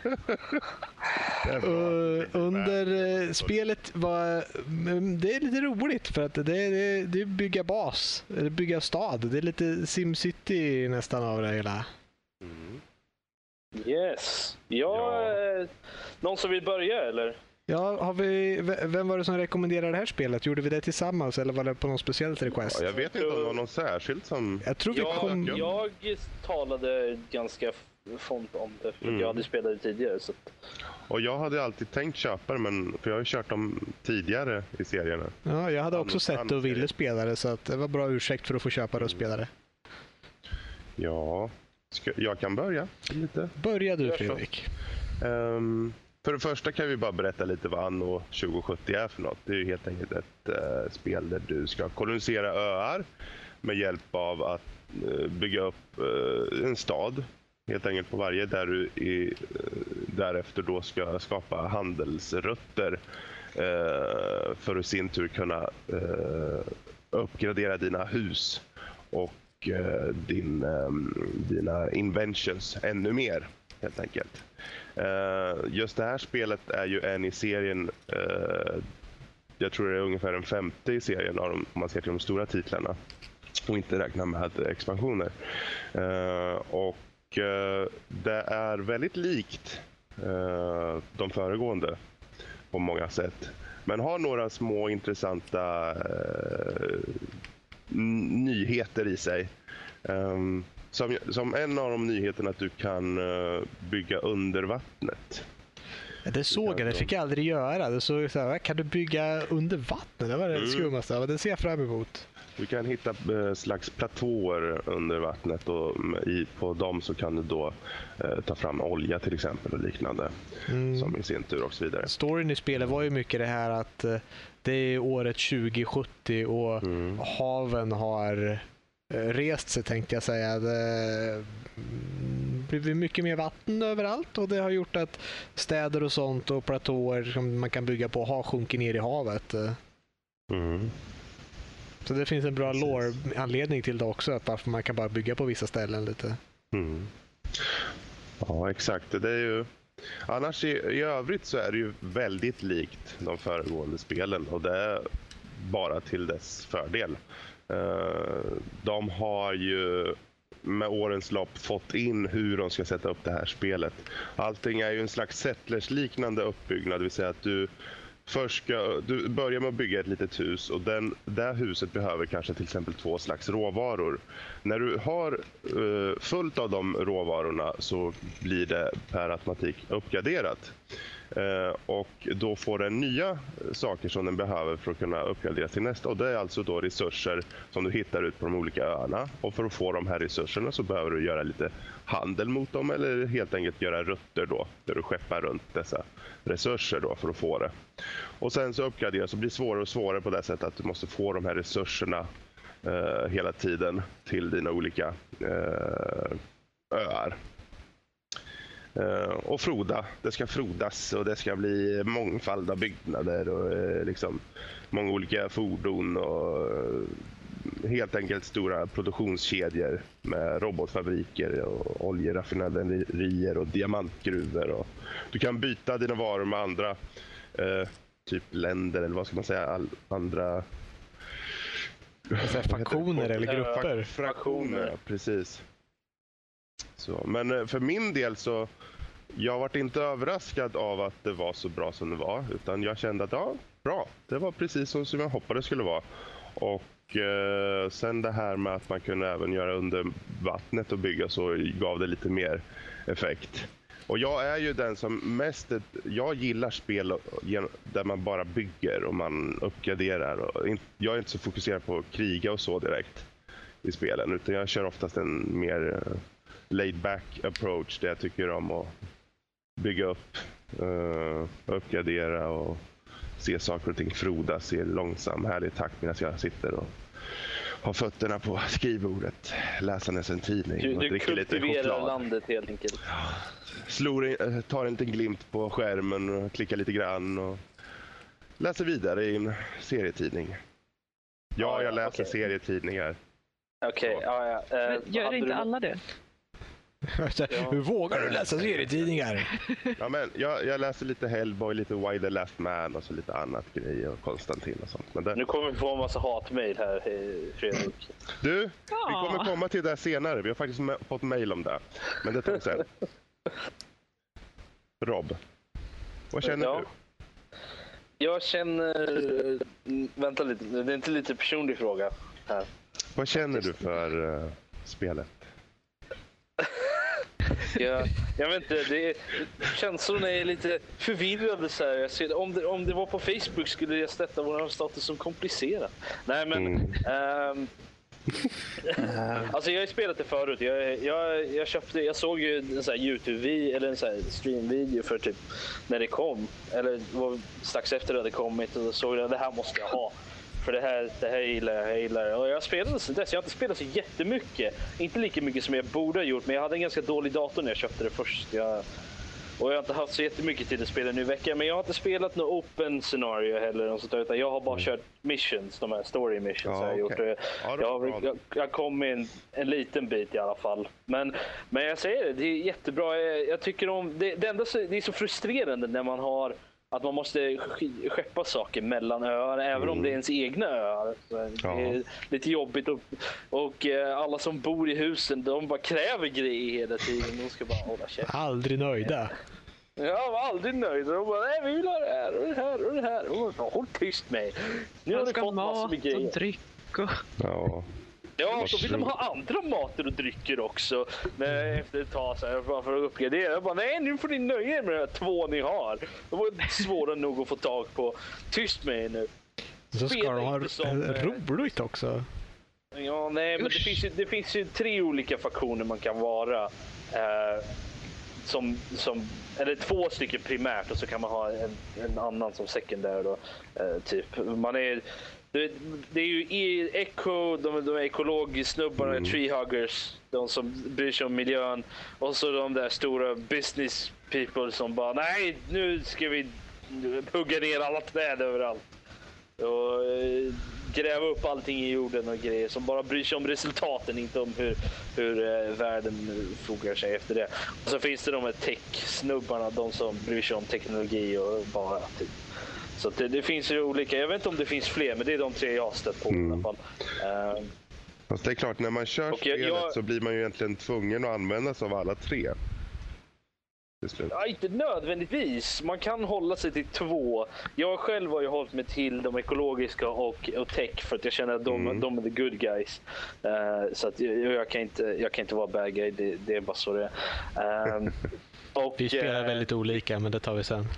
Under spelet var det är lite roligt för att det är bygga bas, eller bygga stad. Det är lite SimCity nästan av det hela. Yes. Någon som vill börja eller? Ja, vem var det som rekommenderade det här spelet? Gjorde vi det tillsammans eller var det på någon speciellt request? Ja, jag vet inte om det var någon särskilt som... Jag tror jag talade ganska font om det för jag hade spelat det tidigare. Så. Och jag hade alltid tänkt köpa det, för jag har ju kört dem tidigare i serierna. Ja, jag hade också sett det och ville spela det, så att det var bra ursäkt för att få köpa det och spela det. Ja, jag kan börja lite. Börja du, Fredrik. För det första kan vi bara berätta lite vad Anno 2070 är för något. Det är ju helt enkelt ett spel där du ska kolonisera öar med hjälp av att bygga upp en stad. Helt enkelt på varje, där du därefter då ska skapa handelsrutter för att i sin tur kunna uppgradera dina hus och dina inventions ännu mer, helt enkelt. Just det här spelet är ju en i serien, jag tror det är ungefär en 50 i serien om man ser till de stora titlarna och inte räknar med expansioner. Och det är väldigt likt de föregående på många sätt. Men har några små intressanta nyheter i sig. som en av de nyheterna att du kan bygga under vattnet. Det såg jag, det fick jag aldrig göra. Det såg så här, kan du bygga under vattnet? Det var det skummaste. Det ser jag fram emot. Du kan hitta slags platåer under vattnet och på dem så kan du då ta fram olja till exempel och liknande. Som i sin tur och så vidare. Storyn i spelet var ju mycket det här att det är året 2070 och haven har rest sig, tänkte jag säga. Det blivit mycket mer vatten överallt och det har gjort att städer och sånt och platåer som man kan bygga på har sjunkit ner i havet. Så det finns en bra lore-anledning till det också, att varför man kan bara bygga på vissa ställen lite. Ja, exakt. Det är ju... Annars i övrigt så är det ju väldigt likt de föregående spelen och det är bara till dess fördel. De har ju med årens lopp fått in hur de ska sätta upp det här spelet. Allting är ju en slags settlers-liknande uppbyggnad, det vill säga att du börjar med att bygga ett litet hus och det huset behöver kanske till exempel 2 slags råvaror. När du har fullt av de råvarorna så blir det per automatik uppgraderat. Och då får den nya saker som den behöver för att kunna uppgradera till nästa. Och det är alltså då resurser som du hittar ut på de olika öarna. Och för att få de här resurserna så behöver du göra lite handel mot dem eller helt enkelt göra rutter då, där du skeppar runt dessa resurser då för att få det. Och sen så uppgraderas och blir svårare och svårare på det sättet att du måste få de här resurserna hela tiden till dina olika öar. Och det ska frodas och det ska bli mångfald av byggnader och liksom många olika fordon och helt enkelt stora produktionskedjor med robotfabriker och oljeraffinaderier och diamantgruvor. Och du kan byta dina varor med andra typ länder eller vad ska man säga, andra faktioner eller grupper. Fraktioner, precis. Så, men för min del så jag varit inte överraskad av att det var så bra som det var, utan jag kände att bra, det var precis som jag hoppades skulle vara. Och sen det här med att man kunde även göra under vattnet och bygga, så gav det lite mer effekt. Och jag är ju den som jag gillar spel där man bara bygger och man uppgraderar. Och jag är inte så fokuserad på att kriga och så direkt i spelen, utan jag kör oftast en mer laid back approach där jag tycker om att bygga upp, uppgradera och se saker och ting frodas i långsam härlig takt medan jag sitter och har fötterna på skrivbordet, läsandes en tidning och dricker lite choklad. Du kultiverar landet helt enkelt. Tar en liten glimt på skärmen och klickar lite grann och läser vidare i en serietidning. Jag läser serietidningar. Okej, gör inte alla det? Hur vågar du läsa serietidningar? Ja, men jag läser lite Hellboy, lite Why the Last Man och så lite annat grejer och Konstantin och sånt. Men nu kommer vi få en massa hatmejl här, Fredrik. Du, vi kommer komma till det senare. Vi har faktiskt fått mejl om det. Men det tar vi sen. Rob, vad känner du? Jag känner... Vänta lite, det är inte lite personlig fråga här. Vad känner du för spelet? Jag vet inte, känslorna är lite förvirrade så här. Jag ser, om det var på Facebook skulle jag sätta vår status som komplicerad. Nej men alltså jag har spelat det förut. Jag såg ju en sån här YouTube-video eller en sån här stream-video för typ när det kom, eller strax efter det hade kommit, och då såg jag att det här måste jag ha. För det här gillar jag. Och jag spelade så dess. Jag har inte spelat så jättemycket. Inte lika mycket som jag borde ha gjort. Men jag hade en ganska dålig dator när jag köpte det först. Och jag har inte haft så jättemycket tid att spela nu i veckan. Men jag har inte spelat något open scenario heller. Utan jag har bara kört missions. De här story missions har jag gjort. Jag kom in en liten bit i alla fall. Men jag säger det är jättebra. Jag tycker om det enda, det är så frustrerande när man har att man måste skeppa saker mellan öar, även om det är ens egna öar. Det är lite jobbigt. Och alla som bor i husen, de bara kräver grejer hela tiden. De ska bara hålla käft. Aldrig nöjda. Jag var aldrig nöjd. De bara, nej, vi vill ha det här och det här och det här. Och håll tyst med. Nu har du fått massor med grejer. Och dryck och... Ja. Ja, så vill de ha andra mater och drycker också. Efter ett tag så här, bara för att uppgradera. Jag bara, nej, nu får ni nöja er med de här 2 ni har. De var svåra nog att få tag på. Tyst med er nu. Så ska de ha roligt också. Ja, nej, men det finns ju 3 olika faktioner man kan vara. Eller 2 stycken primärt, och så kan man ha en annan som sekundär då. Typ. Det är ju Echo, de ekologisnubbarna, treehuggers, de som bryr sig om miljön, och så de där stora business people som bara, nej, nu ska vi hugga ner alla träd överallt och gräva upp allting i jorden och grejer, som bara bryr sig om resultaten, inte om hur världen fogar sig efter det. Och så finns det de här tech-snubbarna, de som bryr sig om teknologi och bara typ. Så det finns ju olika, jag vet inte om det finns fler, men det är de 3 jag har stött på i alla fall. Fast det är klart, när man kör spelet så blir man ju egentligen tvungen att använda sig av alla 3. Ja, inte nödvändigtvis. Man kan hålla sig till 2. Jag själv har ju hållit mig till de ekologiska och tech, för att jag känner att de är the good guys. Så att jag kan inte vara bad guy, det är bara så det är. Vi spelar väldigt olika, men det tar vi sen.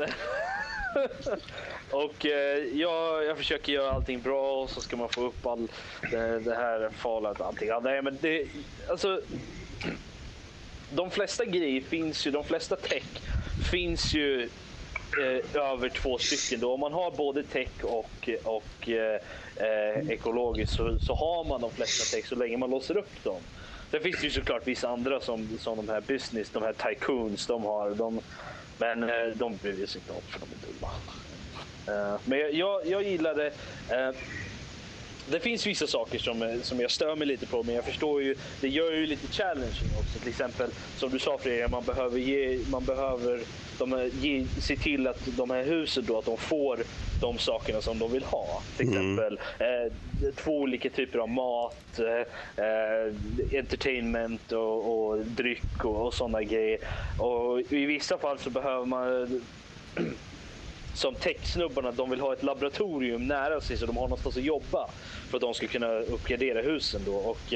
Och jag försöker göra allting bra, och så ska man få upp all det här Fallout och allting. Ja, nej, men alltså de flesta grejer finns ju, de flesta tech finns ju över 2 stycken då. Om man har både tech och ekologiskt så har man de flesta tech så länge man låser upp dem. Sen finns det ju såklart vissa andra som de här business, de här tycoons, men de bryr sig inte om, för de är dumma. Men jag gillar det. Det finns vissa saker som jag stör mig lite på, men jag förstår ju, det gör ju lite challenging också. Till exempel, som du sa Fredrik, man behöver se till att de här husen då, att de får de sakerna som de vill ha. Till exempel 2 olika typer av mat, entertainment och dryck och sådana grejer. Och i vissa fall så behöver man, som tech-snubbarna, de vill ha ett laboratorium nära sig så de har någonstans att jobba för att de ska kunna uppgradera husen då. Och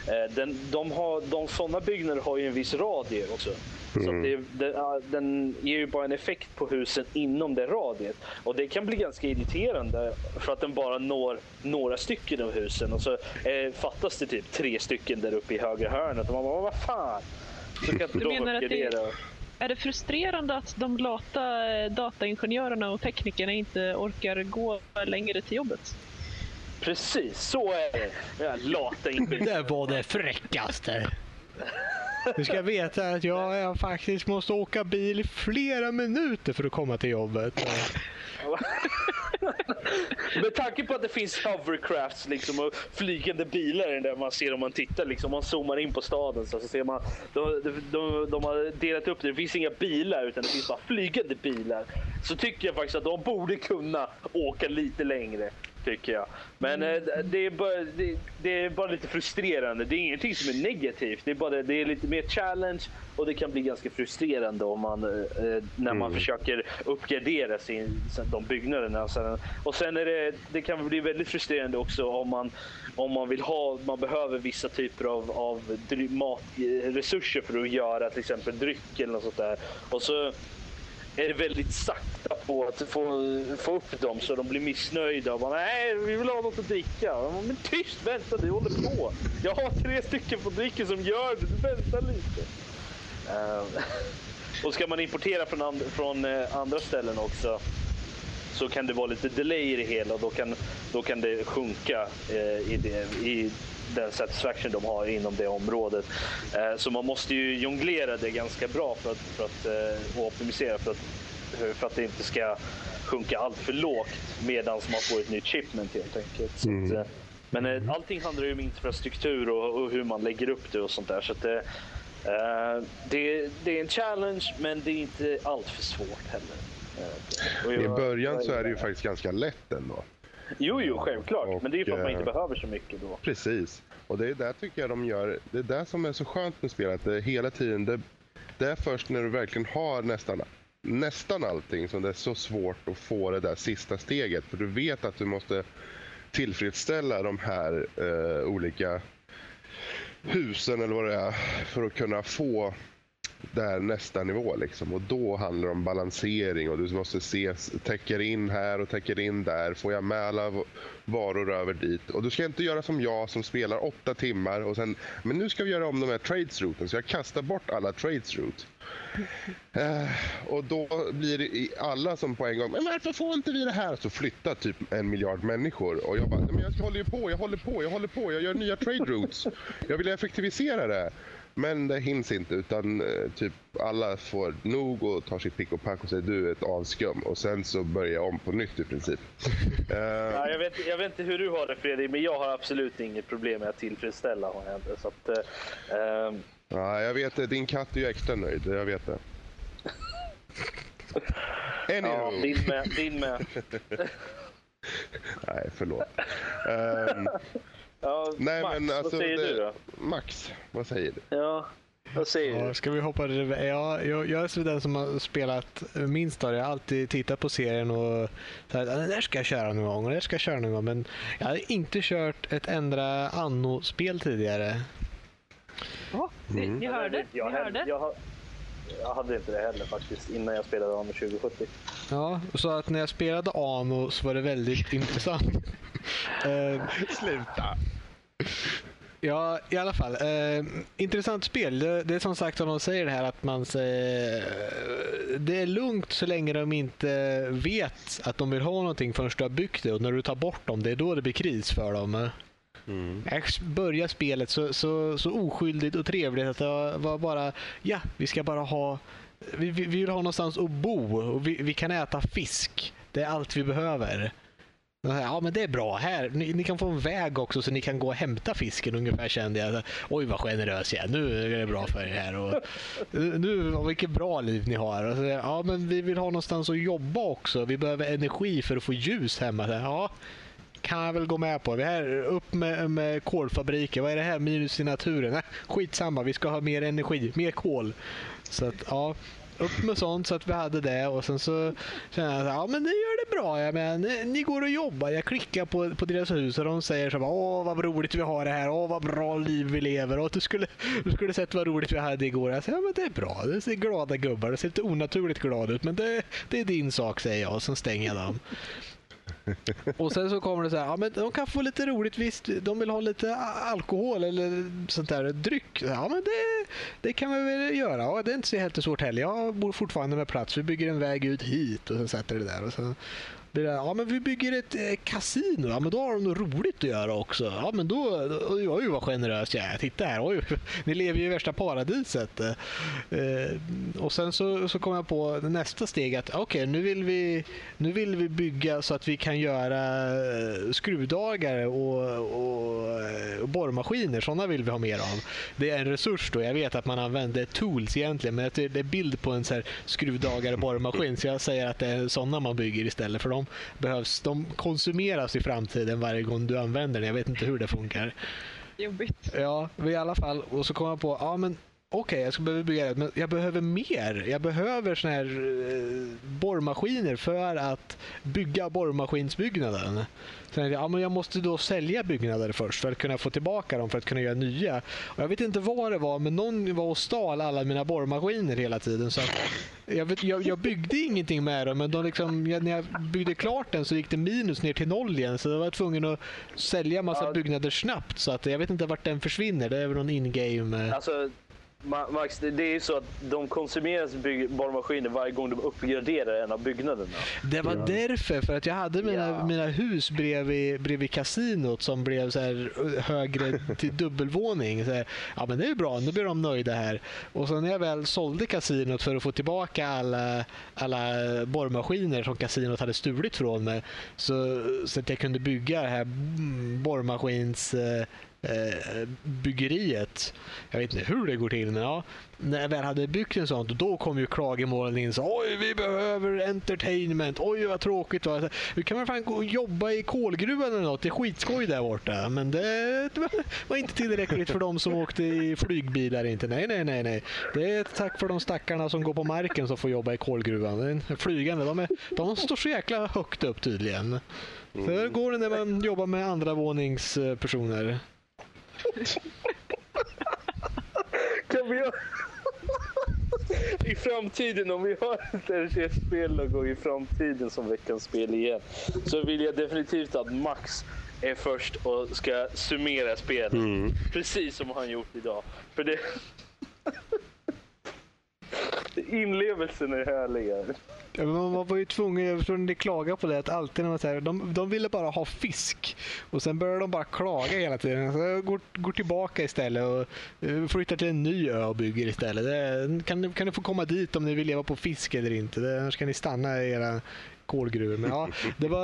sådana byggnader har ju en viss radie också. Så att den ger ju bara en effekt på husen inom det radiet. Och det kan bli ganska irriterande för att den bara når några stycken av husen. Och så fattas det typ 3 stycken där uppe i högra hörnet. Och man bara, vad fan? Så kan inte de uppgradera. Är det frustrerande att de lata dataingenjörerna och teknikerna inte orkar gå längre till jobbet? Precis, så är det. Lata ingenjörer. Det var det fräckaste. Du ska veta att jag faktiskt måste åka bil i flera minuter för att komma till jobbet. Med tanke på att det finns hovercrafts liksom, och flygande bilar där man ser, om man tittar liksom, man zoomar in på staden så ser man de har delat upp det. Det finns inga bilar utan det finns bara flygande bilar. Så tycker jag faktiskt att de borde kunna åka lite längre, tycker jag. Men det är bara lite frustrerande. Det är ingenting som är negativt. Det är lite mer challenge, och det kan bli ganska frustrerande om när man försöker uppgradera de byggnaderna. Och sen är det kan bli väldigt frustrerande också om man behöver vissa typer av matresurser för att göra till exempel dryck eller något sånt där. Och så är det väldigt sakta på att få upp dem så de blir missnöjda och bara, nej, vi vill ha något att dricka. Men tyst, vänta, du håller på. Jag har 3 stycken på drycken som gör det, du väntar lite. Och ska man importera från andra ställen också så kan det vara lite delay i det hela, och då kan det sjunka i den satisfaction de har inom det området. Så man måste ju jonglera det ganska bra för att optimisera för att det inte ska sjunka allt för lågt medan man får ett nytt shipment helt enkelt. Så att, men allting handlar ju om infrastruktur och hur man lägger upp det och sånt där. Så att det är en challenge, men det är inte allt för svårt heller. I början så är det ju faktiskt ganska lätt ändå. Jo, självklart. Men det är ju för att man inte behöver så mycket då. Precis. Och det är där tycker jag de gör. Det är där som är så skönt med spelet. Det är hela tiden. Det är först när du verkligen har nästan allting som det är så svårt att få det där sista steget. För du vet att du måste tillfredsställa de här olika husen eller vad det är för att kunna få där nästa nivå liksom. Och då handlar det om balansering och du måste se, täcker in här och täcker in där, får jag med alla varor över dit, och du ska inte göra som jag som spelar 8 timmar och sen, men nu ska vi göra om de här tradesrouten, så jag kastar bort alla tradesroutes. Och då blir det alla som på en gång, men varför får inte vi det här? Så flyttar typ 1 miljard människor och jag bara, men jag håller på, jag gör nya trade routes, jag vill effektivisera det. Men det hinns inte, utan typ alla får nog och tar sitt pick och pack och säger du är ett avskum. Och sen så börjar jag om på nytt i princip. Ja, jag vet inte hur du har det, Fredrik, men jag har absolut inget problem med att tillfredsställa honom. Så att, ja, jag vet det. Din katt är ju extra nöjd, jag vet det. Ja, din med. Nej, förlåt. Ja, nej, Max, men alltså, vad säger du då? Max, vad säger du? Ja, vad säger du? Ska vi hoppa det? Ja, jag är så den som har spelat minst av det. Jag har alltid tittat på serien och sagt att där ska jag köra någon gång och där ska jag köra någon gång. Men jag har inte kört ett enda Anno-spel tidigare. Ni hörde? Jag hade inte det heller faktiskt innan jag spelade Anno 2070. Ja, så att när jag spelade Anno så var det väldigt intressant. Sluta! Ja, i alla fall. Intressant spel. Det är som sagt som de säger det här att man säger, det är lugnt så länge de inte vet att de vill ha någonting förrän du har byggt det, och när du tar bort dem, det är då det blir kris för dem. Jag börjar spelet så oskyldigt och trevligt att det var bara, ja, vi ska bara ha, vi vill ha någonstans att bo och vi kan äta fisk. Det är allt vi behöver. Ja, men det är bra. Här, ni kan få en väg också så ni kan gå och hämta fisken ungefär, kände jag. Oj, vad generös jag är. Nu är det bra för er här. Och nu, vilket bra liv ni har. Och så, ja, men vi vill ha någonstans att jobba också. Vi behöver energi för att få ljus hemma. Ja, kan jag väl gå med på. Vi är här upp med kolfabriker. Vad är det här? Minus i naturen. Nej, skitsamma. Vi ska ha mer energi. Mer kol. Så att, ja, upp med sånt så att vi hade det, och sen så kände jag att ja, men ni gör det bra, ja, men ni går och jobbar. Jag klickar på deras hus och de säger så bara, åh vad roligt vi har det här, åh vad bra liv vi lever, och du skulle sett vad roligt vi hade igår. Jag säger, ja, men det är bra, det ser glada gubbar, det ser lite onaturligt glad ut, men det är din sak, säger jag, och sen stänger jag dem. Och sen så kommer det så här, ja, men de kan få lite roligt, visst, de vill ha lite alkohol eller sånt där dryck. Ja, men det kan vi väl göra. Ja, det är inte så helt svårt heller. Jag bor fortfarande med plats. Vi bygger en väg ut hit och så sätter det där, och så blir det, ja, men vi bygger ett kasino. Ja, men då har de något roligt att göra också. Ja, men då oj, vad generöst jag är. Titta här, oj, ni lever ju i värsta paradiset. Och sen så kom jag på nästa steg att okej, nu vill vi bygga så att vi kan göra skruvdagar och borrmaskiner. Sådana vill vi ha mer av. Det är en resurs då. Jag vet att man använder tools egentligen, men det är bild på en så här skruvdagare borrmaskin, så jag säger att det är sådana man bygger istället, för de konsumeras i framtiden varje gång du använder den. Jag vet inte hur det funkar. Jobbigt. Ja, i alla fall. Och så kom jag på, ja, men okej, jag ska behöva bygga det, men jag behöver mer. Jag behöver såna här borrmaskiner för att bygga borrmaskinsbyggnaden. Så ja, men jag måste då sälja byggnader först för att kunna få tillbaka dem, för att kunna göra nya. Och jag vet inte vad det var, men någon var och stal alla mina borrmaskiner hela tiden. Så jag byggde ingenting med dem, men när jag byggde klart den så gick det minus ner till 0 igen. Så jag var tvungen att sälja massa byggnader snabbt. Så att jag vet inte vart den försvinner. Det är väl någon in-game. Alltså, Max, det är ju så att de konsumeras borrmaskiner varje gång de uppgraderar en av byggnaderna. Det var därför, för att jag hade mina hus bredvid kasinot som blev så här högre till dubbelvåning. Så här, ja, men det är bra, nu blir de nöjda här. Och så när jag väl sålde kasinot för att få tillbaka alla borrmaskiner som kasinot hade stulit från mig, så att jag kunde bygga det här borrmaskins byggeriet. Jag vet inte hur det går till, men ja, när jag väl hade byggt en sånt, då kom ju klagomålen in så: oj, vi behöver entertainment, oj vad tråkigt. Nu kan man fan gå och jobba i kolgruvan eller något, det är skitskoj där borta, men det var inte tillräckligt för de som åkte i flygbilar inte. Nej. Det är tack för de stackarna som går på marken som får jobba i kolgruvan. Flygande, de står så jäkla högt upp tydligen. Så går det när man jobbar med andra våningspersoner. Kan vi i framtiden, om vi har ett spel någon gång i framtiden som veckans spel igen, så vill jag definitivt att Max är först och ska summera spelet. Precis som han gjort idag. För det inlevelsen är härliga. Man var ju tvungen, jag förstår när de klagar på det, att alltid när man säger de ville bara ha fisk och sen börjar de bara klaga hela tiden. Så jag går tillbaka istället och flyttar till en ny ö och bygger istället. Kan ni få komma dit om ni vill leva på fisk eller inte? Annars kan ni stanna i era kolgruvor. Men ja,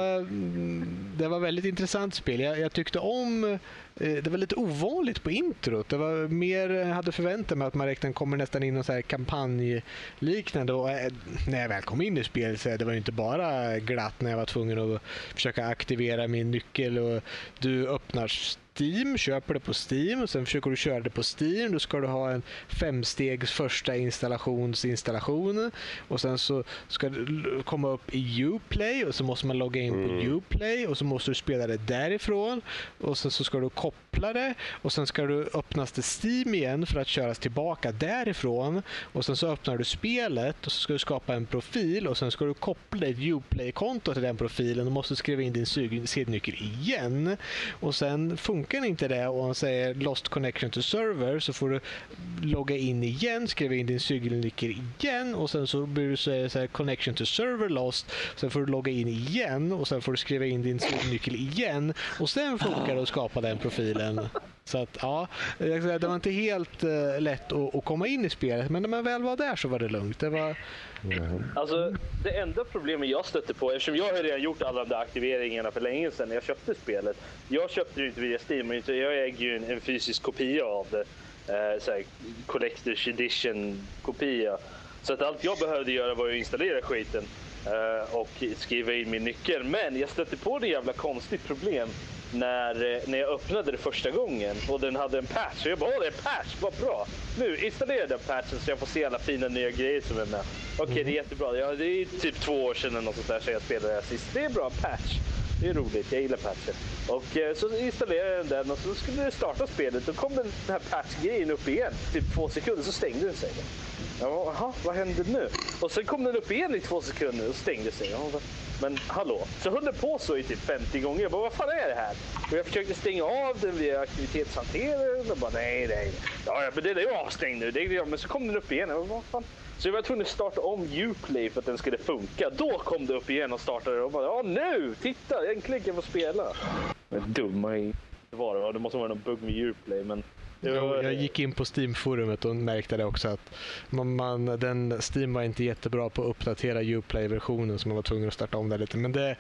det var väldigt intressant spel. Jag tyckte om det var lite ovanligt på introt. Det var mer, jag hade förväntat mig att man räknar kommer nästan in någon så här kampanjliknande, och när jag väl kom in i spelet så det var ju inte bara glatt när jag var tvungen att försöka aktivera min nyckel, och du öppnar Steam, köper det på Steam och sen försöker du köra det på Steam. Då ska du ha en 5-stegs första installation och sen så ska du komma upp i Uplay och så måste man logga in på Uplay och så måste du spela det därifrån och sen så ska du koppla det och sen ska du öppnas till Steam igen för att köras tillbaka därifrån och sen så öppnar du spelet och så ska du skapa en profil och sen ska du koppla ett Uplay-konto till den profilen och måste skriva in din sidnyckel igen och sen funkar inte det och han säger lost connection to server så får du logga in igen, skriva in din cykelnyckel igen och sen så blir du säga så här connection to server lost, sen får du logga in igen och sen får du skriva in din cykelnyckel igen och sen funkar det att skapa den profilen. Så att ja, det var inte helt lätt att komma in i spelet, men när man väl var där så var det lugnt. Det var Alltså, det enda problemet jag stötte på, eftersom jag har redan gjort alla de där aktiveringarna för länge sedan när jag köpte spelet. Jag köpte det inte via Steam, och jag äger ju en fysisk kopia av det. Så här, Collector's Edition-kopia. Så att allt jag behövde göra var att installera skiten och skriva in min nyckel. Men jag stötte på det jävla konstigt problem när jag öppnade det första gången och den hade en patch. Så jag bara, det är en patch, vad bra. Nu installerar den patchen så jag får se alla fina nya grejer som är med. Okej, det är jättebra. Ja, det är typ 2 år sedan eller något sånt där så jag spelade det här sist. Det är bra patch. Det är roligt, jag gillar patchen. Och så installerade jag den och så skulle det starta spelet. Då kom den här patch-grejen upp igen. Typ 2 sekunder så stängde den sig. Jaha, vad hände nu? Och sen kom den upp igen i 2 sekunder och stängde sig. Ja, men hallå, så höll det på så i typ 50 gånger. Jag bara, vad fan är det här? Och jag försökte stänga av den via aktivitetshanteraren och bara, nej. Ja, men det är ju avstängd nu. Men så kom den upp igen. Jag bara, vad fan? Så jag var tvungen att starta om Uplay för att den skulle funka. Då kom det upp igen och startade och bara, ja nu, titta, äntligen kan jag få spela. Men dumma i det måste vara någon bugg med Uplay, men jag gick in på Steam-forumet och märkte det också att den Steam var inte jättebra på att uppdatera Uplay-versionen så man var tvungen att starta om det lite. Men det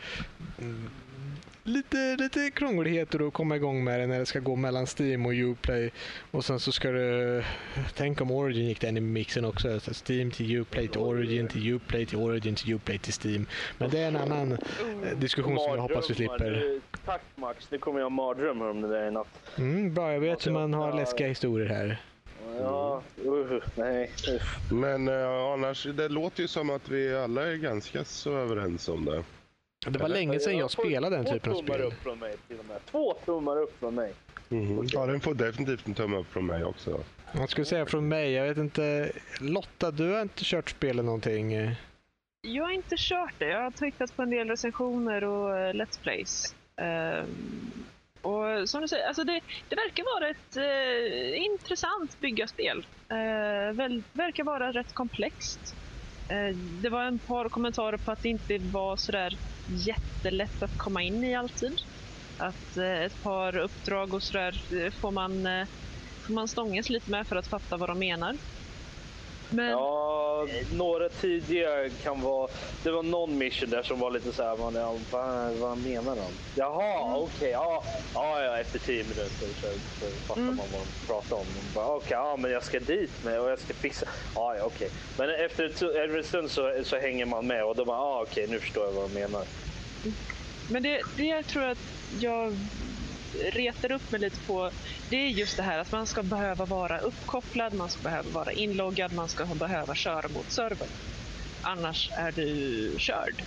lite krångligheter att komma igång med det när det ska gå mellan Steam och Uplay och sen så ska du tänka om Origin gick den i mixen också, så Steam till Uplay till Origin till Uplay till Origin till Uplay till Steam, men det är en annan diskussion som jag hoppas vi slipper. Tack Max, det kommer jag mardrömmar om det där i natt. Bra, jag vet hur man har läskiga historier här. Ja, nej. Men annars, det låter ju som att vi alla är ganska så överens om det. Det var länge sedan jag spelade den typen av spel. 2 tummar upp från mig till och med. 2 tummar upp från mig. Ja, den får definitivt en tumme upp från mig också. Jag skulle säga från mig, jag vet inte. Lotta, du har inte kört spelet någonting? Jag har inte kört det. Jag har tittat på en del recensioner och Let's Plays. Och som du säger, alltså det verkar vara ett intressant byggarspel. Verkar vara rätt komplext. Det var en par kommentarer på att det inte var så där jättelätt att komma in i alltid. Att ett par uppdrag och sådär får man stångas lite med för att fatta vad de menar. Men Ja, några tidiga kan vara... Det var någon mission där som var lite så här, vad menar de? Jaha, okej, ja, efter 10 minuter så fattar man vad de pratar om. Okej, men jag ska dit med och jag ska fixa. Ja, okej. Men efter en stund så hänger man med och då bara, okej, nu förstår jag vad de menar. Men det jag tror att jag retar upp mig lite på, det är just det här att man ska behöva vara uppkopplad, man ska behöva vara inloggad, man ska behöva köra mot servern. Annars är du körd.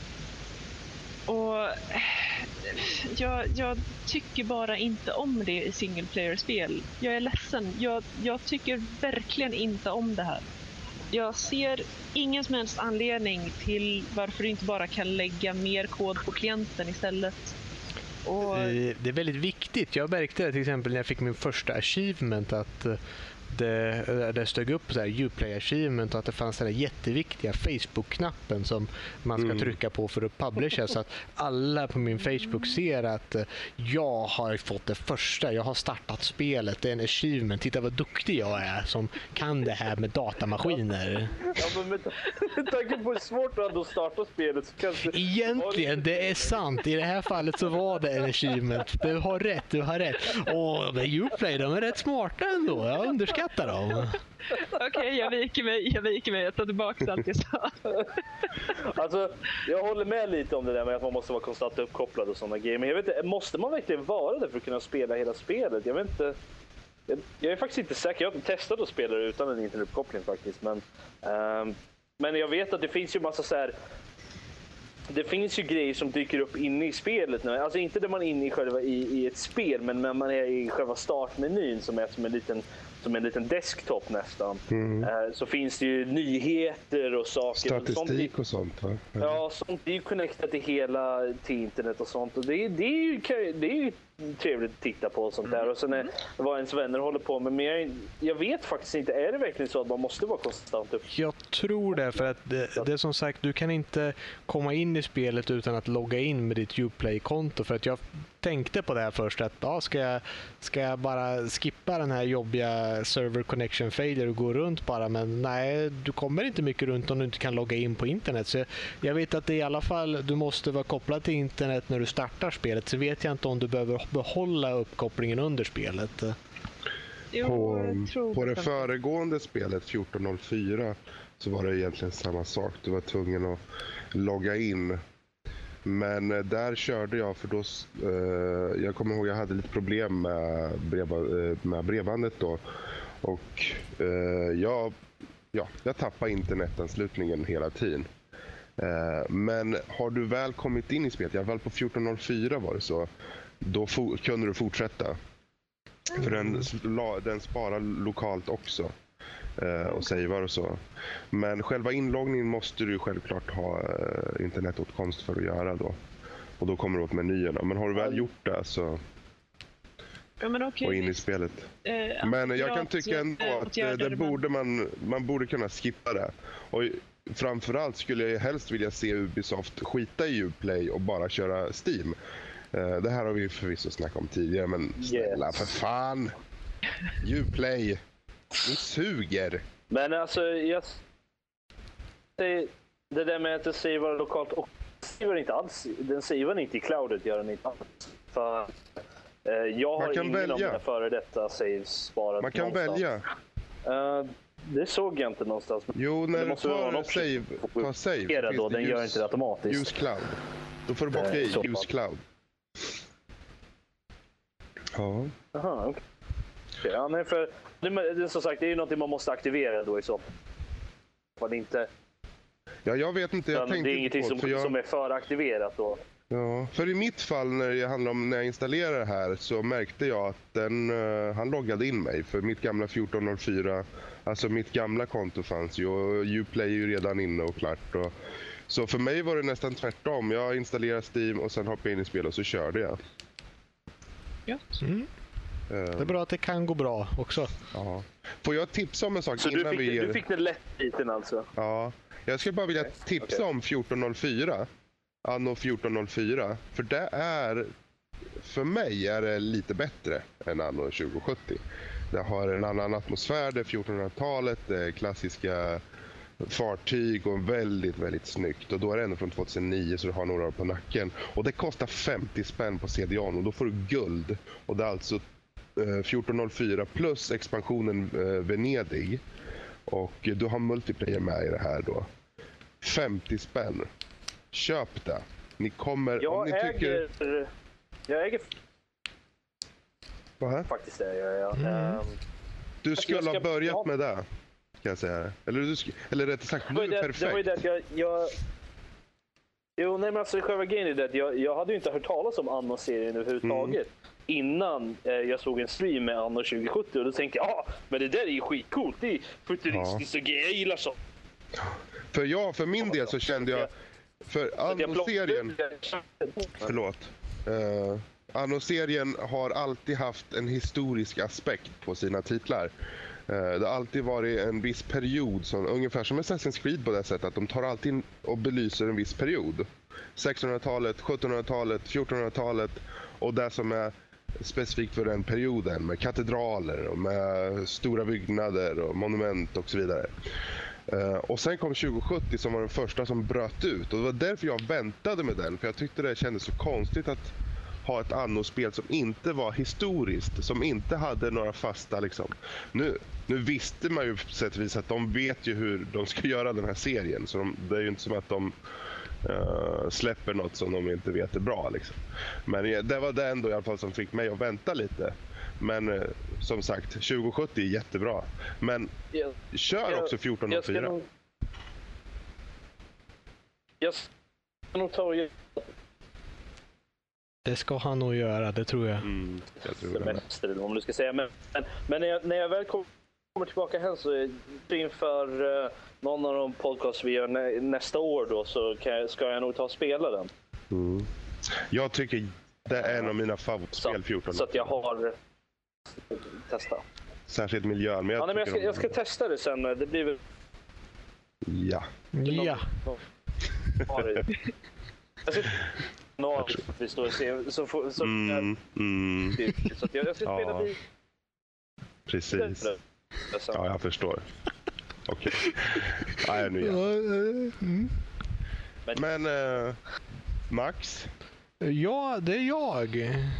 Och jag tycker bara inte om det i single player-spel. Jag är ledsen. Jag tycker verkligen inte om det här. Jag ser ingen som helst anledning till varför du inte bara kan lägga mer kod på klienten istället. Och Det är väldigt viktigt. Jag märkte det till exempel när jag fick min första achievement att det stod upp så här Uplay achievement och att det fanns den här jätteviktiga Facebook-knappen som man ska trycka på för att publisha så att alla på min Facebook ser att jag har fått det första, jag har startat spelet, det är en achievement, titta vad duktig jag är som kan det här med datamaskiner. Ja, men med tanke på hur svårt det är att starta spelet så kanske... Egentligen, det är sant. I det här fallet så var det en achievement. Du har rätt. Men Uplay, de är rätt smarta ändå. Jag underskattar dem. Okej, jag viker mig. Jag tar tillbaka allt jag sa. Alltså, jag håller med lite om det där med att man måste vara konstant uppkopplad och sådana grejer. Men jag vet inte, måste man verkligen vara det för att kunna spela hela spelet? Jag vet inte. Jag är faktiskt inte säker. Jag har inte testat att spela det utan en internetuppkoppling faktiskt. Men jag vet att det finns ju massa så här... Det finns ju grejer som dyker upp inne i spelet nu. Alltså inte där man är inne i ett spel, men när man är i själva startmenyn som är som en liten desktop nästan. Så finns det ju nyheter och saker. Statistik och sånt, va? Ja, sånt är ju connectat till internet och sånt. Och det är ju trevligt att titta på och sånt där. Och sen vad ens vänner håller på med. Men jag vet faktiskt inte, är det verkligen så att man måste vara konstant upp? Jag tror det, för att det är som sagt, du kan inte komma in i spelet utan att logga in med ditt Uplay-konto. För att jag tänkte på det här först, att ska jag bara skippa den här jobbiga server connection failure och gå runt bara, men nej, du kommer inte mycket runt om du inte kan logga in på internet. Så jag vet att det i alla fall, du måste vara kopplad till internet när du startar spelet, så vet jag inte om du behöver behålla uppkopplingen under spelet. På det föregående spelet 1404 så var det egentligen samma sak. Du var tvungen att logga in. Men där körde jag, för då jag kommer ihåg jag hade lite problem med bredbandet då. Och jag tappade internetanslutningen hela tiden. Men har du väl kommit in i spelet, i alla fall på 1404 var det så, då kunde du fortsätta. För den sparar lokalt också. Och savear och så. Men själva inloggningen måste du självklart ha internetåtkomst för att göra då. Och då kommer du åt menyerna. Men har du väl gjort det så... Ja, men okej, och in i spelet. Men jag kan tycka ändå att det borde man borde kunna skippa det. Och framförallt skulle jag helst vilja se Ubisoft skita i Uplay och bara köra Steam. Det här har vi förvisso snackat om tidigare, men snälla för fan. Uplay. Ni suger. Men alltså, det där med att det savear lokalt och savear inte alls. Den savear inte i cloudet, gör den inte alls. För jag har ingen av mina före detta saves sparat. Man kan någonstans. välja. Det såg jag inte någonstans. Jo, när du tar save då, den gör inte det automatiskt. Use cloud. Då får du bocka i use cloud. Ja. Aha, okej. Ja, nej, för det som sagt, det är ju något man måste aktivera då i så fall. Inte. Ja, jag vet inte. Jag tänkte det är ingenting som är föraktiverat då. Ja, för i mitt fall när jag installerade det här så märkte jag att han loggade in mig för mitt gamla 1404, alltså mitt gamla konto fanns ju och Uplay är ju redan inne och klart. Så för mig var det nästan tvärtom. Jag installerade Steam och sen hoppade jag in i spel och så körde jag. Ja. Det är bra att det kan gå bra också. Ja. Får jag tipsa om en sak så innan du fick den lätt biten alltså? Ja, jag skulle bara vilja tipsa om 1404. Anno 1404. För det är, för mig är det lite bättre än Anno 2070. Det har en annan atmosfär, det är 1400-talet, det är klassiska fartyg och väldigt, väldigt snyggt. Och då är det ändå från 2009 så du har några år på nacken. Och det kostar 50 spänn på CDON och då får du guld. Och det är alltså 1404 plus expansionen Venedig. Och du har multiplayer med i det här då. 50 spänn. Köp det. Ni kommer... Jag äger... Vad? Faktiskt är jag. Du skulle ha börjat med det. Kan jag säga. Eller rätt sagt, nu är perfekt. Det var ju det att jag... Jo, nej men alltså själva grejen är det att jag hade ju inte hört talas om Anno-serien överhuvudtaget innan jag såg en stream med Anno 2070 och då tänkte jag, men det där är ju skitcoolt, det är futuristiskt och grejer, jag gillar så. För min del så kände jag, för Anno-serien, Anno-serien har alltid haft en historisk aspekt på sina titlar. Det har alltid varit en viss period, ungefär som Assassin's Creed på det sättet, att de tar alltid och belyser en viss period. 1600-talet, 1700-talet, 1400-talet och det som är specifikt för den perioden med katedraler och med stora byggnader och monument och så vidare. Och sen kom 2070 som var den första som bröt ut och det var därför jag väntade med den, för jag tyckte det kändes så konstigt att ha ett Anno-spel som inte var historiskt, som inte hade några fasta liksom. Nu visste man ju på sätt och vis att de vet ju hur de ska göra den här serien, så det är ju inte som att de släpper något som de inte vet är bra liksom. Men det var det ändå i alla fall som fick mig att vänta lite. Men som sagt, 2070 är jättebra. Men kör också 1404. Jag ska nog ta och det ska han nog göra, det tror jag. Jag tror det. Om du ska säga. Men när jag väl kommer tillbaka hem så inför någon av de podcasts vi gör nästa år då, så ska jag nog ta och spela den. Jag tycker det är en av mina favoritspel 14. Så att jag har testat. Särskilt miljön. Men jag ska testa det sen. Det blir väl... Ja. Vi står och ser så att jag ska spela vid. Precis. Ja, jag förstår. Okej. Ja, jag är nu igen. Men Max? Ja, det är jag.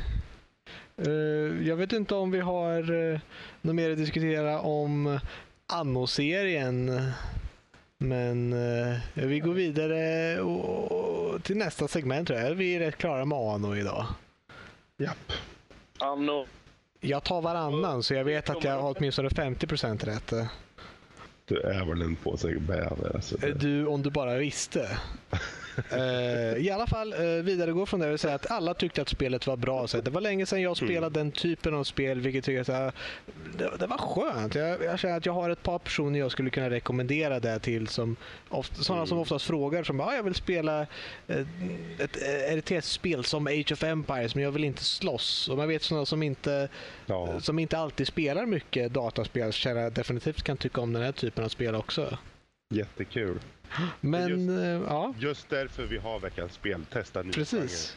Jag vet inte om vi har något mer att diskutera om Anno-serien. Men vi går vidare till nästa segment tror jag. Vi är rätt klara med Anno idag. Japp. Anno. Jag tar varannan så jag vet att jag har åtminstone 50% rätt. Du är väl en påse bäver. Alltså. Du, om du bara visste. I alla fall, vidare går från det och säga att alla tyckte att spelet var bra. Så det var länge sedan jag spelade den typen av spel, vilket tycker att det var skönt. Jag känner att jag har ett par personer jag skulle kunna rekommendera det till, som sådana som oftast frågar som jag vill spela ett RTS-spel som Age of Empires, men jag vill inte slåss. Och man vet sådana som inte alltid spelar mycket dataspel, så känner jag definitivt kan tycka om den här typen av spel också. Jättekul. Men just därför vi har veckans spel. Testa nu. Precis.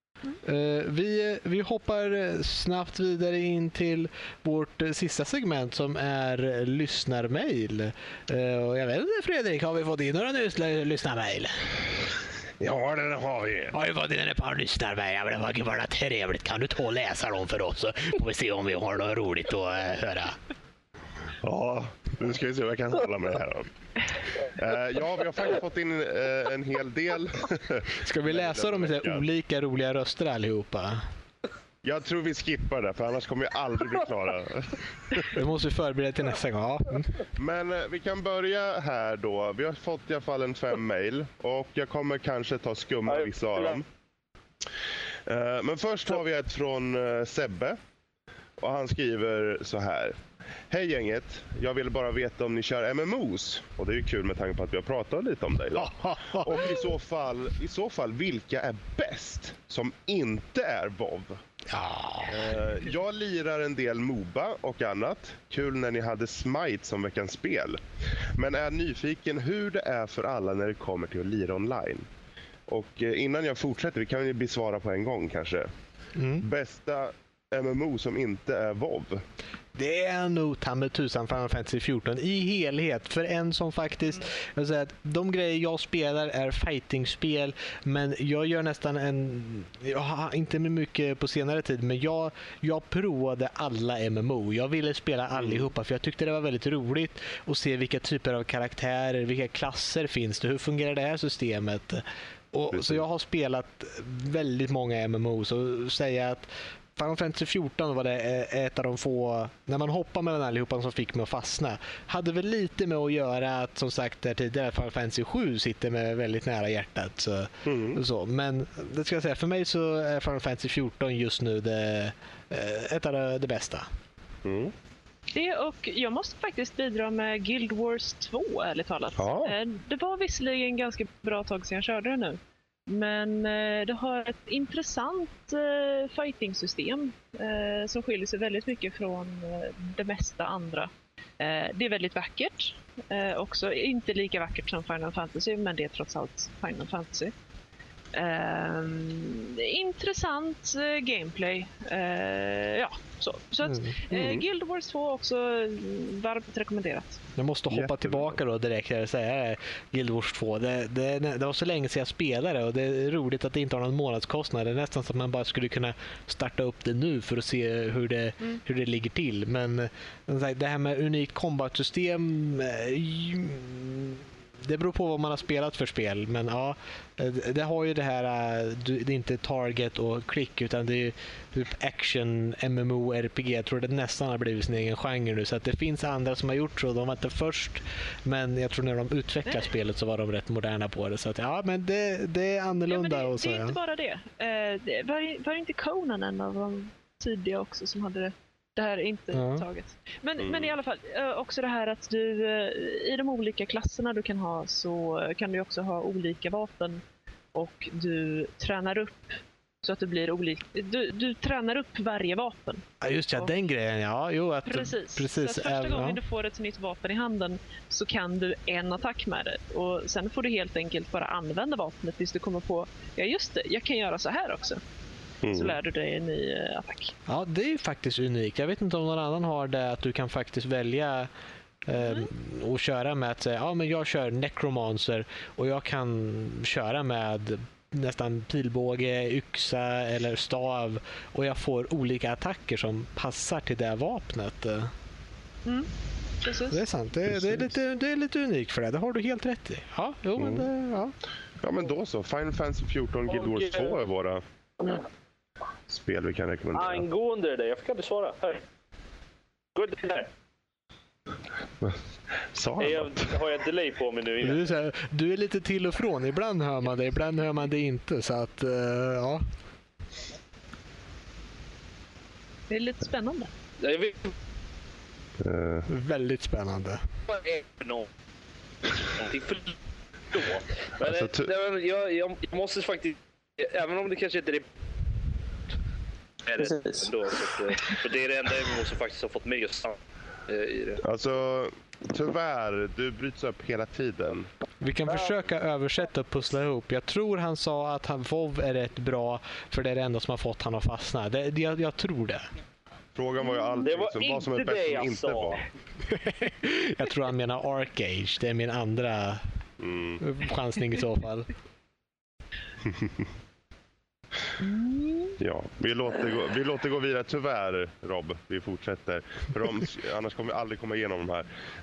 Vi hoppar snabbt vidare in till vårt sista segment som är lyssnarmail. Och jag vet inte, Fredrik, har vi fått in några lyssnarmail? Ja, det har vi. Har vi fått in ett par lyssnarmail? Det var bara trevligt. Kan du ta och läsa dem för oss, så får vi se om vi har något roligt att höra. Ja, nu ska vi se vad jag kan hålla med här då. Ja, vi har faktiskt fått in en hel del. Ska vi läsa dem med olika roliga röster allihopa? Jag tror vi skippar det, för annars kommer vi aldrig bli klara. Det måste vi förbereda till nästa gång. Ja. Men vi kan börja här då. Vi har fått i alla fall en 5 mejl och jag kommer kanske ta skumma vissa av dem. Men först har vi ett från Sebbe och han skriver så här. Hej gänget, jag vill bara veta om ni kör MMOs. Och det är ju kul med tanke på att vi har pratat lite om det idag. Och i så fall vilka är bäst som inte är WoW? Jag lirar en del MOBA och annat. Kul när ni hade Smite som veckans spel. Men är nyfiken hur det är för alla när det kommer till att lira online. Och innan jag fortsätter, vi kan ju besvara på en gång kanske. Bästa MMO som inte är WoW? Det är nog ta med tusan Final Fantasy 14 i helhet. För en som faktiskt, jag säger att de grejer jag spelar är fighting-spel, men jag gör nästan jag har inte mycket på senare tid, men jag provade alla MMO. Jag ville spela allihopa för jag tyckte det var väldigt roligt att se vilka typer av karaktärer, vilka klasser finns det, hur fungerar det här systemet. Så jag har spelat väldigt många MMO, så säga att Final Fantasy 14 var det ett av de få, när man hoppar mellan allihopa, som fick mig att fastna. Hade väl lite med att göra att, som sagt, där tidigare Final Fantasy 7 sitter med väldigt nära hjärtat. Så. Men det ska jag säga, för mig så är Final Fantasy 14 just nu ett av det bästa. Det, och jag måste faktiskt bidra med Guild Wars 2, ärligt talat. Ja. Det var visserligen ganska bra tag sedan jag körde det nu. Men det har ett intressant fighting-system som skiljer sig väldigt mycket från det mesta andra. Det är väldigt vackert. Också inte lika vackert som Final Fantasy, men det är trots allt Final Fantasy. Intressant gameplay. Så att Guild Wars 2 också varmt rekommenderat. Jag måste hoppa tillbaka då direkt och säga Guild Wars 2. Det var så länge sedan jag spelade, och det är roligt att det inte har någon månadskostnad. Det är nästan så att man bara skulle kunna starta upp det nu för att se hur det ligger till. Men det här med unikt combat-system, det beror på vad man har spelat för spel, men ja, det har ju det här, det är inte target och klick, utan det är typ action, MMO, RPG. Jag tror det nästan har blivit sin egen genre nu, så att det finns andra som har gjort så. De var inte först, men jag tror när de utvecklade spelet så var de rätt moderna på det, så att ja, men det är annorlunda. Ja, det är inte bara det. Var inte Conan en av de tidiga också som hade det här inte taget. Men i alla fall, också det här att du i de olika klasserna du kan ha, så kan du också ha olika vapen, och du tränar upp så att det blir olika. Du tränar upp varje vapen. Ja, just ja, den grejen. Ja, jo, precis. Så att första gången du får ett nytt vapen i handen så kan du en attack med det, och sen får du helt enkelt bara använda vapnet tills du kommer på, ja just det, jag kan göra så här också. Så lär du dig en ny attack. Ja, det är ju faktiskt unikt. Jag vet inte om någon annan har det, att du kan faktiskt välja och köra med att säga, ja men jag kör necromancer och jag kan köra med nästan pilbåge, yxa eller stav, och jag får olika attacker som passar till det vapnet. Precis. Det är sant. Det är lite unikt för det. Det har du helt rätt i. Ja, jo, men det, ja. Ja, men då så. Final Fantasy 14 Guild Wars 2 är våra spel vi kan rekommendera. Angående det, jag fick aldrig svara. Här. Gå inte där. Har jag delay på mig nu? Du är lite till och från. Ibland hör man det, ibland hör man det inte. Så att, ja. Det är lite spännande. Jag vet. Väldigt spännande. Vad är det någonting? Förlåt. Men Alltså, jag måste faktiskt, även om det kanske inte är det ändå, för det är det enda som faktiskt har fått mig att stanna i det. Alltså, tyvärr, du bryts upp hela tiden. Vi kan försöka översätta och pussla ihop. Jag tror han sa att WoW är rätt bra, för det är det enda som har fått han att fastna. Jag tror det. Frågan var ju allting vad som är bäst som inte var. Jag tror han menar Arcage. Det är min andra chansning i så fall. Ja, vi låter gå vidare. Tyvärr, Rob, vi fortsätter. För annars kommer vi aldrig komma igenom de här.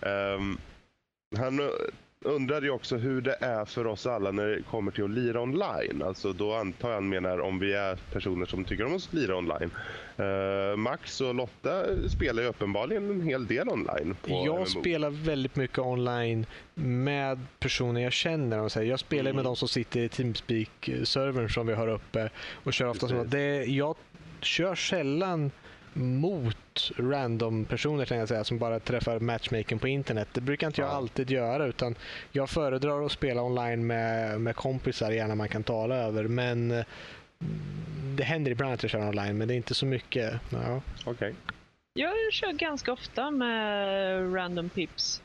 Han undrade ju också hur det är för oss alla när det kommer till att lira online. Alltså då antar jag han menar om vi är personer som tycker om att lira online. Max och Lotta spelar ju uppenbarligen en hel del online. Jag spelar väldigt mycket online med personer jag känner. Jag spelar med de som sitter i Teamspeak-servern som vi har uppe och kör ofta som jag kör sällan mot random personer, kan jag säga, som bara träffar matchmaking på internet. Det brukar inte jag alltid göra, utan jag föredrar att spela online med kompisar, gärna man kan tala över, men det händer ibland att jag kör online, men det är inte så mycket. Ja. Okay. Jag kör ganska ofta med random pips.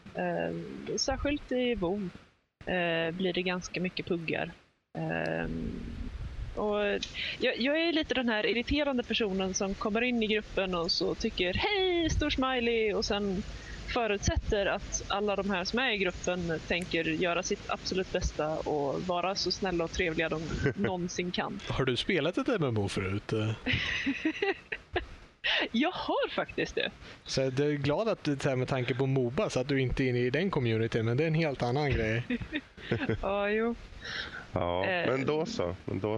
Särskilt i WoW blir det ganska mycket puggar. Och jag är lite den här irriterande personen som kommer in i gruppen och så tycker hej, stor smiley, och sen förutsätter att alla de här som är i gruppen tänker göra sitt absolut bästa och vara så snälla och trevliga de någonsin kan. Har du spelat ett MMO förut? Jag har faktiskt det. Så jag är glad att du med tanke på MOBA så att du inte är inne i den communityn, men det är en helt annan grej. Ja, jo. Ja, men då så.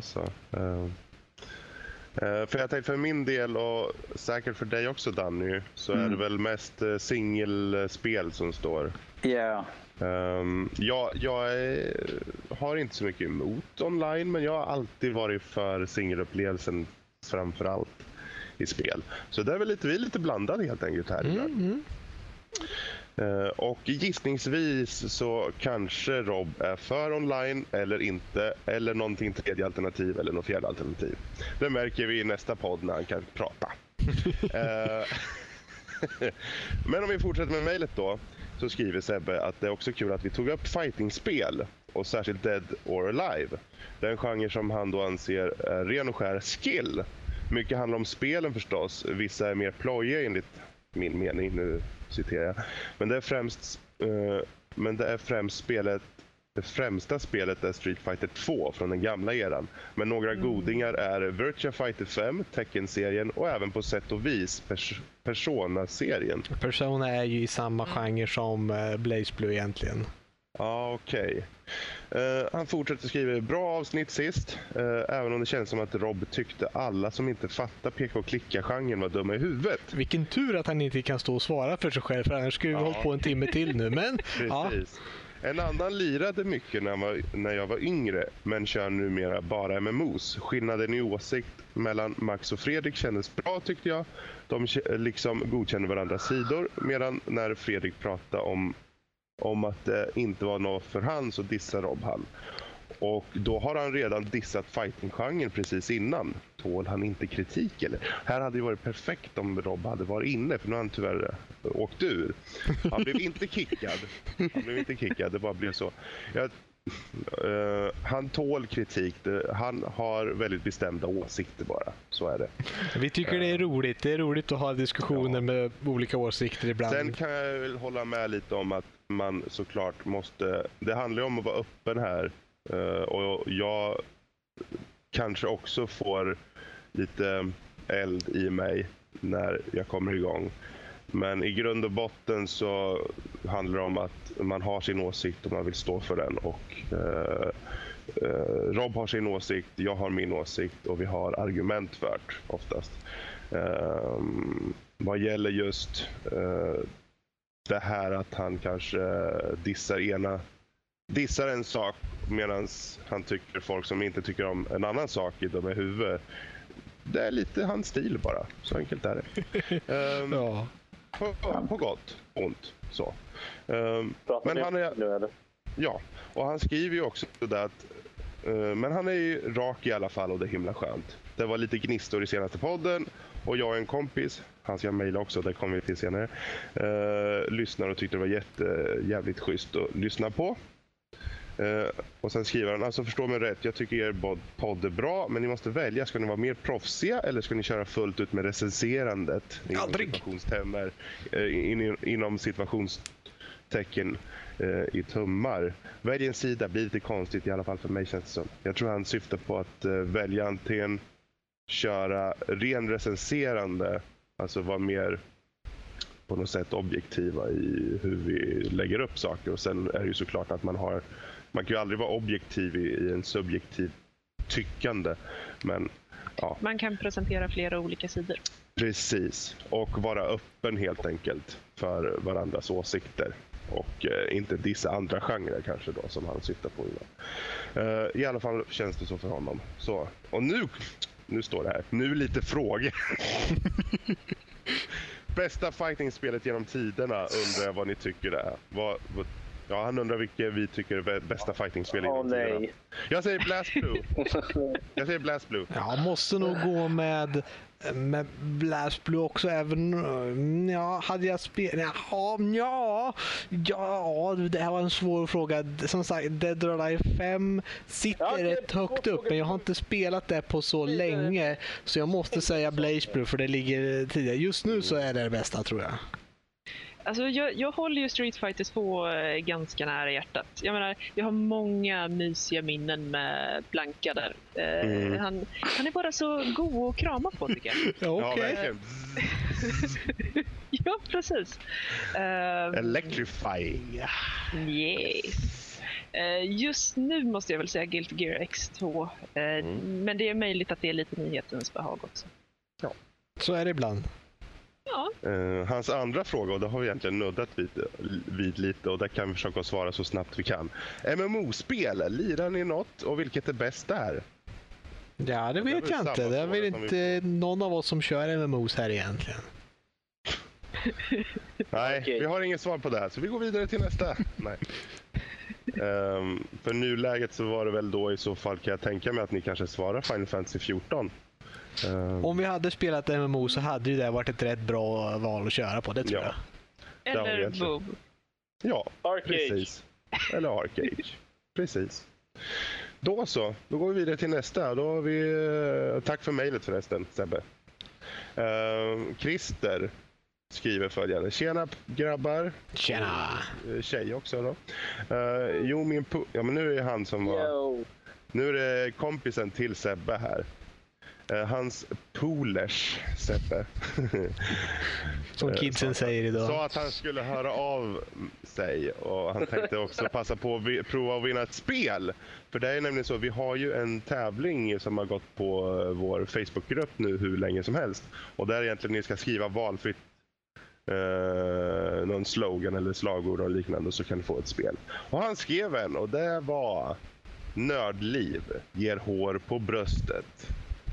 För jag tänkte för min del, och säkert för dig också Danny, så är det väl mest singelspel som står. Ja. Jag har inte så mycket emot online, men jag har alltid varit för singelupplevelsen framför allt i spel. Så det är väl vi är lite blandade helt enkelt här. Och gissningsvis så kanske Rob är för online eller inte, eller någonting tredje alternativ eller något fjärde alternativ. Det märker vi i nästa podd när han kan prata. Men om vi fortsätter med mejlet då, så skriver Sebbe att det är också kul att vi tog upp fightingspel och särskilt Dead or Alive. Det är en genre som han då anser är ren och skär skill. Mycket handlar om spelen förstås, vissa är mer plojiga enligt min mening, nu citerar jag. Men det är främst spelet, det främsta spelet är Street Fighter 2 från den gamla eran. Men några godingar är Virtua Fighter 5, Tekken-serien och även på sätt och vis Persona-serien. Persona är ju i samma genre som Blaze Blue egentligen. Ja, okej. Han fortsätter skriva bra avsnitt sist, även om det känns som att Rob tyckte alla som inte fattar peka-och-klicka-genren var dumma i huvudet. Vilken tur att han inte kan stå och svara för sig själv, för annars skulle vi hålla på en timme till nu. Men, precis. En annan lirade mycket när jag var yngre, men kör numera bara MMOs. Skillnaden i åsikt mellan Max och Fredrik kändes bra tyckte jag. De liksom godkände varandras sidor, medan när Fredrik pratade om att det inte var något för han, så dissar Rob han. Och då har han redan dissat fighting-genren precis innan. Tål han inte kritik eller? Här hade det varit perfekt om Rob hade varit inne, för nu har han tyvärr åkt ur. Han blev inte kickad. Det bara blev så. Han tål kritik. Han har väldigt bestämda åsikter bara. Så är det. Vi tycker det är roligt. Det är roligt att ha diskussioner med olika åsikter ibland. Sen kan jag väl hålla med lite om att man såklart måste... Det handlar om att vara öppen här. Och jag kanske också får lite eld i mig när jag kommer igång. Men i grund och botten så handlar det om att man har sin åsikt och man vill stå för den. Och Rob har sin åsikt, jag har min åsikt och vi har argument för det oftast. Vad gäller just det här att han kanske dissar en sak medan han tycker folk som inte tycker om en annan sak i de här huvudet. Det är lite hans stil bara, så enkelt är det. Ja. På gott, ont, så. Men han är... Ja, och han skriver ju också det att men han är ju rak i alla fall och det är himla skönt. Det var lite gnistor i senaste podden och jag och en kompis, han ska mejla också, det kommer vi till senare, lyssnar och tyckte det var jävligt schysst att lyssna på. Och sen skriver han, alltså förstå mig rätt, jag tycker er podd är bra, men ni måste välja, ska ni vara mer proffsiga eller ska ni köra fullt ut med recenserandet? Inom situationstecken i tummar. Välj en sida, blir lite konstigt i alla fall för mig känns det som. Jag tror han syftar på att välja antingen köra ren recenserande, alltså vara mer på något sätt objektiva i hur vi lägger upp saker, och sen är det ju såklart att man kan ju aldrig vara objektiv i en subjektiv tyckande, men ja. Man kan presentera flera olika sidor. Precis, och vara öppen helt enkelt för varandras åsikter och inte dissa andra genrer kanske då som han syftar på innan. I alla fall känns det så för honom. Så, och nu står det här. Nu lite frågor. Bästa fighting-spelet genom tiderna undrar jag vad ni tycker det är. Ja, han undrar vilket vi tycker är bästa fighting-spel genom tiderna. Jag säger Blast Blue. Jag säger Blast Blue. Ja, måste nog gå med med BlazBlue också, även hade jag spelat... Ja, det här var en svår fråga. Som sagt, Dead or Alive 5 sitter rätt högt upp, men jag har inte spelat det på så länge, så jag måste säga BlazBlue, för det ligger tidigare. Just nu så är det bästa, tror jag. Alltså jag håller ju Street Fighter 2 ganska nära hjärtat. Jag menar, jag har många mysiga minnen med Blanka där. Han är bara så god att krama på, tycker jag. Ja, okay. Ja, precis. Electrifying. Yes. Just nu måste jag väl säga Guilty Gear X2. Men det är möjligt att det är lite nyhetens behag också. Ja, så är det ibland. Ja. Hans andra fråga, och det har vi egentligen nuddat vid lite, och där kan vi försöka svara så snabbt vi kan. MMO-spel, lirar ni något, och vilket är bäst där? Ja, det vet jag inte. Det är väl inte någon av oss som kör MMOs här egentligen. Nej, okay. Vi har inget svar på det här, så vi går vidare till nästa. Nej. För nuläget så var det väl då, i så fall kan jag tänka mig att ni kanske svarar Final Fantasy 14. Om vi hade spelat MMO så hade ju det varit ett rätt bra val att köra på, det tror jag. Eller WoW. Ja, precis. Eller Arcade. Precis. Då så, då går vi vidare till nästa. Då har vi, tack för mejlet förresten, Sebbe. Christer skriver följande. Tjena grabbar. Tjena. Tjej också då. Men nu är han som var... Nu är det kompisen till Sebbe här. Hans polers, Sebbe. Som kidsen säger idag. Sa att han skulle höra av sig, och han tänkte också passa på att prova att vinna ett spel. För det är nämligen så, vi har ju en tävling som har gått på vår Facebookgrupp nu hur länge som helst. Och där egentligen ni ska skriva valfritt någon slogan eller slagord och liknande, så kan du få ett spel. Och han skrev en, och det var: nördliv ger hår på bröstet.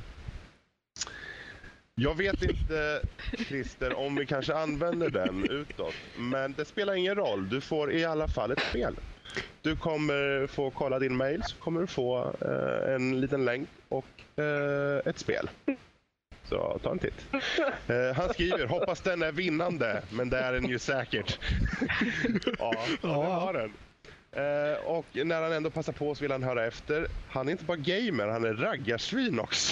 Jag vet inte, Christer, om vi kanske använder den utåt. Men det spelar ingen roll. Du får i alla fall ett spel. Du kommer få kolla din mail, så kommer du få en liten länk och ett spel. Så ta en titt. Han skriver, hoppas den är vinnande, men det är den ju säkert. Ja, det har den. Och när han ändå passar på så vill han höra efter. Han är inte bara gamer, han är raggarsvin också.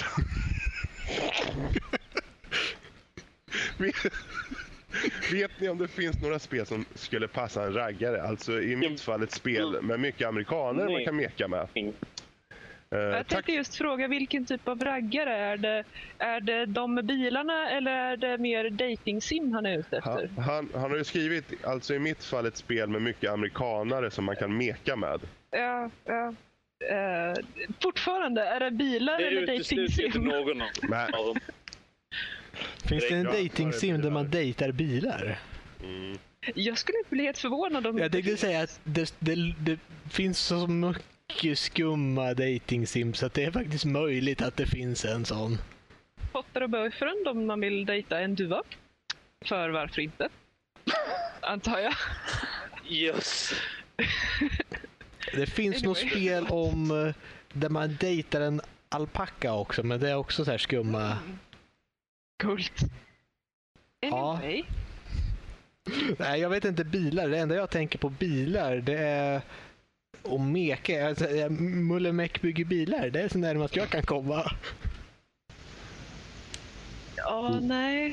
Vet ni om det finns några spel som skulle passa en raggare? Alltså i mitt fall ett spel med mycket amerikaner man kan meka med. Jag tänkte just fråga, vilken typ av raggare är det? Är det de med bilarna, eller är det mer dating-sim han är ute efter? Han har ju skrivit, alltså i mitt fall, ett spel med mycket amerikanare som man kan meka med. Ja. Fortfarande, är det bilar eller dating-sim? Någon av dem. Finns det en dating-sim där man dejtar bilar? Jag skulle bli helt förvånad om... Jag tänkte säga att det finns så mycket skumma dating-sim, så att det är faktiskt möjligt att det finns en sån. Potter och boyfriend om man vill dejta en duva. För varför inte? Antar jag. Yes. Det finns något spel om där man dejtar en alpacka också, men det är också så här skumma. Coolt. Anyway. Ja. Nej, jag vet inte bilar. Det enda jag tänker på bilar, det är och meka. Alltså, Mulle Meck bygger bilar. Det är så närmast jag kan komma. Ja, nej.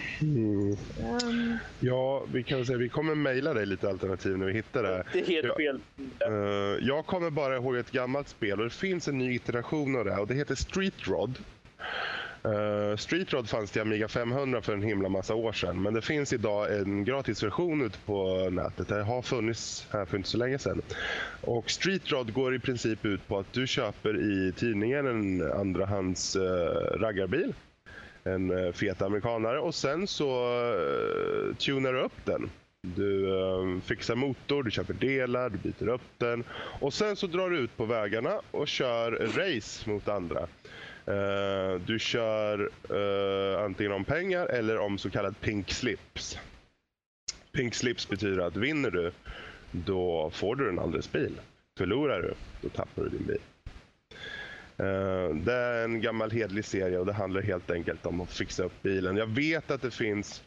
Ja, vi kan säga vi kommer mejla dig lite alternativ när vi hittar det. Det är helt fel. Jag kommer bara ihåg ett gammalt spel, och det finns en ny iteration av det, och det heter Street Rod. Street Rod fanns till Amiga 500 för en himla massa år sedan, men det finns idag en gratisversion ute på nätet. Det har funnits här för inte så länge sedan. Och Street Rod går i princip ut på att du köper i tidningen en andrahands raggarbil, en fet amerikanare, och sen så tunar du upp den. Du fixar motor, du köper delar, du byter upp den, och sen så drar du ut på vägarna och kör race mot andra. Du kör antingen om pengar eller om så kallad pink slips. Pink slips betyder att vinner du, då får du en andres bil. Förlorar du, då tappar du din bil. Det är en gammal hedlig serie och det handlar helt enkelt om att fixa upp bilen. Jag vet att det finns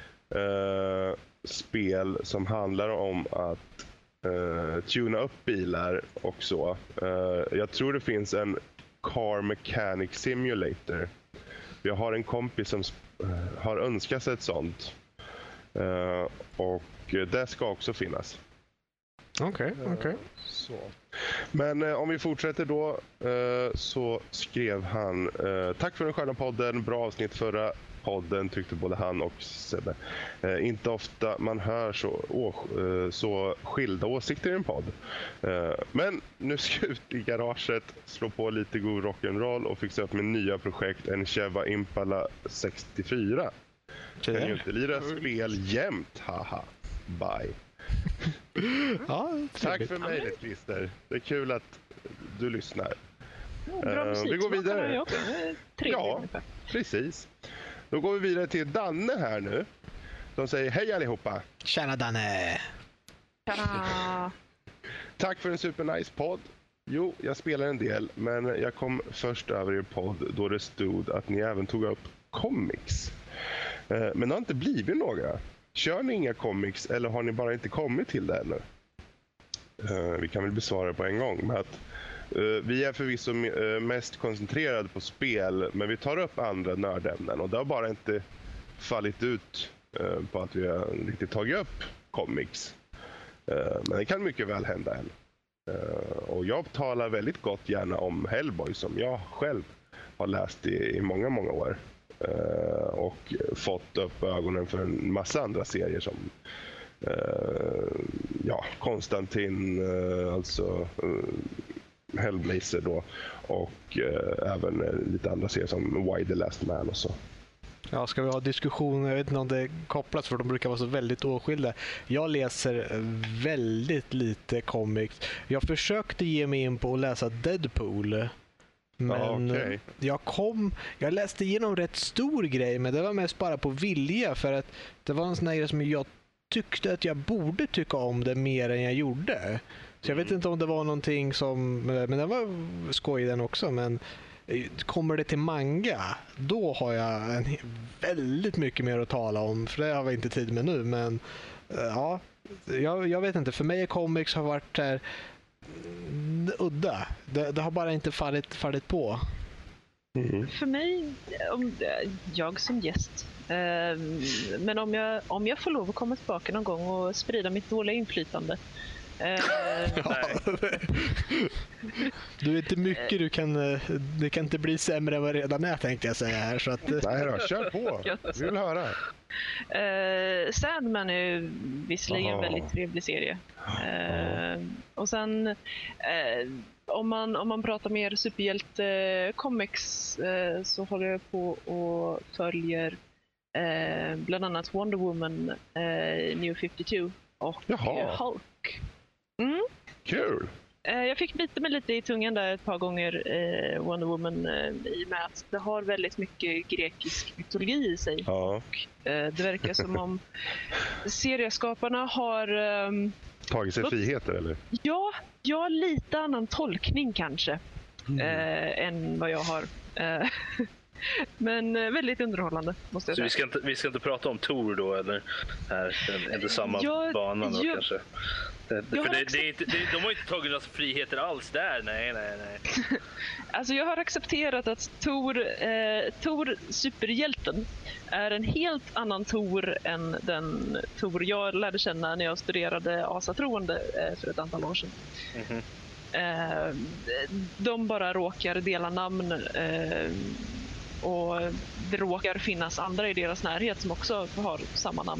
spel som handlar om att tuna upp bilar och så. Jag tror det finns en Car Mechanic Simulator. Jag har en kompis som har önskat sig ett sånt. Och det ska också finnas. Okej. Så. Men om vi fortsätter då så skrev han tack för den sköna podden, bra avsnitt förra podden tyckte både han och Sebbe. Inte ofta man hör så skilda åsikter i en podd. Men nu ska ut i garaget, slå på lite god rock'n'roll och fixa upp min nya projekt, en Cheva Impala 64. Kan ju inte lira spel jämt, haha. Bye. Ja, tack för mejlet, Christer. Det är kul att du lyssnar. Bra musik. Vi går vidare. Ja, precis. Då går vi vidare till Danne här nu. De säger hej allihopa. Tjena Danne. Tjena. Tack för en supernice podd. Jo, jag spelar en del, men jag kom först över er podd då det stod att ni även tog upp comics. Men det har inte blivit några. Kör ni inga comics eller har ni bara inte kommit till det ännu? Vi kan väl besvara det på en gång med att vi är förvisso mest koncentrerade på spel, men vi tar upp andra nördämnen och det har bara inte fallit ut på att vi har riktigt tagit upp comics. Men det kan mycket väl hända än. Och jag talar väldigt gott gärna om Hellboy som jag själv har läst i många, många år. Och fått upp ögonen för en massa andra serier som Konstantin, alltså Hellblazer då, och även lite andra serier som Why the Last Man och så. Ja, ska vi ha diskussion? Jag vet inte om det kopplas för de brukar vara så väldigt åskilda. Jag läser väldigt lite comics. Jag försökte ge mig in på att läsa Deadpool. Men jag läste igenom rätt stor grej, men det var mest bara på vilja för att det var en sån här grej som jag tyckte att jag borde tycka om det mer än jag gjorde. Så jag vet inte om det var någonting som, men det var skoj den också, men kommer det till manga, då har jag väldigt mycket mer att tala om, för det har vi inte tid med nu, men ja, jag vet inte, för mig comics har varit här udda. Det har bara inte fallit på. För mig, jag som gäst, men om jag får lov att komma tillbaka någon gång och sprida mitt dåliga inflytande. Du är inte mycket det kan inte bli sämre än vad det redan är, tänkte jag säga här, så att nej då, kör på. Vi vill höra. Sandman är visserligen en väldigt trevlig serie. Och sen om man pratar mer superhjälte comics så håller jag på och följer bland annat Wonder Woman, New 52 och Hulk. Kul! Jag fick bita mig lite i tungan där ett par gånger, Wonder Woman, i och med att det har väldigt mycket grekisk mytologi i sig. Ja. Och det verkar som om serieskaparna har tagit sig friheter, eller? Ja, lite annan tolkning kanske än vad jag har. Men väldigt underhållande, måste jag säga. Så vi ska inte prata om Thor då, eller är det samma bana då kanske? De har inte tagit några friheter alls där, nej. Alltså jag har accepterat att Thor superhjälten är en helt annan Thor än den Thor jag lärde känna när jag studerade asatroende för ett antal år sedan. De bara råkar dela namn och det råkar finnas andra i deras närhet som också har samma namn.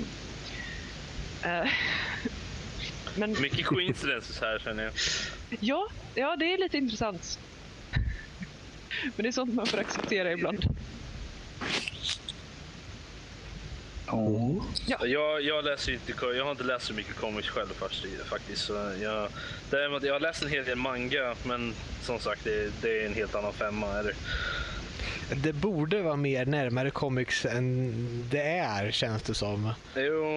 Men mycket coincidences här, känner jag. Ja, det är lite intressant. Men det är sånt man får acceptera ibland. Ja. Jag läser inte, jag har inte läst så mycket comics själv faktiskt. Så däremot jag har läst en hel del manga, men som sagt det är en helt annan femma, eller? Det borde vara mer närmare comics än det är, känns det som. Jo,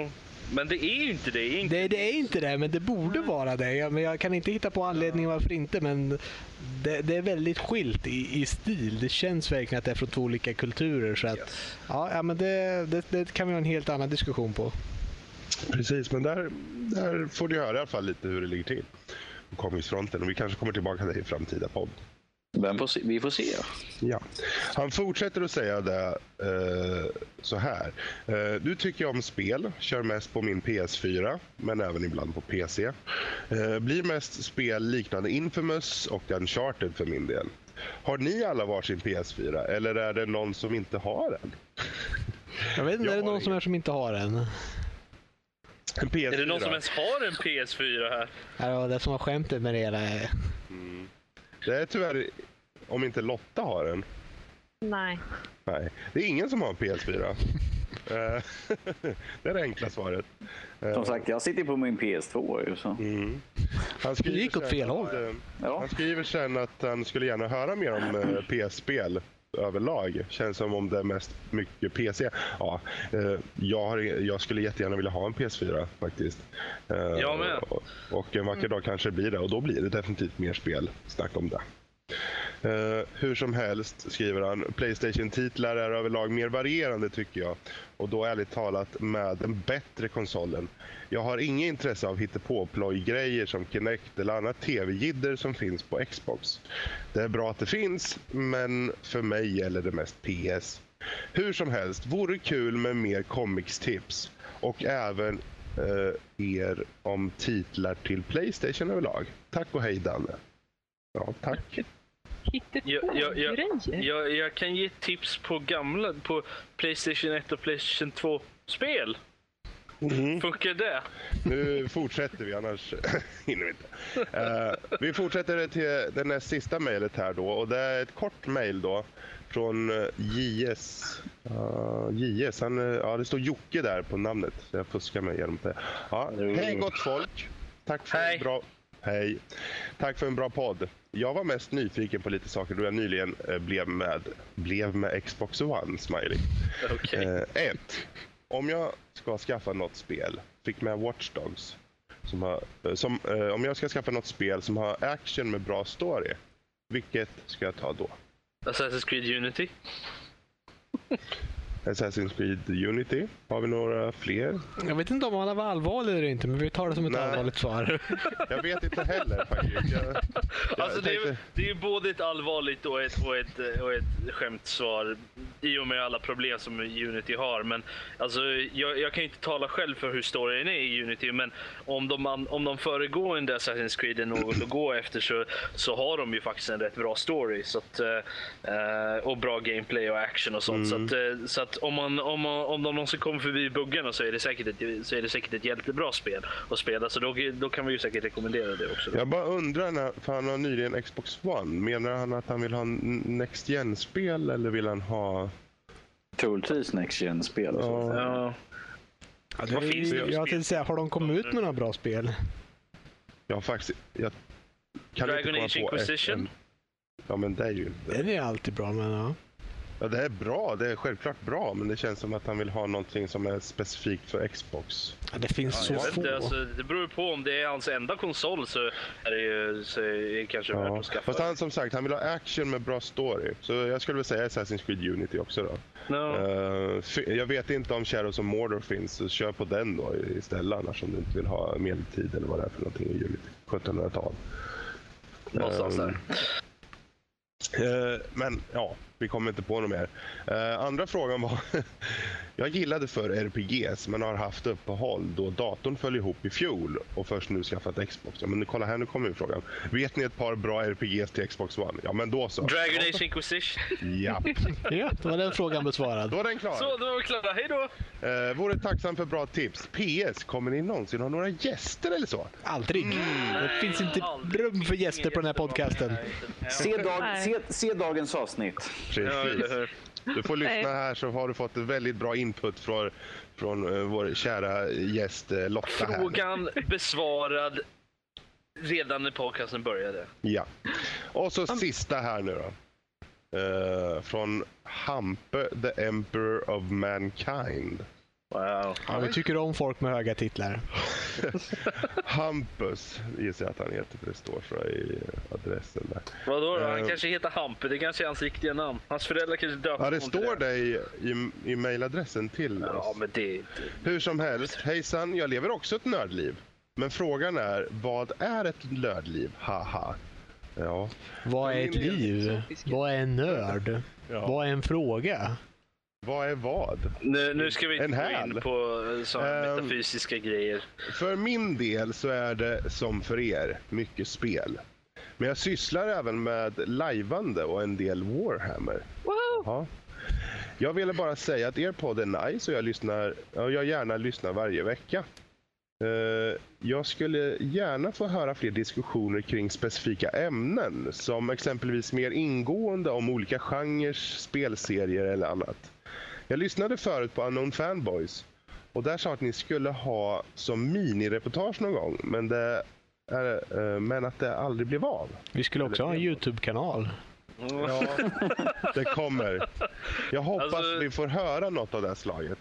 Men det är ju inte det. Det är inte det, men det borde vara det. Men jag kan inte hitta på anledningen varför inte, men det är väldigt skilt i stil. Det känns verkligen att det är från två olika kulturer. Så att, ja, men det kan vi ha en helt annan diskussion på. Precis, men där får du höra i alla fall lite hur det ligger till på comicsfronten. Och vi kanske kommer tillbaka till det i framtida podd. Vi får se. Ja. Han fortsätter att säga det så här. Du tycker om spel, kör mest på min PS4, men även ibland på PC. Blir mest spel liknande Infamous och Uncharted för min del. Har ni alla varsin PS4, eller är det någon som inte har en? Jag vet inte, är det någon som inte har en? Är det någon som ens har en PS4 här? Ja, det som har skämtet med det hela. Det är tyvärr, om inte Lotta har en. Nej. Det är ingen som har en PS4. Det är det enkla svaret. Som sagt, jag sitter på min PS2. Så. Han Det gick åt fel håll. Han skriver sen att han skulle gärna höra mer om PS-spel överlag. Känns som om det är mest mycket PC. Ja, jag skulle jättegärna vilja ha en PS4 faktiskt. Jag med. Och en vacker dag kanske blir det. Och då blir det definitivt mer spel. Snack om det. Hur som helst, skriver han, PlayStation-titlar är överlag mer varierande tycker jag. Och då ärligt talat med den bättre konsolen. Jag har inget intresse av hittepå-ploj-grejer som Kinect eller annat tv-jidder som finns på Xbox. Det är bra att det finns, men för mig gäller det mest PS. Hur som helst, vore kul med mer comics-tips. Och även er om titlar till PlayStation överlag. Tack och hej Danne. Ja, tack. Jag kan ge tips på på PlayStation 1 och PlayStation 2-spel. Funkar det? Nu fortsätter vi, annars hinner vi inte. Vi fortsätter till det näst sista mejlet här då. Och det är ett kort mejl då från JS. Det står Jocke där på namnet. Så jag fuskar mig igenom det. Ja, hej gott folk. Tack för en bra... Hej. Tack för en bra podd. Jag var mest nyfiken på lite saker då jag nyligen blev med Xbox One, smiley. Okay. 1. Om jag ska skaffa något spel, fick med Watch Dogs, om jag ska skaffa något spel som har action med bra story, vilket ska jag ta då? Assassin's Creed Unity. Assassin's Creed Unity. Har vi några fler? Jag vet inte om han var allvarlig eller inte, men vi tar det som ett allvarligt svar. Jag vet inte heller faktiskt. Alltså det är ju både ett allvarligt och ett skämtsvar i och med alla problem som Unity har. Men alltså, jag kan ju inte tala själv för hur storyn är i Unity, men om de föregående Assassin's Creed är något att gå efter så har de ju faktiskt en rätt bra story så att, och bra gameplay och action och sånt. Så att om de någonsin kommer förbi buggarna så är det säkert ett jättebra spel att spela, så då kan vi ju säkert rekommendera det också. Jag bara undrar, för han har nyligen Xbox One, menar han att han vill ha Next Gen-spel eller vill han ha... Troligtvis Next Gen-spel. Ja. Jag tänkte säga, har de kommit ut med några bra spel? Ja, faktiskt. Jag kan Dragon inte Age Inquisition? Ja, men det är ju inte... Det är alltid bra, men ja. Ja, det är bra. Det är självklart bra, men det känns som att han vill ha någonting som är specifikt för Xbox. Ja, det finns så få. Det beror på om det är hans enda konsol så är det ju kanske värt att skaffa. Fast han, som sagt, han vill ha action med bra story. Så jag skulle väl säga Assassin's Creed Unity också då. No. Jag vet inte om Shadows of Mordor finns, så kör på den då istället, annars om du inte vill ha medeltid eller vad det är för någonting i Unity. 1700-tal. Någonstans där. Men ja, vi kommer inte på något mer. Andra frågan var jag gillade för RPGs men har haft uppehåll då datorn föll ihop i fjol och först nu skaffat Xbox. Ja, men kolla här, nu kommer frågan. Vet ni ett par bra RPGs till Xbox One? Ja, men då så. Dragon Age Inquisition. Ja. Ja, då var den frågan besvarad. Då är den klar. Så, då var vi klara. Hej då! Vore tacksam för bra tips. PS, kommer ni någonsin ha några gäster eller så? Aldrig. Det finns inte rum för gäster på den här podcasten. Se dagens avsnitt. Precis. Du får lyssna här så har du fått ett väldigt bra input från vår kära gäst Lotta här. Frågan besvarad redan när podcasten började. Ja. Och så sista här nu då. Från Hampe, the Emperor of Mankind. Wow. Ja, vi tycker om folk med höga titlar. Hampus gissar jag att han heter, för det står så i adressen där. Vadå då? Han kanske heter Hampe, det kanske är hans riktiga namn. Hans föräldrar kanske döpte Ja, det står det i mejladressen till oss. Ja, men det... Hur som helst, hejsan, jag lever också ett nördliv. Men frågan är, vad är ett nördliv? Haha. Ja. Vad är ett liv? Vad är en nörd? Ja. Vad är en fråga? Vad är vad? Nu ska vi inte gå in på sådana metafysiska grejer. För min del så är det som för er, mycket spel. Men jag sysslar även med lajvande och en del Warhammer. Wow! Ja. Jag ville bara säga att er podd är nice och jag gärna lyssnar varje vecka. Jag skulle gärna få höra fler diskussioner kring specifika ämnen, som exempelvis mer ingående om olika genrer, spelserier eller annat. Jag lyssnade förut på Unknown Fanboys och där sa att ni skulle ha som mini-reportage någon gång, men att det aldrig blev av. Vi skulle också ha en YouTube-kanal. Ja, det kommer. Jag hoppas vi får höra något av det här slaget.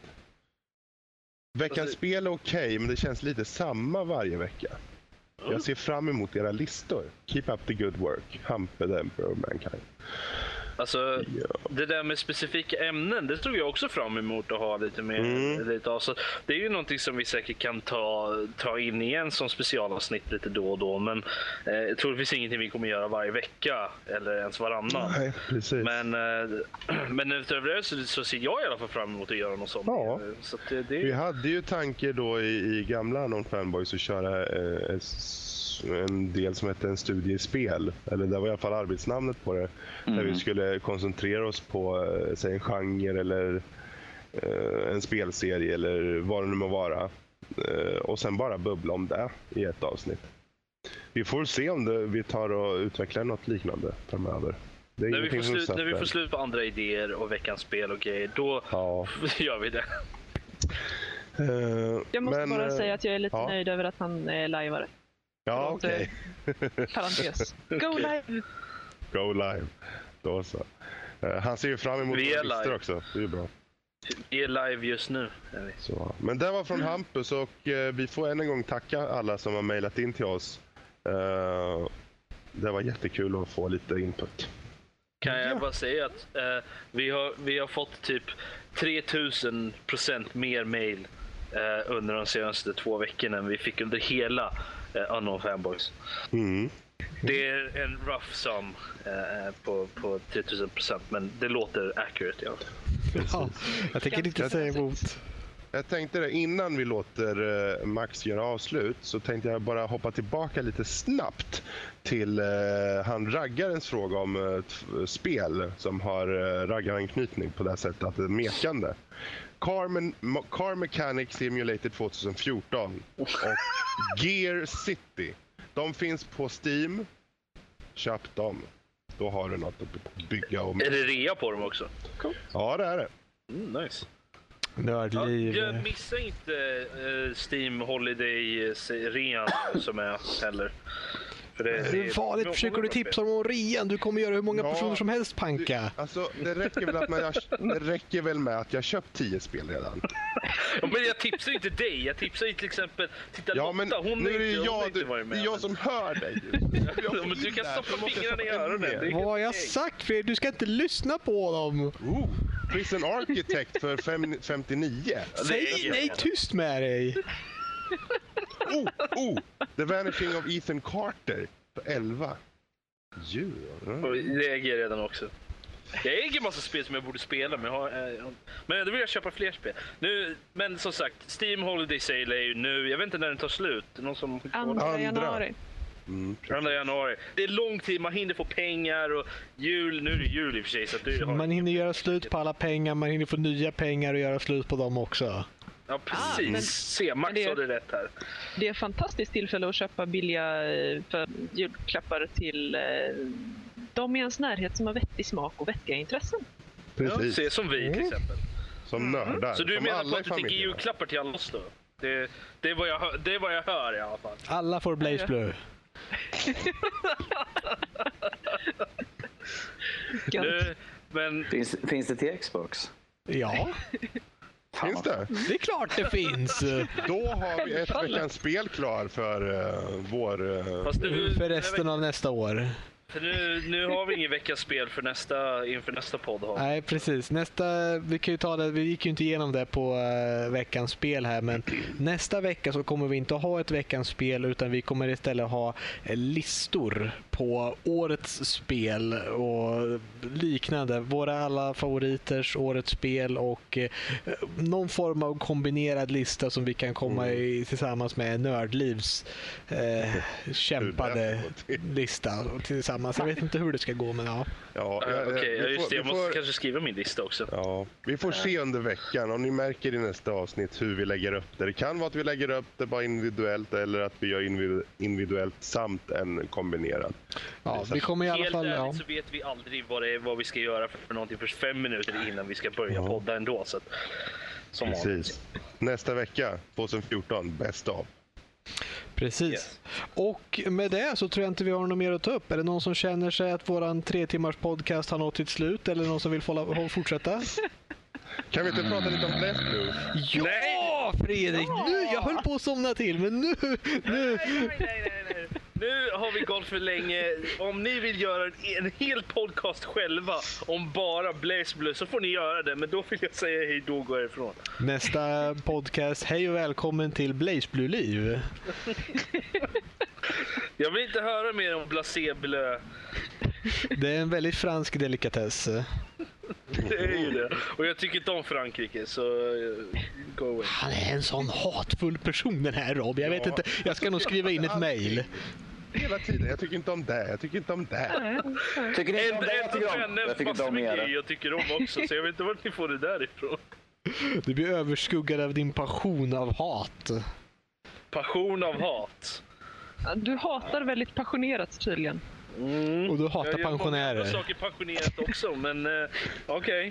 Veckans spel är okej, men det känns lite samma varje vecka. Jag ser fram emot era listor. Keep up the good work. Hampe, the Emperor of Mankind. Alltså, det där med specifika ämnen, det tror jag också fram emot att ha lite mer. Lite av. Så det är ju någonting som vi säkert kan ta in igen som specialavsnitt lite då och då. Men jag tror det finns ingenting vi kommer göra varje vecka eller ens varannan. Nej, precis. Men utöver det så ser jag i alla fall fram emot att göra något sånt. Ja. Så det... Vi hade ju tanke då i gamla Unknown Fanboys att köra en del som hette en studie i spel, eller det var i alla fall arbetsnamnet på det, där vi skulle koncentrera oss på säg en genre eller en spelserie eller vad det nu må vara, och sen bara bubbla om det i ett avsnitt. Vi får se om vi tar och utvecklar något liknande framöver. När vi får slut på andra idéer och veckans spel och grejer, då gör vi det. Jag måste bara säga att jag är lite nöjd över att han är lajvare. Ja, okej. Parentes. Go live! Go live. Då så. Han ser ju fram emot listor också. Det är ju bra. Vi är live just nu. Så. Men det var från Hampus och vi får än en gång tacka alla som har mejlat in till oss. Det var jättekul att få lite input. Kan jag bara säga att vi har fått typ 3000% mer mejl under de senaste 2 veckorna än vi fick under hela Unknown Fanboys. Det är en rough sum på 3000%, men det låter accurate. Ja, jag tänker inte säga emot. Jag tänkte det, innan vi låter Max göra avslut så tänkte jag bara hoppa tillbaka lite snabbt till han raggarens fråga om ett spel som har raggaranknytning på det här sättet, att det är mekande. Car Mechanic Simulator 2014 och Gear City. De finns på Steam. Köp dem. Då har du något att bygga om. Är det rea på dem också? Cool. Ja, det är det. Nice. Nördliv. Jag missar inte Steam Holiday-rean som är heller. För det är farligt, försöker du tipsa om rean? Du kommer göra hur många personer som helst, Panka. Alltså, det räcker väl med att jag köpt 10 spel redan. Ja, men jag tipsar inte dig. Jag tipsar ju till exempel Lotta. Men hon nu är det jag som hör dig. Men du kan stoppa fingrarna i öronen. Vad har jag sagt, Fred? Du ska inte lyssna på dem. Prison Architect för 59. Säg nej, tyst med dig. The Vanishing of Ethan Carter för 11. Det äger jag redan också. Jag äger massa spel som jag borde spela, men då vill jag köpa fler spel. Men som sagt, Steam Holiday Sale är ju nu, jag vet inte när den tar slut. Någon som 2 januari. 2 januari. Det är lång tid, man hinner få pengar och jul, nu är det jul i och för sig. Så man hinner göra slut på alla pengar, man hinner få nya pengar och göra slut på dem också. Ja, precis. Max har det rätt här. Det är ett fantastiskt tillfälle att köpa billiga julklappar till de i ens närhet som har vettig smak och vettiga intressen. Precis. Ja, se som vi till exempel. Som nördar. Så du som menar på att du tänker julklappar till alla oss då? Det är vad jag hör i alla fall. Alla får Blaze Blue. Finns det till Xbox? Ja. Finns det? Det är klart det finns. Då har vi ett veckans spel klar för för resten av nästa år. För nu har vi ingen veckas spel för inför nästa podd. Nej, precis. Vi kan ju ta det, vi gick ju inte igenom det på veckans spel här, men nästa vecka så kommer vi inte ha ett veckans spel, utan vi kommer istället ha listor på årets spel och liknande. Våra alla favoriters årets spel och någon form av kombinerad lista som vi kan komma i tillsammans med Nördlivs kämpade lista tillsammans. Jag vet inte hur det ska gå, men ja. Just det. Jag måste kanske skriva min lista också. Ja, vi får se under veckan. Om ni märker i nästa avsnitt hur vi lägger upp det. Det kan vara att vi lägger upp det bara individuellt eller att vi gör individuellt samt en kombiderad. Ja, vi kommer i alla fall... Helt ärligt så vet vi aldrig vad vi ska göra för någonting för 5 minuter innan vi ska börja podda ändå. Så att, precis. Nästa vecka, 2014, bäst av. Precis. Yes. Och med det så tror jag inte vi har något mer att ta upp. Är det någon som känner sig att våran 3 timmars podcast har nått sitt slut, eller någon som vill fortsätta? Kan vi inte prata lite om Blast Blue? Ja, nej! Fredrik! Ja! Nu, jag höll på att somna till, men nu... Nej. Nu har vi gått för länge. Om ni vill göra en hel podcast själva om bara Blaze Blue så får ni göra det. Men då vill jag säga hej då och gå ifrån. Nästa podcast, hej och välkommen till Blaze Blue Liv. Jag vill inte höra mer om Blasé Bleu. Det är en väldigt fransk delikatess. Det är ju det. Och jag tycker inte om Frankrike, så go away. Han är en sån hatfull person, den här Rob. Jag vet inte, jag ska nog skriva in ett mejl. Hela tiden, jag tycker inte om det. Jag tycker inte om det. Tycker ni inte om det? Jag tycker om det. Jag tycker om också, så jag vet inte var ni får det därifrån. Du blir överskuggad av din passion av hat. Passion av hat? Du hatar väldigt passionerat tydligen. Och du hatar pensionärer. Jag har saker passionerat också, men okej.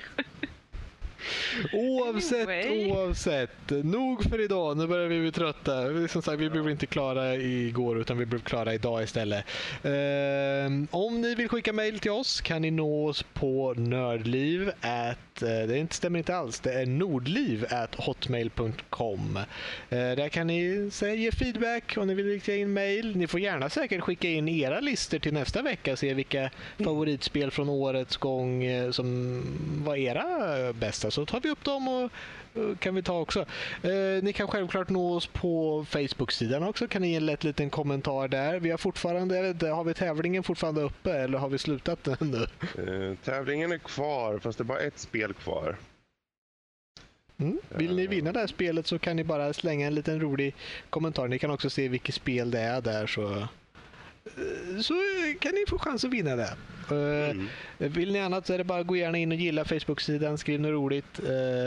Oavsett. Nog för idag. Nu börjar vi bli trötta. Som sagt, vi blev inte klara igår, utan vi blev klara idag istället. Om ni vill skicka mejl till oss kan ni nå oss på nördliv@ det stämmer inte alls. Det är nordliv@hotmail.com. Där kan ni ge feedback om ni vill skicka in mejl. Ni får gärna säkert skicka in era listor till nästa vecka. Se vilka favoritspel från årets gång som var era bästa. Så tar vi upp dem och kan vi ta också. Ni kan självklart nå oss på Facebook-sidan också. Kan ni ge en liten kommentar där. Vi har fortfarande, har vi tävlingen fortfarande uppe eller har vi slutat den nu? Tävlingen är kvar, fast det är bara ett spel kvar. Vill ni vinna det här spelet så kan ni bara slänga en liten rolig kommentar. Ni kan också se vilket spel det är där, så kan ni få chans att vinna det. Vill ni annat så är det bara att gå gärna in och gilla Facebook-sidan, skriv något roligt.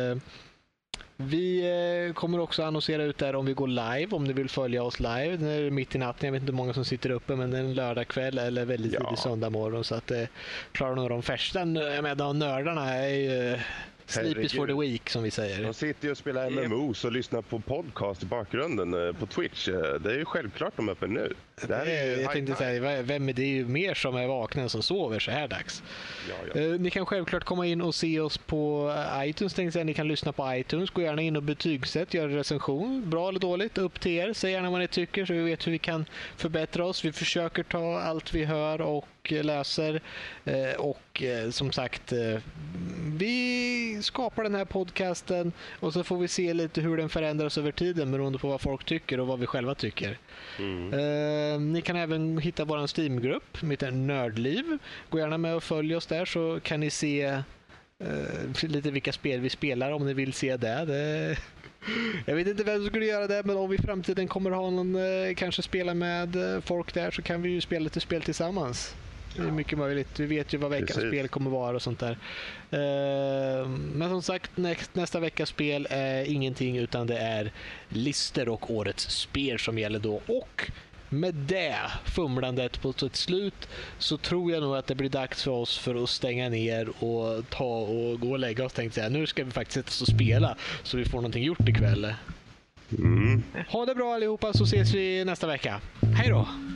Vi kommer också annonsera ut där om vi går live, om ni vill följa oss live. Det är mitt i natten, jag vet inte hur många som sitter uppe, men det är en lördagkväll eller väldigt tidig söndag morgon, så att klarar nog de första med de nördarna är ju sleep is for the week, som vi säger. De sitter ju och spelar MMOs och lyssnar på podcast i bakgrunden på Twitch. Det är ju självklart de är uppe nu. Jag tänkte säga, det är ju mer som är vakna än som sover så här dags. Ni kan självklart komma in och se oss på iTunes. Ni kan lyssna på iTunes. Gå gärna in och betygsätt, gör en recension. Bra eller dåligt, upp till er. Säg gärna vad ni tycker så vi vet hur vi kan förbättra oss. Vi försöker ta allt vi hör och läser. Och som sagt, vi skapar den här podcasten och så får vi se lite hur den förändras över tiden beroende på vad folk tycker och vad vi själva tycker. Ni kan även hitta vår Steam-grupp som heter Nördliv. Gå gärna med och följ oss där så kan ni se lite vilka spel vi spelar om ni vill se det. Jag vet inte vem som skulle göra det, men om vi i framtiden kommer ha någon kanske spela med folk där så kan vi ju spela lite spel tillsammans. Det är mycket möjligt. Vi vet ju vad veckans spel kommer vara och sånt där. Men som sagt, nästa veckas spel är ingenting utan det är lister och årets spel som gäller då. Och med det fumlandet på ett slut så tror jag nog att det blir dags för oss för att stänga ner och gå och lägga oss. Tänkte säga, nu ska vi faktiskt sätta oss och spela så vi får någonting gjort ikväll. Ha det bra allihopa, så ses vi nästa vecka. Hej då!